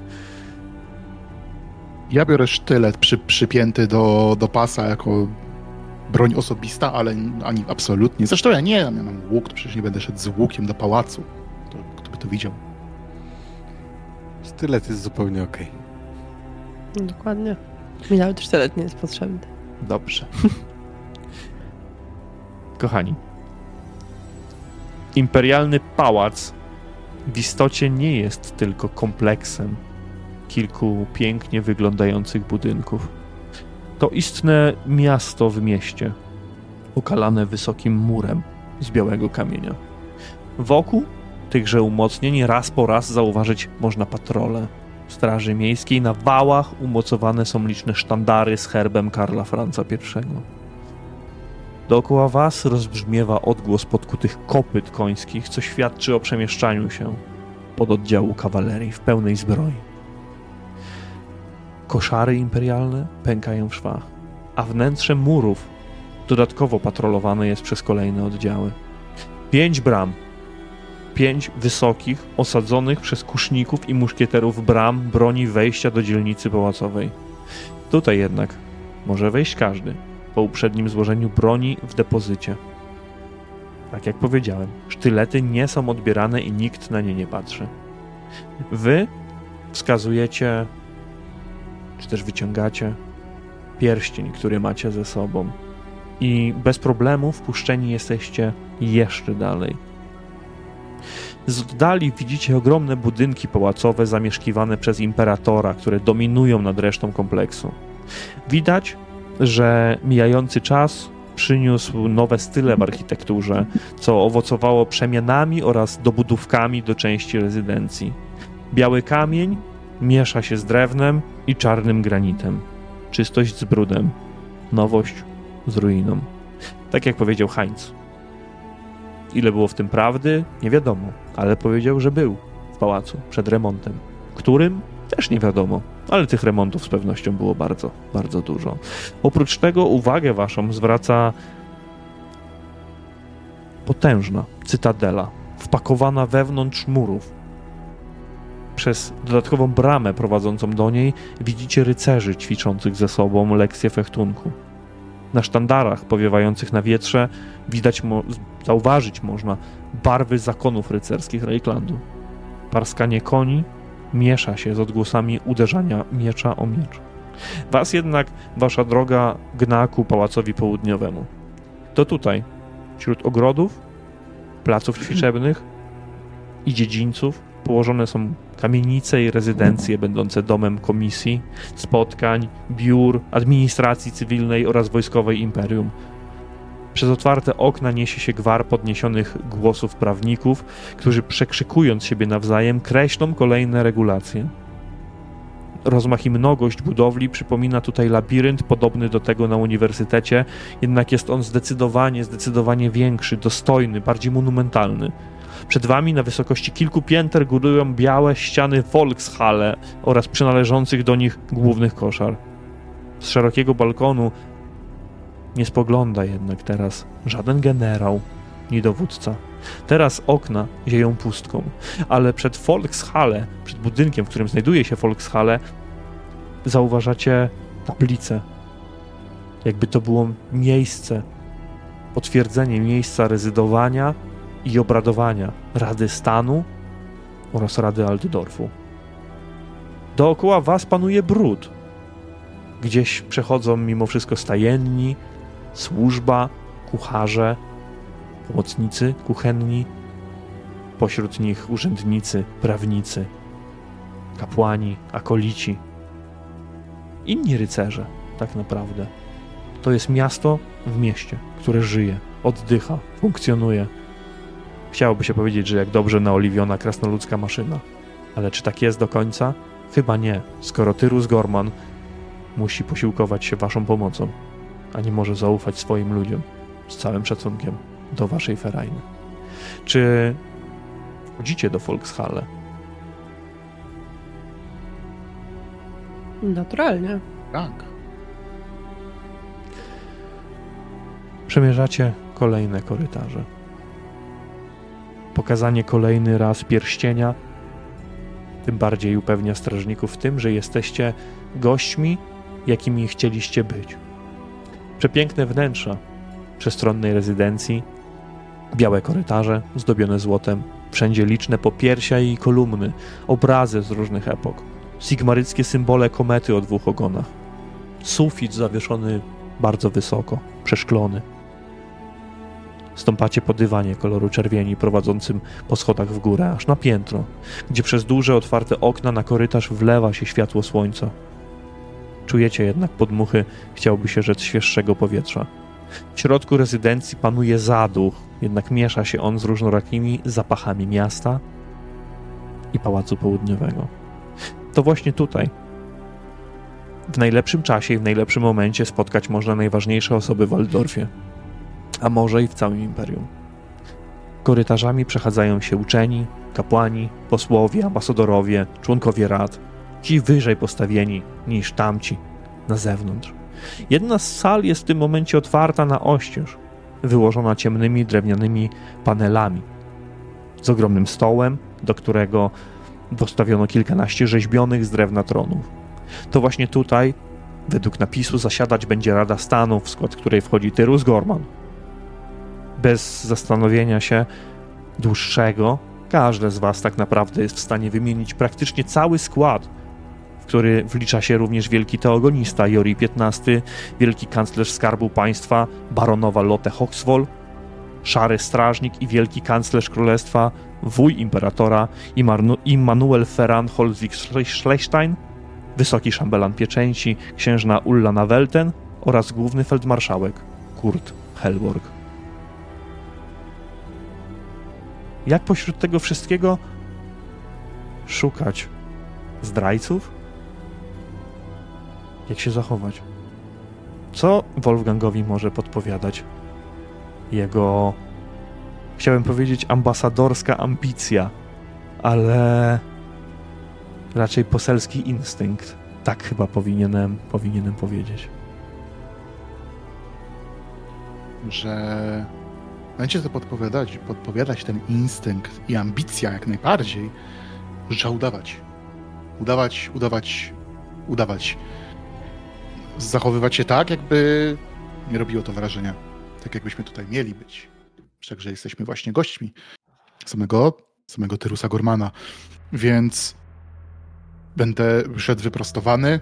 Ja biorę sztylet przypięty do pasa jako broń osobista, ale ani absolutnie. Zresztą ja mam łuk, to przecież nie będę szedł z łukiem do pałacu. Kto by to widział? Sztylet jest zupełnie okej. Dokładnie. Mi nawet sztylet nie jest potrzebny. Dobrze. Kochani, imperialny pałac w istocie nie jest tylko kompleksem kilku pięknie wyglądających budynków. To istne miasto w mieście, okalane wysokim murem z białego kamienia. Wokół tychże umocnień raz po raz zauważyć można patrole Straży Miejskiej. Na wałach umocowane są liczne sztandary z herbem Karla Franza I. Dookoła was rozbrzmiewa odgłos podkutych kopyt końskich, co świadczy o przemieszczaniu się pododdziału kawalerii w pełnej zbroi. Koszary imperialne pękają w szwach, a wnętrze murów dodatkowo patrolowane jest przez kolejne oddziały. 5 bram, 5 wysokich, osadzonych przez kuszników i muszkieterów bram broni wejścia do dzielnicy pałacowej. Tutaj jednak może wejść każdy, po uprzednim złożeniu broni w depozycie. Tak jak powiedziałem, sztylety nie są odbierane i nikt na nie nie patrzy. Wy wskazujecie, czy też wyciągacie pierścień, który macie ze sobą i bez problemu wpuszczeni jesteście jeszcze dalej. Z oddali widzicie ogromne budynki pałacowe zamieszkiwane przez imperatora, które dominują nad resztą kompleksu. Widać, że mijający czas przyniósł nowe style w architekturze, co owocowało przemianami oraz dobudówkami do części rezydencji. Biały kamień miesza się z drewnem i czarnym granitem. Czystość z brudem, nowość z ruiną. Tak jak powiedział Heinz. Ile było w tym prawdy? Nie wiadomo, ale powiedział, że był w pałacu przed remontem, którym też nie wiadomo, ale tych remontów z pewnością było bardzo, bardzo dużo. Oprócz tego uwagę waszą zwraca potężna cytadela, wpakowana wewnątrz murów. Przez dodatkową bramę prowadzącą do niej widzicie rycerzy ćwiczących ze sobą lekcje fechtunku. Na sztandarach powiewających na wietrze zauważyć można barwy zakonów rycerskich Reiklandu. Parskanie koni miesza się z odgłosami uderzania miecza o miecz. Was jednak wasza droga gna ku pałacowi południowemu. To tutaj, wśród ogrodów, placów ćwiczebnych i dziedzińców, położone są kamienice i rezydencje będące domem komisji, spotkań, biur, administracji cywilnej oraz wojskowej imperium. Przez otwarte okna niesie się gwar podniesionych głosów prawników, którzy przekrzykując siebie nawzajem kreślą kolejne regulacje. Rozmach i mnogość budowli przypomina tutaj labirynt podobny do tego na uniwersytecie, jednak jest on zdecydowanie większy, dostojny, bardziej monumentalny. Przed wami na wysokości kilku pięter górują białe ściany Volkshalle oraz przynależących do nich głównych koszar. Z szerokiego balkonu nie spogląda jednak teraz żaden generał ni dowódca. Teraz okna zieją pustką, ale przed Volkshalle, przed budynkiem, w którym znajduje się Volkshalle, zauważacie tablicę. Jakby to było miejsce, potwierdzenie miejsca rezydowania i obradowania Rady Stanu oraz Rady Altdorfu. Dookoła was panuje brud. Gdzieś przechodzą mimo wszystko stajenni, służba, kucharze, pomocnicy kuchenni, pośród nich urzędnicy, prawnicy, kapłani, akolici, inni rycerze tak naprawdę. To jest miasto w mieście, które żyje, oddycha, funkcjonuje. Chciałoby się powiedzieć, że jak dobrze naoliwiona krasnoludzka maszyna. Ale czy tak jest do końca? Chyba nie, skoro Tyrus Gorman musi posiłkować się waszą pomocą, a nie może zaufać swoim ludziom, z całym szacunkiem do waszej Ferajny. Czy wchodzicie do Volkshalle? Naturalnie. Tak. Przemierzacie kolejne korytarze. Pokazanie kolejny raz pierścienia tym bardziej upewnia strażników w tym, że jesteście gośćmi, jakimi chcieliście być. Przepiękne wnętrza przestronnej rezydencji, białe korytarze zdobione złotem, wszędzie liczne popiersia i kolumny, obrazy z różnych epok, sigmaryckie symbole komety o 2 ogonach, sufit zawieszony bardzo wysoko, przeszklony. Stąpacie po dywanie koloru czerwieni prowadzącym po schodach w górę, aż na piętro, gdzie przez duże otwarte okna na korytarz wlewa się światło słońca. Czujecie jednak podmuchy, chciałoby się rzec, świeższego powietrza. W środku rezydencji panuje zaduch, jednak miesza się on z różnorakimi zapachami miasta i Pałacu Południowego. To właśnie tutaj, w najlepszym czasie i w najlepszym momencie spotkać można najważniejsze osoby w Altdorfie, a może i w całym imperium. Korytarzami przechadzają się uczeni, kapłani, posłowie, ambasadorowie, członkowie rad, ci wyżej postawieni niż tamci na zewnątrz. Jedna z sal jest w tym momencie otwarta na oścież, wyłożona ciemnymi drewnianymi panelami, z ogromnym stołem, do którego dostawiono kilkanaście rzeźbionych z drewna tronów. To właśnie tutaj, według napisu, zasiadać będzie Rada Stanu, w skład której wchodzi Tyrus Gorman. Bez zastanowienia się dłuższego, każdy z was tak naprawdę jest w stanie wymienić praktycznie cały skład, w który wlicza się również wielki teogonista Jori XV, wielki kanclerz Skarbu Państwa, baronowa Lotte Hoxwol, szary strażnik i wielki kanclerz królestwa, wuj imperatora Immanuel Ferran Holzwig-Schlestein, wysoki szambelan pieczęci, księżna Ulla Nawelten oraz główny feldmarszałek Kurt Helborg. Jak pośród tego wszystkiego szukać zdrajców? Jak się zachować? Co Wolfgangowi może podpowiadać jego, chciałem powiedzieć, ambasadorska ambicja, ale raczej poselski instynkt. Tak chyba powinienem powiedzieć. Że będzie to podpowiadać ten instynkt i ambicja jak najbardziej, że trzeba udawać. Zachowywać się tak, jakby nie robiło to wrażenia. Tak jakbyśmy tutaj mieli być. Wszakże jesteśmy właśnie gośćmi samego Tyrusa Gormana. Więc będę szedł wyprostowany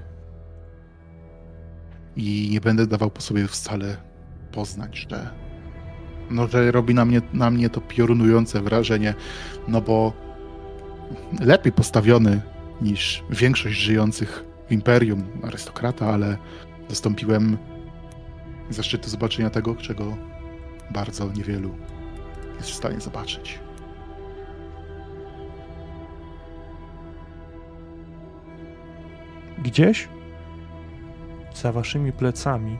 i nie będę dawał po sobie wcale poznać, że robi na mnie to piorunujące wrażenie, no bo lepiej postawiony niż większość żyjących w Imperium, arystokrata, ale dostąpiłem zaszczytu zobaczenia tego, czego bardzo niewielu jest w stanie zobaczyć. Gdzieś za waszymi plecami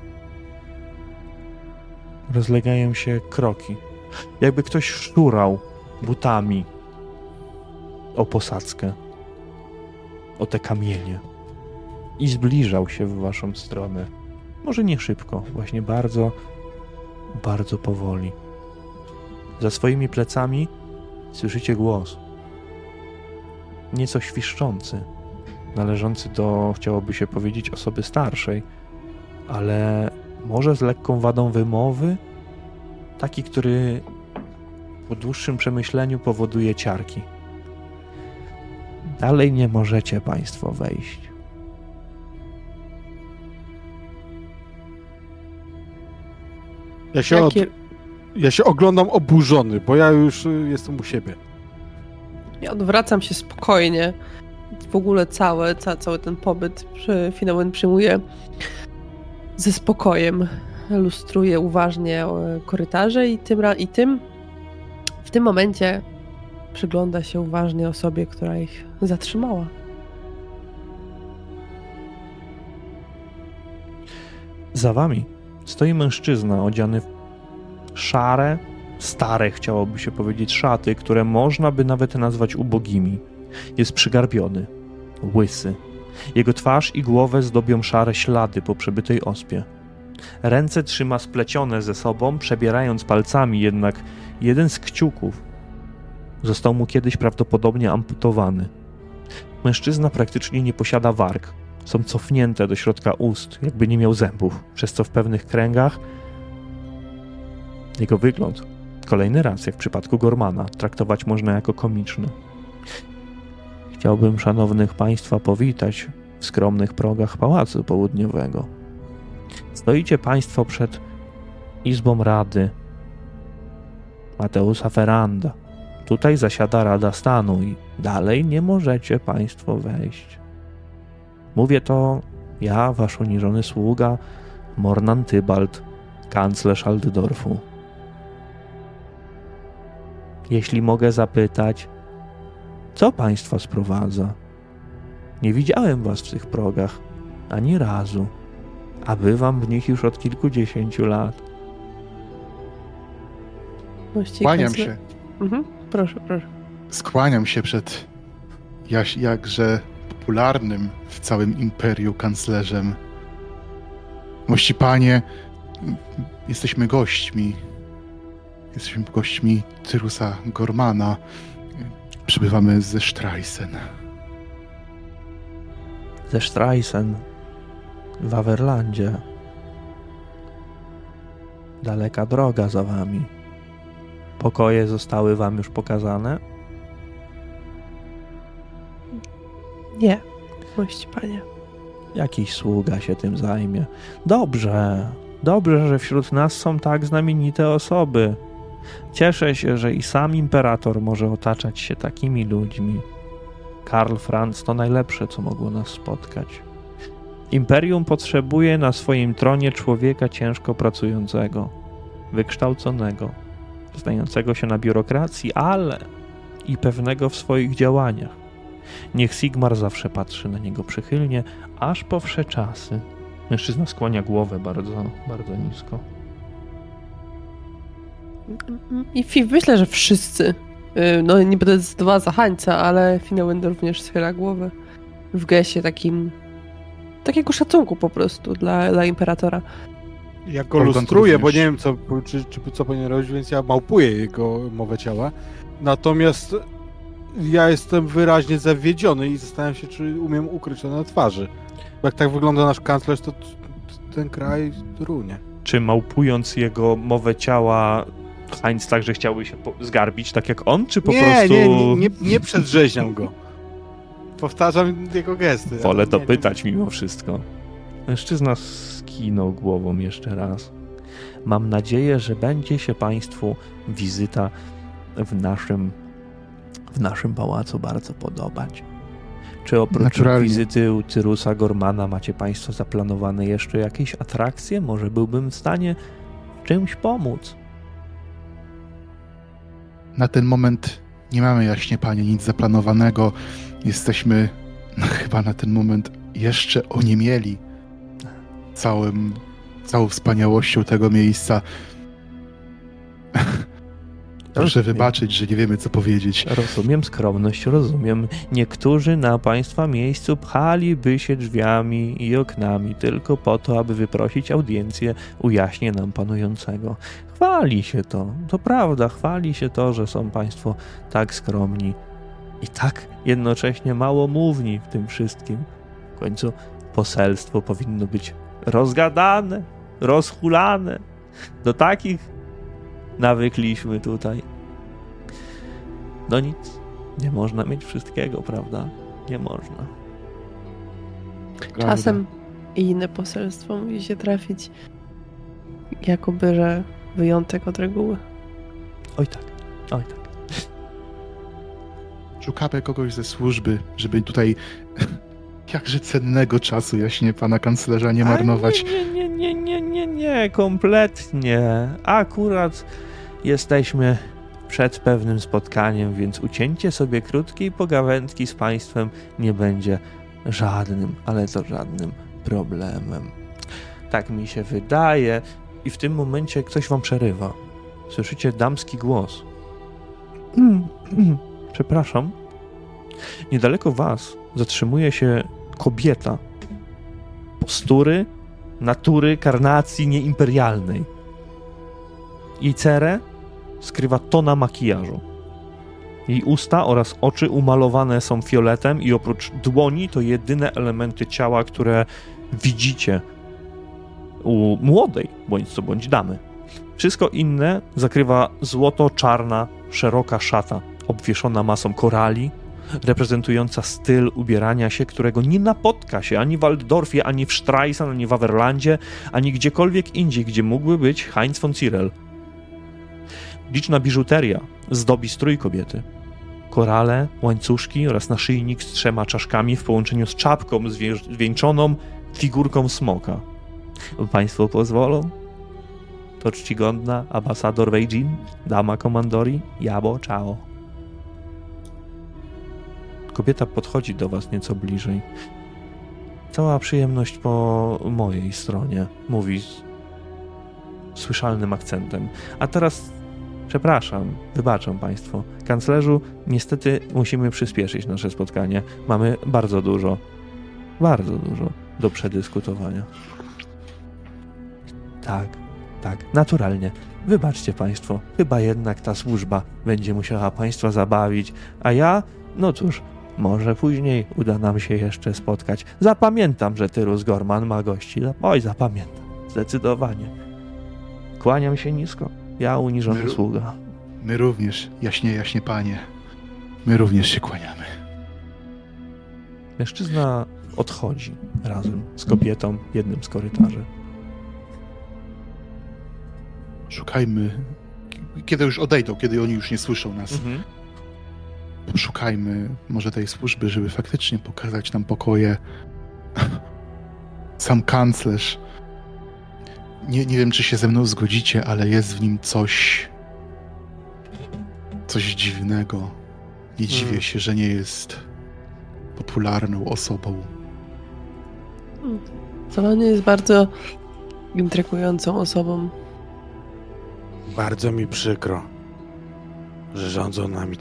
rozlegają się kroki. Jakby ktoś szurał butami o posadzkę, o te kamienie i zbliżał się w waszą stronę. Może nie szybko, właśnie bardzo, bardzo powoli. Za swoimi plecami słyszycie głos. Nieco świszczący, należący do, chciałoby się powiedzieć, osoby starszej, ale może z lekką wadą wymowy, taki, który po dłuższym przemyśleniu powoduje ciarki. Dalej nie możecie państwo wejść. Ja się oglądam oburzony, bo ja już jestem u siebie. Ja odwracam się spokojnie. W ogóle cały ten pobyt finałem przyjmuję ze spokojem. Lustruję uważnie korytarze i w tym momencie przygląda się uważnie osobie, która ich zatrzymała. Za wami stoi mężczyzna odziany w szare, stare, chciałoby się powiedzieć, szaty, które można by nawet nazwać ubogimi. Jest przygarbiony, łysy. Jego twarz i głowę zdobią szare ślady po przebytej ospie. Ręce trzyma splecione ze sobą, przebierając palcami, jednak jeden z kciuków został mu kiedyś prawdopodobnie amputowany. Mężczyzna praktycznie nie posiada warg. Są cofnięte do środka ust, jakby nie miał zębów, przez co w pewnych kręgach jego wygląd, kolejny raz, jak w przypadku Gormana, traktować można jako komiczny. Chciałbym szanownych państwa powitać w skromnych progach Pałacu Południowego. Stoicie państwo przed Izbą Rady Mateusa Ferranda. Tutaj zasiada Rada Stanu i dalej nie możecie państwo wejść. Mówię to ja, wasz uniżony sługa, Mornan Tybalt, kanclerz Altdorfu. Jeśli mogę zapytać, co państwa sprowadza? Nie widziałem was w tych progach ani razu, a bywam w nich już od kilkudziesięciu lat. Kłaniam się. Mhm. Proszę. Skłaniam się przed jakże popularnym w całym imperium kanclerzem. Mości panie, jesteśmy gośćmi Tyrusa Gormana. Przybywamy ze Strajsen. Ze Strajsen w Averlandzie. Daleka droga za wami. Pokoje zostały wam już pokazane? Nie, mości panie. Jakiś sługa się tym zajmie. Dobrze, że wśród nas są tak znamienite osoby. Cieszę się, że i sam imperator może otaczać się takimi ludźmi. Karl Franz to najlepsze, co mogło nas spotkać. Imperium potrzebuje na swoim tronie człowieka ciężko pracującego, wykształconego, znającego się na biurokracji, ale i pewnego w swoich działaniach. Niech Sigmar zawsze patrzy na niego przychylnie, aż po wsze czasy. Mężczyzna skłania głowę bardzo, bardzo nisko. I myślę, że wszyscy No nie będę zdecydowała za Hańca, ale Finnewen również schyla głowę w geście takiego szacunku po prostu dla imperatora. Ja go lustruję, bo nie wiem, co powinien robić, więc ja małpuję jego mowę ciała. Natomiast ja jestem wyraźnie zawiedziony i zastanawiam się, czy umiem ukryć to na twarzy. Bo jak tak wygląda nasz kanclerz, to ten kraj runie. Czy małpując jego mowę ciała, Heinz także chciałby się zgarbić, tak jak on, czy po prostu... Nie przedrzeźniam go. Powtarzam jego gesty. Wolę dopytać mimo wszystko. Mężczyzna skinął głową jeszcze raz. Mam nadzieję, że będzie się państwu wizyta w naszym pałacu bardzo podobać. Czy oprócz wizyty u Cyrusa Gormana macie państwo zaplanowane jeszcze jakieś atrakcje? Może byłbym w stanie w czymś pomóc? Na ten moment nie mamy, jaśnie panie, nic zaplanowanego. Jesteśmy chyba na ten moment jeszcze oniemieli całą wspaniałością tego miejsca. Proszę wybaczyć, że nie wiemy, co powiedzieć. Rozumiem skromność, rozumiem. Niektórzy na państwa miejscu pchaliby się drzwiami i oknami tylko po to, aby wyprosić audiencję u jaśnie nam panującego. Chwali się to prawda, chwali się to, że są państwo tak skromni i tak jednocześnie małomówni w tym wszystkim. W końcu poselstwo powinno być rozgadane, rozhulane. Do takich nawykliśmy tutaj. No nic, nie można mieć wszystkiego, prawda? Nie można. Czasem inne poselstwo musi się trafić, jakoby, że wyjątek od reguły. Oj tak. Szukamy kogoś ze służby, żeby tutaj jakże cennego czasu, jaśnie pana kanclerza, nie marnować. Nie, kompletnie. Akurat jesteśmy przed pewnym spotkaniem, więc ucięcie sobie krótkiej pogawędki z państwem nie będzie żadnym, ale to żadnym problemem. Tak mi się wydaje. I w tym momencie ktoś wam przerywa. Słyszycie damski głos. Przepraszam. Niedaleko was zatrzymuje się kobieta. Postury, natury, karnacji nieimperialnej. Jej cerę skrywa tona makijażu. Jej usta oraz oczy umalowane są fioletem i oprócz dłoni to jedyne elementy ciała, które widzicie u młodej, bądź co bądź damy. Wszystko inne zakrywa złoto-czarna, szeroka szata, obwieszona masą korali, reprezentująca styl ubierania się, którego nie napotka się ani w Altdorfie, ani w Streisand, ani w Averlandzie, ani gdziekolwiek indziej, gdzie mógłby być Heinz von Cyrel. Liczna biżuteria zdobi strój kobiety. Korale, łańcuszki oraz naszyjnik z 3 czaszkami w połączeniu z czapką zwieńczoną figurką smoka. Państwo pozwolą? To czcigodna ambasador Weijin, dama komandori, jabo ciao. Kobieta podchodzi do was nieco bliżej. Cała przyjemność po mojej stronie, mówi z słyszalnym akcentem. A teraz, przepraszam, wybaczam państwu. Kanclerzu, niestety musimy przyspieszyć nasze spotkanie. Mamy bardzo dużo do przedyskutowania. Tak, naturalnie. Wybaczcie państwo, chyba jednak ta służba będzie musiała państwa zabawić, a ja, no cóż, może później uda nam się jeszcze spotkać. Zapamiętam, że Cyrus Gorman ma gości. Oj, zapamiętam. Zdecydowanie. Kłaniam się nisko. Ja uniżony sługa. My również, jaśnie panie. My również się kłaniamy. Mężczyzna odchodzi razem z kobietą jednym z korytarzy. Szukajmy, kiedy już odejdą, kiedy oni już nie słyszą nas. Szukajmy może tej służby, żeby faktycznie pokazać nam pokoje. Sam kanclerz. Nie wiem, czy się ze mną zgodzicie, ale jest w nim coś dziwnego. Nie dziwię się, że nie jest popularną osobą. Solon jest bardzo intrygującą osobą. Bardzo mi przykro. że rządzą nami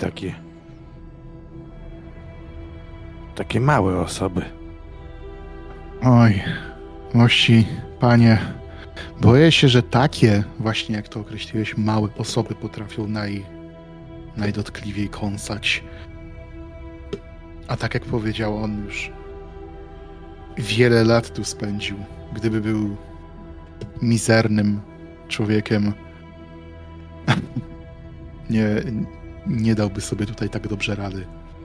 takie małe osoby. Oj, mości, panie, boję się, że takie, właśnie jak to określiłeś, małe osoby potrafią najdotkliwiej kąsać. A tak jak powiedział, on już wiele lat tu spędził. Gdyby był mizernym człowiekiem, nie dałby sobie tutaj tak dobrze rady.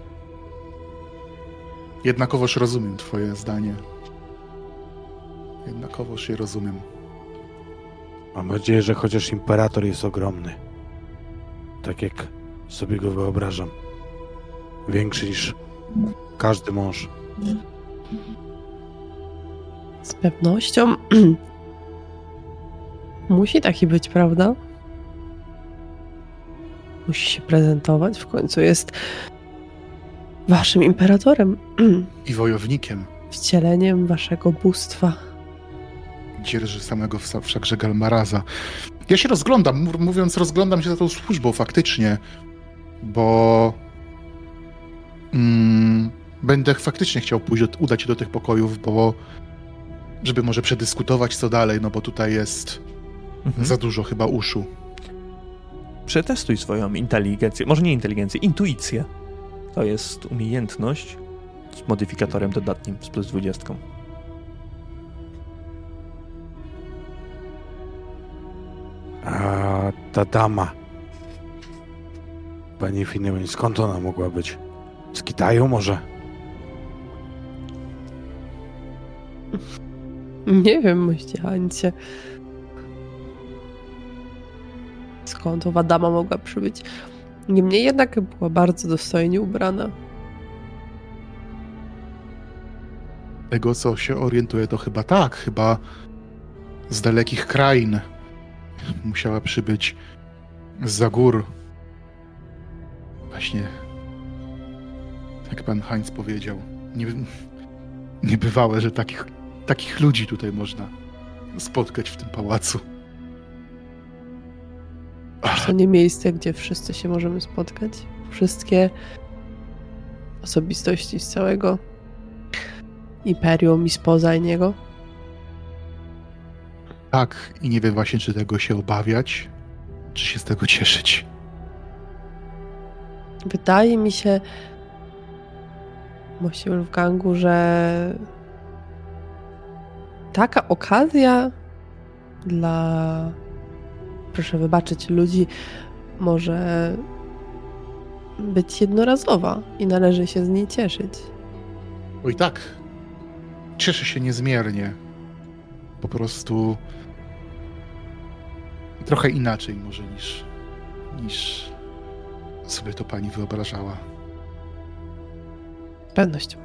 Jednakowoż rozumiem twoje zdanie. Jednakowoż je rozumiem. Mam nadzieję, że chociaż imperator jest ogromny. Tak jak sobie go wyobrażam. Większy niż każdy mąż. Z pewnością musi taki być, prawda? Musi się prezentować, w końcu jest waszym imperatorem. I wojownikiem. Wcieleniem waszego bóstwa. Dzierży samego wszakże Galmaraza. Ja się rozglądam, rozglądam się za tą służbą faktycznie, bo będę faktycznie chciał udać się do tych pokojów, bo żeby może przedyskutować co dalej, no bo tutaj jest za dużo chyba uszu. Przetestuj swoją inteligencję, może nie inteligencję, intuicję. To jest umiejętność z modyfikatorem dodatnim, z plus 20. A ta dama, pani Finnegan, skąd ona mogła być? Z Kitaju może? Nie wiem, moździańcie. Skąd owa dama mogła przybyć? Niemniej jednak była bardzo dostojnie ubrana. Tego, co się orientuję, to chyba z dalekich krain musiała przybyć zza gór. Właśnie, jak pan Heinz powiedział, niebywałe, że takich ludzi tutaj można spotkać w tym pałacu. To nie miejsce, gdzie wszyscy się możemy spotkać. Wszystkie osobistości z całego imperium i spoza niego. Tak, i nie wiem właśnie, czy tego się obawiać, czy się z tego cieszyć. Wydaje mi się, mości Wolfgangu, że taka okazja dla, proszę wybaczyć, ludzi może być jednorazowa i należy się z niej cieszyć. Oj tak, cieszę się niezmiernie. Po prostu trochę inaczej może niż sobie to pani wyobrażała. Z pewnością.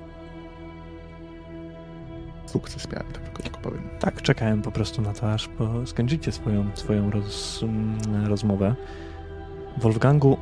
Sukces miałem, tylko powiem. Tak, czekałem po prostu na to, aż skończycie swoją rozmowę. Wolfgangu,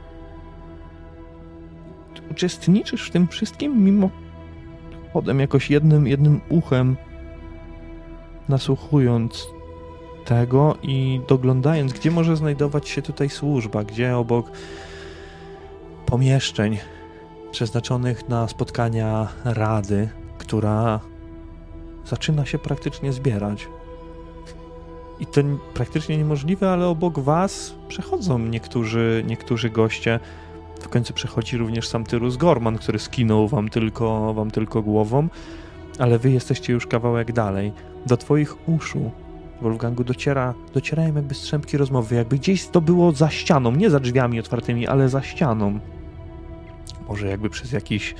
ty uczestniczysz w tym wszystkim mimo potem jakoś jednym uchem nasłuchując tego i doglądając, gdzie może znajdować się tutaj służba, gdzie obok pomieszczeń przeznaczonych na spotkania rady, która zaczyna się praktycznie zbierać. I to praktycznie niemożliwe, ale obok was przechodzą niektórzy goście. W końcu przechodzi również sam Tyrus Gorman, który skinął wam tylko głową, ale wy jesteście już kawałek dalej. Do twoich uszu, Wolfgangu, docierają jakby strzępki rozmowy, jakby gdzieś to było za ścianą, nie za drzwiami otwartymi, ale za ścianą. Może jakby przez jakiś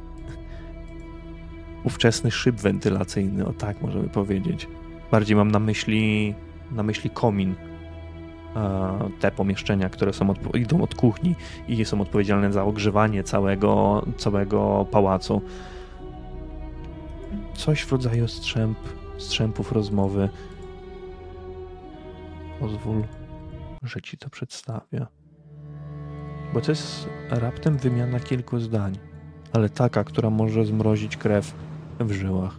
ówczesny szyb wentylacyjny, o tak możemy powiedzieć. Bardziej mam na myśli komin. Te pomieszczenia, które idą od kuchni i są odpowiedzialne za ogrzewanie całego pałacu. Coś w rodzaju strzępów rozmowy. Pozwól, że ci to przedstawię. Bo to jest raptem wymiana kilku zdań, ale taka, która może zmrozić krew w żyłach.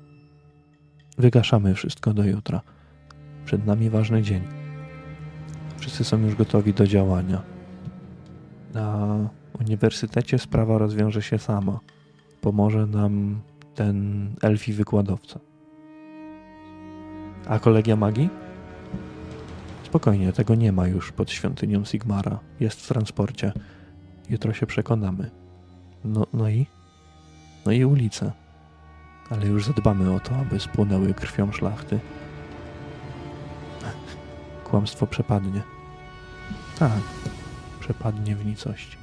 Wygaszamy wszystko do jutra. Przed nami ważny dzień. Wszyscy są już gotowi do działania. Na uniwersytecie sprawa rozwiąże się sama. Pomoże nam ten elfi wykładowca. A kolegia magii? Spokojnie, tego nie ma już pod świątynią Sigmara. Jest w transporcie. Jutro się przekonamy. No i ulice. Ale już zadbamy o to, aby spłonęły krwią szlachty. Kłamstwo przepadnie. Tak, przepadnie w nicości.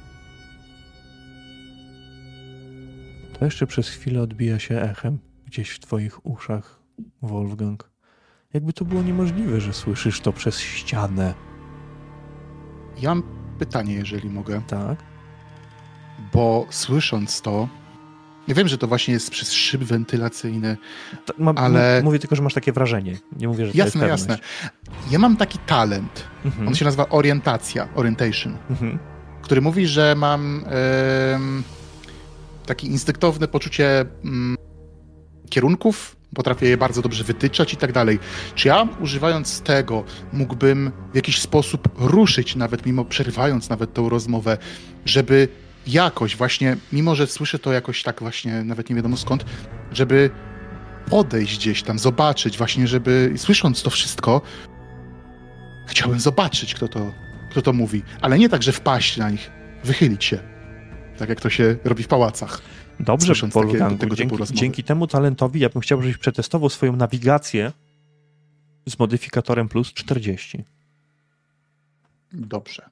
To jeszcze przez chwilę odbija się echem gdzieś w twoich uszach, Wolfgang. Jakby to było niemożliwe, że słyszysz to przez ścianę. Ja mam pytanie, jeżeli mogę. Tak? Bo słysząc to, ja wiem, że to właśnie jest przez szyb wentylacyjny, ale... Mówię tylko, że masz takie wrażenie. Nie mówię, że to jest pewność. Jasne. Ja mam taki talent. On się nazywa orientation, który mówi, że mam takie instynktowne poczucie kierunków, potrafię je bardzo dobrze wytyczać i tak dalej. Czy ja, używając tego, mógłbym w jakiś sposób ruszyć, nawet mimo przerywając nawet tą rozmowę, żeby jakoś właśnie, mimo że słyszę to jakoś tak właśnie, nawet nie wiadomo skąd, żeby podejść gdzieś tam, zobaczyć właśnie, żeby, słysząc to wszystko, chciałbym zobaczyć, kto to mówi. Ale nie tak, że wpaść na nich, wychylić się. Tak jak to się robi w pałacach. Dobrze, Wolfgangu, dzięki temu talentowi ja bym chciał, żebyś przetestował swoją nawigację z modyfikatorem plus 40. Dobrze.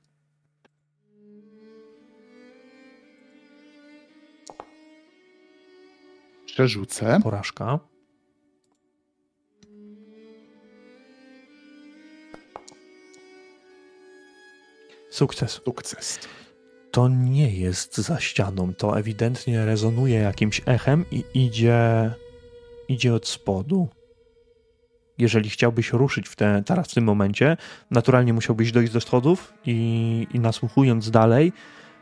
Przerzucę. Porażka. Sukces. To nie jest za ścianą. To ewidentnie rezonuje jakimś echem i idzie od spodu. Jeżeli chciałbyś ruszyć teraz w tym momencie, naturalnie musiałbyś dojść do schodów i nasłuchując dalej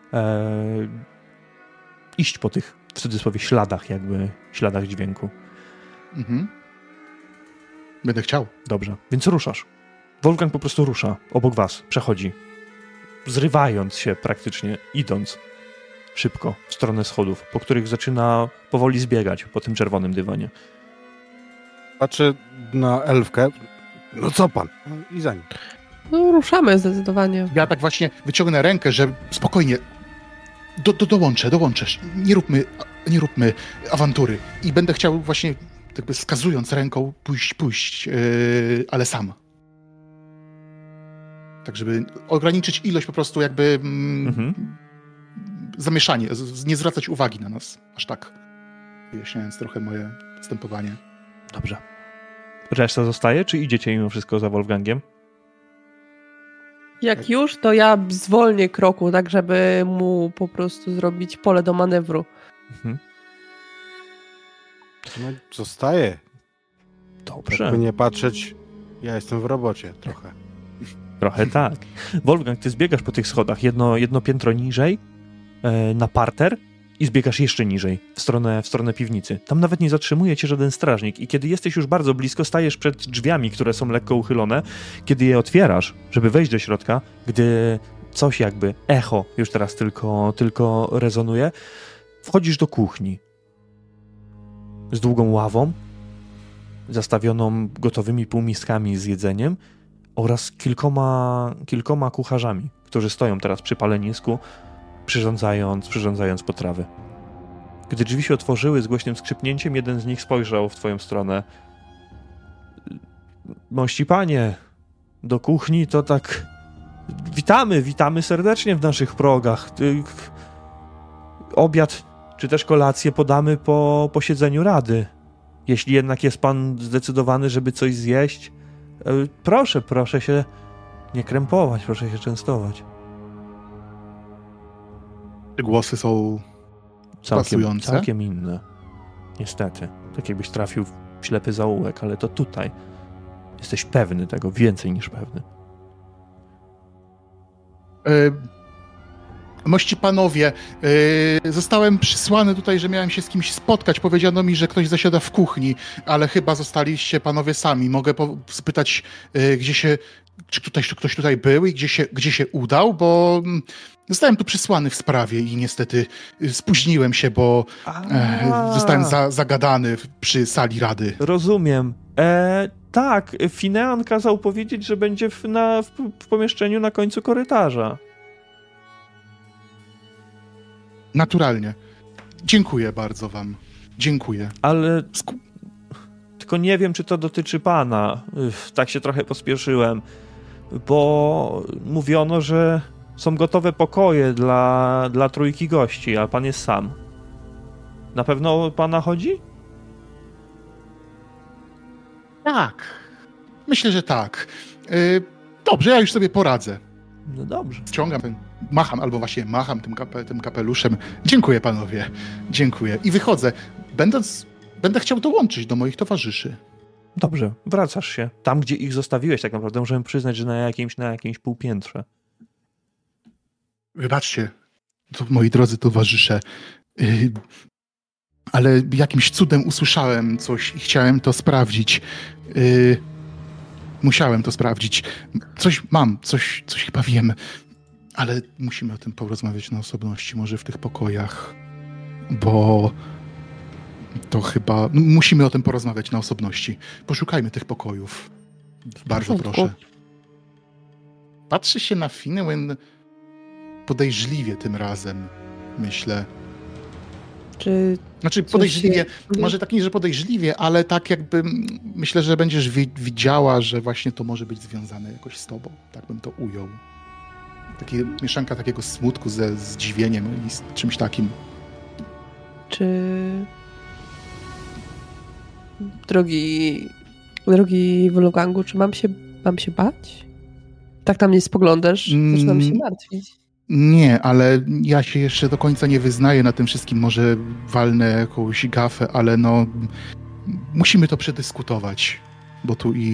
iść po tych, w cudzysłowie, śladach dźwięku. Mhm. Będę chciał. Dobrze, więc ruszasz. Wolfgang po prostu rusza obok was, przechodzi. Zrywając się praktycznie, idąc szybko w stronę schodów, po których zaczyna powoli zbiegać po tym czerwonym dywanie. Patrzę na elfkę. No co pan? I za nim. No ruszamy zdecydowanie. Ja tak właśnie wyciągnę rękę, że spokojnie dołączę. Nie róbmy awantury. I będę chciał właśnie jakby wskazując ręką pójść, ale sam. Tak, żeby ograniczyć ilość po prostu jakby zamieszanie, nie zwracać uwagi na nas aż tak, wyjaśniając trochę moje postępowanie. Dobrze. Reszta zostaje, czy idziecie mimo wszystko za Wolfgangiem? Jak już, to ja zwolnię kroku, tak żeby mu po prostu zrobić pole do manewru. No, zostaje. Dobrze. Jakby nie patrzeć, ja jestem w robocie trochę. Trochę tak. Wolfgang, ty zbiegasz po tych schodach jedno piętro niżej na parter i zbiegasz jeszcze niżej w stronę piwnicy. Tam nawet nie zatrzymuje cię żaden strażnik i kiedy jesteś już bardzo blisko, stajesz przed drzwiami, które są lekko uchylone. Kiedy je otwierasz, żeby wejść do środka, gdy coś jakby echo już teraz tylko rezonuje, wchodzisz do kuchni z długą ławą zastawioną gotowymi półmiskami z jedzeniem oraz kilkoma kucharzami, którzy stoją teraz przy palenisku, przyrządzając potrawy. Gdy drzwi się otworzyły z głośnym skrzypnięciem, jeden z nich spojrzał w twoją stronę. Mości panie, do kuchni to tak... Witamy serdecznie w naszych progach. Obiad czy też kolację podamy po posiedzeniu rady. Jeśli jednak jest pan zdecydowany, żeby coś zjeść, proszę się nie krępować, proszę się częstować. Te głosy są pasujące? Całkiem inne. Niestety. Tak jakbyś trafił w ślepy zaułek, ale to tutaj. Jesteś pewny tego, więcej niż pewny. Mości panowie, zostałem przysłany tutaj, że miałem się z kimś spotkać. Powiedziano mi, że ktoś zasiada w kuchni, ale chyba zostaliście panowie sami. Mogę spytać, czy ktoś tutaj był i gdzie się udał, bo zostałem tu przysłany w sprawie i niestety spóźniłem się, bo zostałem zagadany przy sali rady. Rozumiem. Tak, Finean kazał powiedzieć, że będzie w pomieszczeniu na końcu korytarza. Naturalnie. Dziękuję bardzo wam. Dziękuję. Ale tylko nie wiem, czy to dotyczy pana. Tak się trochę pospieszyłem, bo mówiono, że są gotowe pokoje dla trójki gości, a pan jest sam. Na pewno o pana chodzi? Tak. Myślę, że tak. Dobrze, ja już sobie poradzę. No dobrze. Ściągam macham tym kapeluszem. Dziękuję, panowie. Dziękuję. I wychodzę. Będę chciał dołączyć do moich towarzyszy. Dobrze, wracasz się. Tam, gdzie ich zostawiłeś, tak naprawdę możemy przyznać, że na jakimś półpiętrze. Wybaczcie, moi drodzy towarzysze, ale jakimś cudem usłyszałem coś i chciałem to sprawdzić. Musiałem to sprawdzić. Coś chyba wiem, ale musimy o tym porozmawiać na osobności, może w tych pokojach, bo to chyba... musimy o tym porozmawiać na osobności. Poszukajmy tych pokojów. Bardzo proszę. Patrzy się na Finnegan podejrzliwie tym razem, myślę. Znaczy podejrzliwie, może tak nie, że podejrzliwie, ale tak jakby myślę, że będziesz widziała, że właśnie to może być związane jakoś z tobą. Tak bym to ujął. Mieszanka takiego smutku ze zdziwieniem i z czymś takim. Czy... Drogi Wolfgangu, czy mam się bać? Tak na mnie spoglądasz? Zaczynam się martwić. Nie, ale ja się jeszcze do końca nie wyznaję na tym wszystkim. Może walnę jakąś gafę, ale no musimy to przedyskutować, bo tu i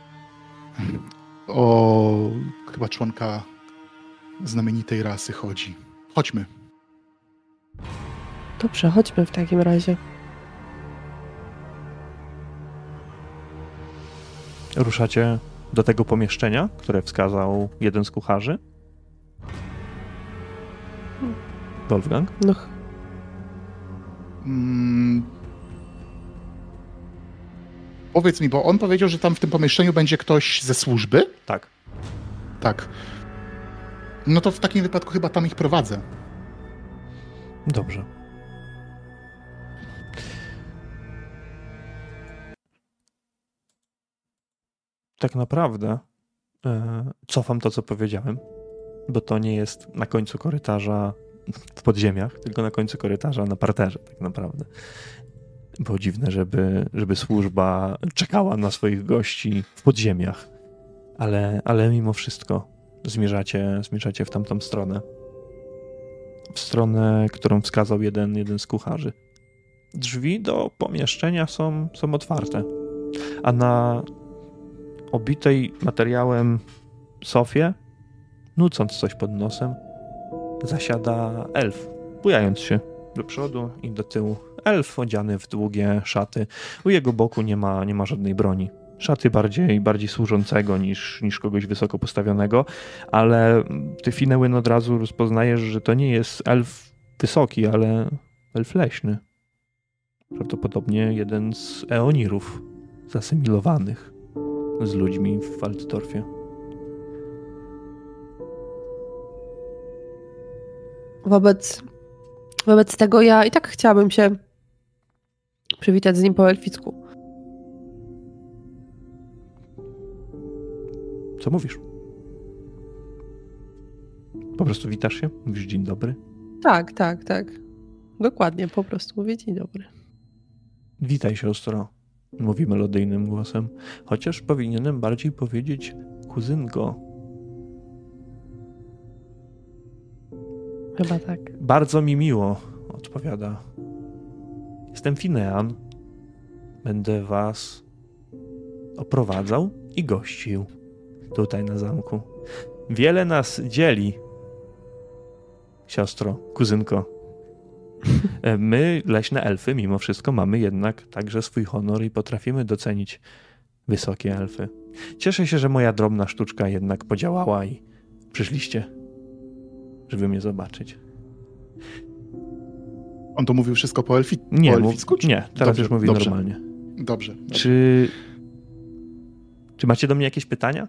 o chyba członka znamienitej rasy chodzi. Chodźmy. Dobrze, chodźmy w takim razie. Ruszacie do tego pomieszczenia, które wskazał jeden z kucharzy? Wolfgang? No. Powiedz mi, bo on powiedział, że tam w tym pomieszczeniu będzie ktoś ze służby? Tak. Tak. No to w takim wypadku chyba tam ich prowadzę. Dobrze. Tak naprawdę cofam to, co powiedziałem, bo to nie jest na końcu korytarza w podziemiach, tylko na końcu korytarza na parterze tak naprawdę. Było dziwne, żeby służba czekała na swoich gości w podziemiach, ale mimo wszystko zmierzacie w tamtą stronę. W stronę, którą wskazał jeden z kucharzy. Drzwi do pomieszczenia są otwarte, a na obitej materiałem sofie, nucąc coś pod nosem, zasiada elf, bujając się do przodu i do tyłu. Elf odziany w długie szaty. U jego boku nie ma żadnej broni. Szaty bardziej służącego niż kogoś wysoko postawionego, ale ty, Finnegan, od razu rozpoznajesz, że to nie jest elf wysoki, ale elf leśny. Prawdopodobnie jeden z Eonirów zasymilowanych z ludźmi w Altdorfie. Wobec tego ja i tak chciałabym się przywitać z nim po elficku. Co mówisz? Po prostu witasz się? Mówisz dzień dobry? Tak. Dokładnie, po prostu mówię dzień dobry. Witaj, siostro, mówi melodyjnym głosem. Chociaż powinienem bardziej powiedzieć kuzynko. Chyba tak. Bardzo mi miło, odpowiada. Jestem Finean. Będę was oprowadzał i gościł tutaj na zamku. Wiele nas dzieli, siostro, kuzynko. My, leśne elfy, mimo wszystko mamy jednak także swój honor i potrafimy docenić wysokie elfy. Cieszę się, że moja drobna sztuczka jednak podziałała i przyszliście, żeby mnie zobaczyć. On to mówił wszystko po Nie, elficku? nie, teraz Dobrze, już mówi dobrze. normalnie. Dobrze. Czy macie do mnie jakieś pytania?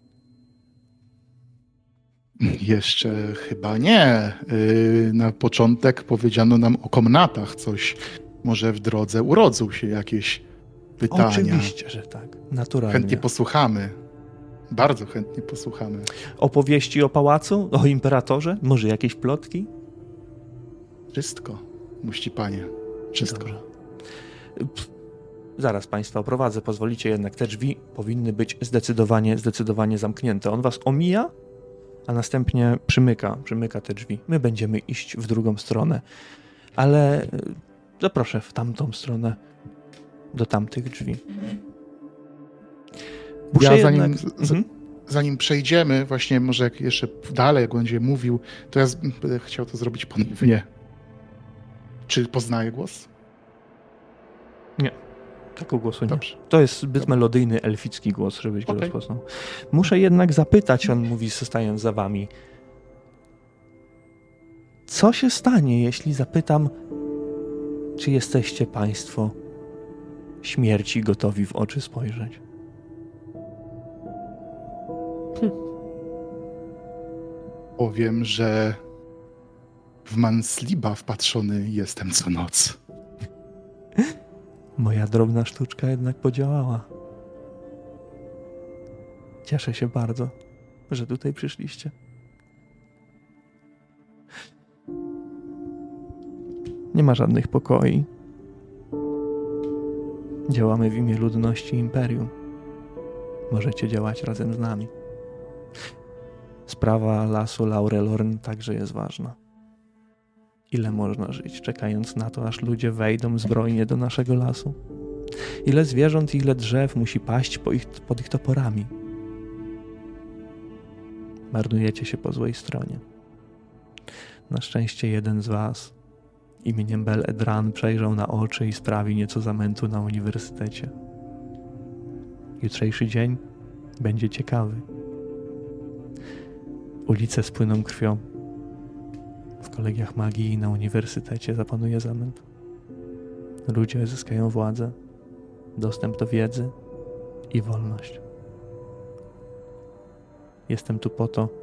Jeszcze chyba nie. Na początek powiedziano nam o komnatach coś. Może w drodze urodzą się jakieś pytania. Oczywiście, że tak. Naturalnie. Chętnie posłuchamy. Bardzo chętnie posłuchamy. Opowieści o pałacu? O imperatorze? Może jakieś plotki? Wszystko, mości panie. Wszystko. Dobrze. Zaraz państwa oprowadzę. Pozwolicie, jednak te drzwi powinny być zdecydowanie zamknięte. On was omija, a następnie przymyka te drzwi. My będziemy iść w drugą stronę, ale zaproszę w tamtą stronę, do tamtych drzwi. Zanim przejdziemy, właśnie może jak jeszcze dalej, jak będzie mówił, to ja będę chciał to zrobić ponownie. Czy poznaję głos? Nie. Takiego głosu nie. Dobrze. To jest zbyt melodyjny, elficki głos, żebyś go rozpoznał. Muszę jednak zapytać, on mówi, stając za wami. Co się stanie, jeśli zapytam, czy jesteście państwo śmierci gotowi w oczy spojrzeć? Powiem, że w Mansliba wpatrzony jestem co noc. Moja drobna sztuczka jednak podziałała. Cieszę się bardzo, że tutaj przyszliście. Nie ma żadnych pokoi. Działamy w imię ludności Imperium. Możecie działać razem z nami. Sprawa lasu Laurelorn także jest ważna. Ile można żyć, czekając na to, aż ludzie wejdą zbrojnie do naszego lasu? Ile zwierząt i ile drzew musi paść pod ich toporami? Marnujecie się po złej stronie. Na szczęście jeden z was imieniem Bel-Edran przejrzał na oczy i sprawi nieco zamętu na uniwersytecie. Jutrzejszy dzień będzie ciekawy. Ulice spłyną krwią. W kolegiach magii i na uniwersytecie zapanuje zamęt. Ludzie zyskają władzę, dostęp do wiedzy i wolność. Jestem tu po to,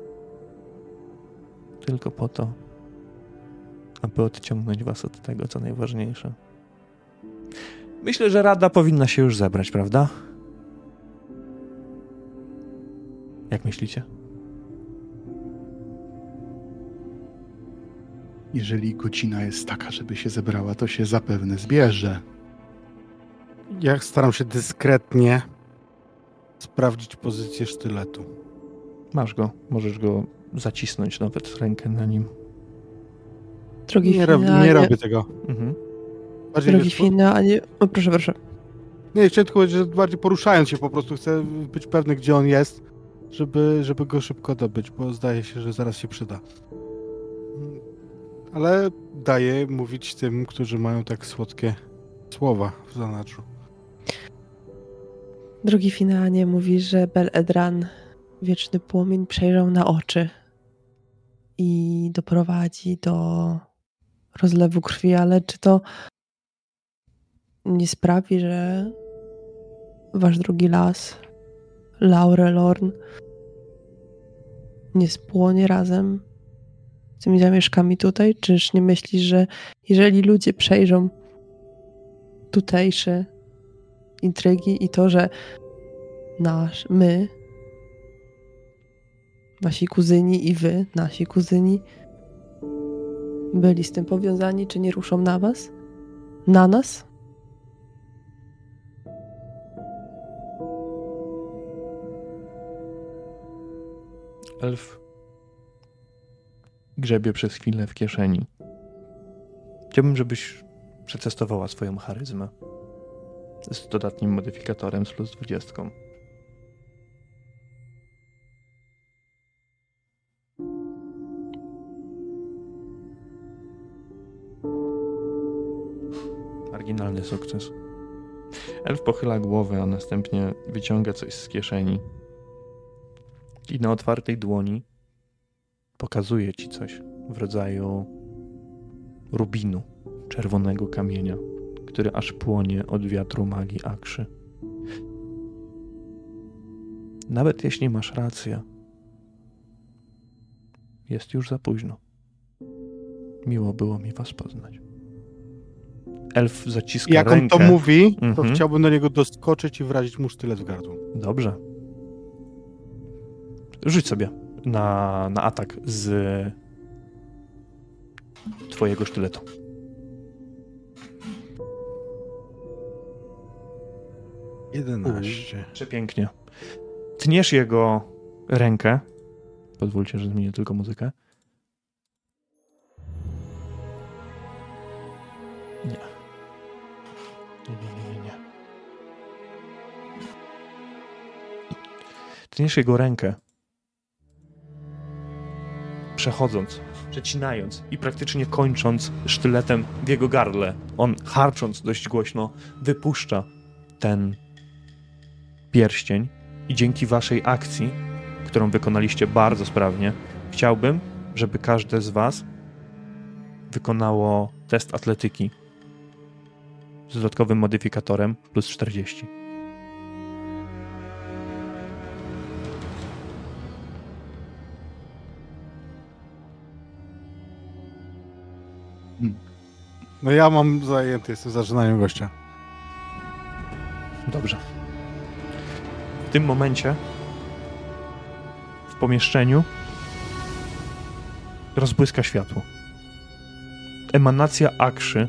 tylko po to, aby odciągnąć was od tego, co najważniejsze. Myślę, że Rada powinna się już zebrać, prawda? Jak myślicie? Jeżeli godzina jest taka, żeby się zebrała, to się zapewne zbierze. Ja staram się dyskretnie sprawdzić pozycję sztyletu. Masz go, możesz go zacisnąć, nawet rękę na nim. Drogi Nie robię tego. Mhm. Drogi Fina, a nie... O, proszę. Nie, chciałem tylko powiedzieć, że bardziej poruszając się po prostu chcę być pewny, gdzie on jest, żeby go szybko dobyć, bo zdaje się, że zaraz się przyda. Ale daję mówić tym, którzy mają tak słodkie słowa w zanadrzu. Drogi Finanie mówi, że Bel-Edran, wieczny płomień, przejrzał na oczy i doprowadzi do rozlewu krwi, ale czy to nie sprawi, że wasz drugi las, Laurelorn, nie spłonie razem z tymi zamieszkami tutaj? Czyż nie myślisz, że jeżeli ludzie przejrzą tutejsze intrygi i to, że my, wasi kuzyni i wy, nasi kuzyni, byli z tym powiązani, czy nie ruszą na was? Na nas? Elf grzebie przez chwilę w kieszeni. Chciałbym, żebyś przetestowała swoją charyzmę z dodatnim modyfikatorem z plus 20. Marginalny sukces. Elf pochyla głowę, a następnie wyciąga coś z kieszeni i na otwartej dłoni pokazuje ci coś w rodzaju rubinu, czerwonego kamienia, który aż płonie od wiatru magii Akszy. Nawet jeśli masz rację, jest już za późno. Miło było mi was poznać. Elf zaciska Jak rękę. on to mówi, to Mhm. chciałbym do niego doskoczyć i wrazić mu sztylet w gardło. Dobrze. Rzuć sobie na atak z twojego sztyletu. - 11. Przepięknie. Tniesz jego rękę. Pozwólcie, że zmienię tylko muzykę. Nie. Nie. Tniesz jego rękę. Przechodząc, przecinając i praktycznie kończąc sztyletem w jego gardle. On, harcząc dość głośno, wypuszcza ten pierścień i dzięki waszej akcji, którą wykonaliście bardzo sprawnie, chciałbym, żeby każde z was wykonało test atletyki z dodatkowym modyfikatorem plus 40. No ja mam zajęty, jestem w zaczynaniu gościa. Dobrze. W tym momencie w pomieszczeniu rozbłyska światło. Emanacja Akszy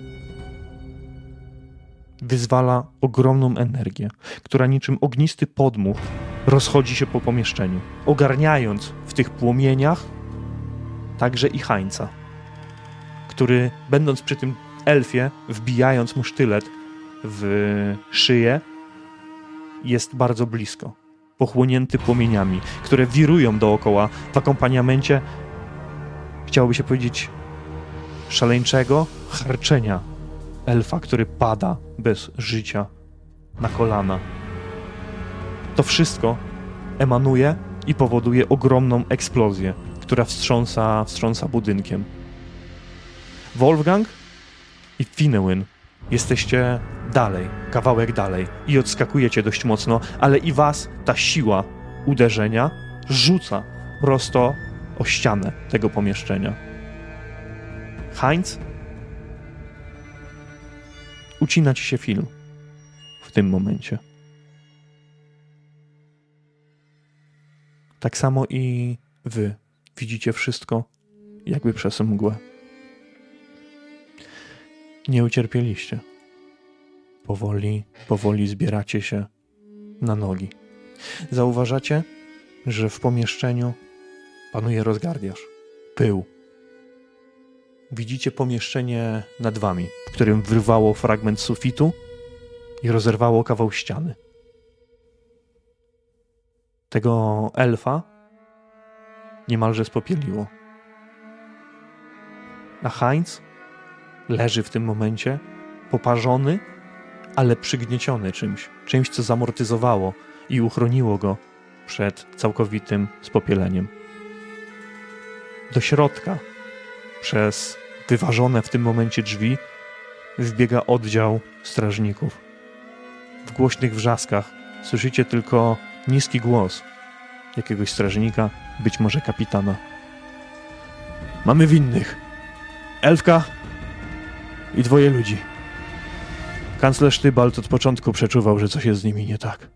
wyzwala ogromną energię, która niczym ognisty podmuch rozchodzi się po pomieszczeniu, ogarniając w tych płomieniach także i Hańca, który, będąc przy tym elfie, wbijając mu sztylet w szyję, jest bardzo blisko, pochłonięty płomieniami, które wirują dookoła w akompaniamencie, chciałoby się powiedzieć, szaleńczego harczenia elfa, który pada bez życia na kolana. To wszystko emanuje i powoduje ogromną eksplozję, która wstrząsa budynkiem. Wolfgang i Finnegan jesteście dalej, kawałek dalej i odskakujecie dość mocno, ale i was ta siła uderzenia rzuca prosto o ścianę tego pomieszczenia. Heinz, ucina ci się film w tym momencie. Tak samo i wy widzicie wszystko jakby przez mgłę. Nie ucierpieliście. Powoli zbieracie się na nogi. Zauważacie, że w pomieszczeniu panuje rozgardiaż, pył. Widzicie pomieszczenie nad wami, w którym wyrwało fragment sufitu i rozerwało kawał ściany. Tego elfa niemalże spopieliło. A Heinz leży w tym momencie poparzony, ale przygnieciony czymś, co zamortyzowało i uchroniło go przed całkowitym spopieleniem. Do środka, przez wyważone w tym momencie drzwi, wbiega oddział strażników. W głośnych wrzaskach słyszycie tylko niski głos jakiegoś strażnika, być może kapitana. Mamy winnych. Elfka i 2 ludzi. Kanclerz Tybalt od początku przeczuwał, że coś jest z nimi nie tak.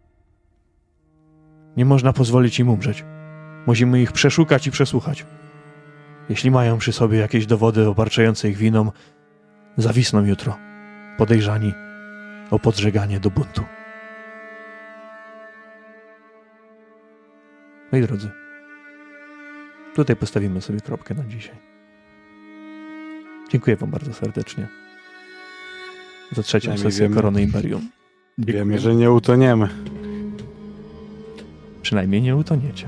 Nie można pozwolić im umrzeć. Musimy ich przeszukać i przesłuchać. Jeśli mają przy sobie jakieś dowody obarczające ich winą, zawisną jutro, podejrzani o podżeganie do buntu. Moi drodzy, tutaj postawimy sobie kropkę na dzisiaj. Dziękuję wam bardzo serdecznie za 3. sesję Korony Imperium. Wiemy, że nie utoniemy. Przynajmniej nie utoniecie.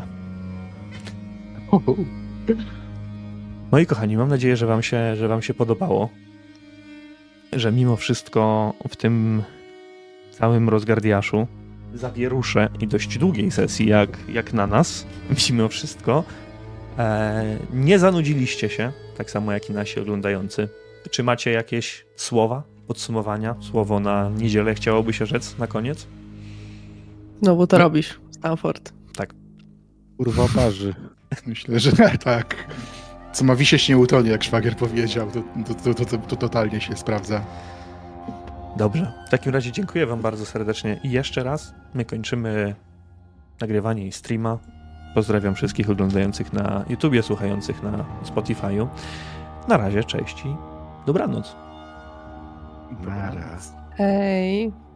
Moi kochani, mam nadzieję, że wam się podobało. Że mimo wszystko w tym całym rozgardiaszu, zawierusze i dość długiej sesji, jak na nas, mimo wszystko, nie zanudziliście się, tak samo jak i nasi oglądający. Czy macie jakieś słowa, podsumowania? Słowo na niedzielę chciałoby się rzec na koniec? No bo to robisz, Stanford. Tak. Kurwa parzy. Myślę, że tak. Co ma wisieć nie utonie, jak szwagier powiedział, to totalnie się sprawdza. Dobrze. W takim razie dziękuję wam bardzo serdecznie i jeszcze raz my kończymy nagrywanie i streama. Pozdrawiam wszystkich oglądających na YouTubie, słuchających na Spotify'u. Na razie, cześć i dobranoc. Naraz. Hej.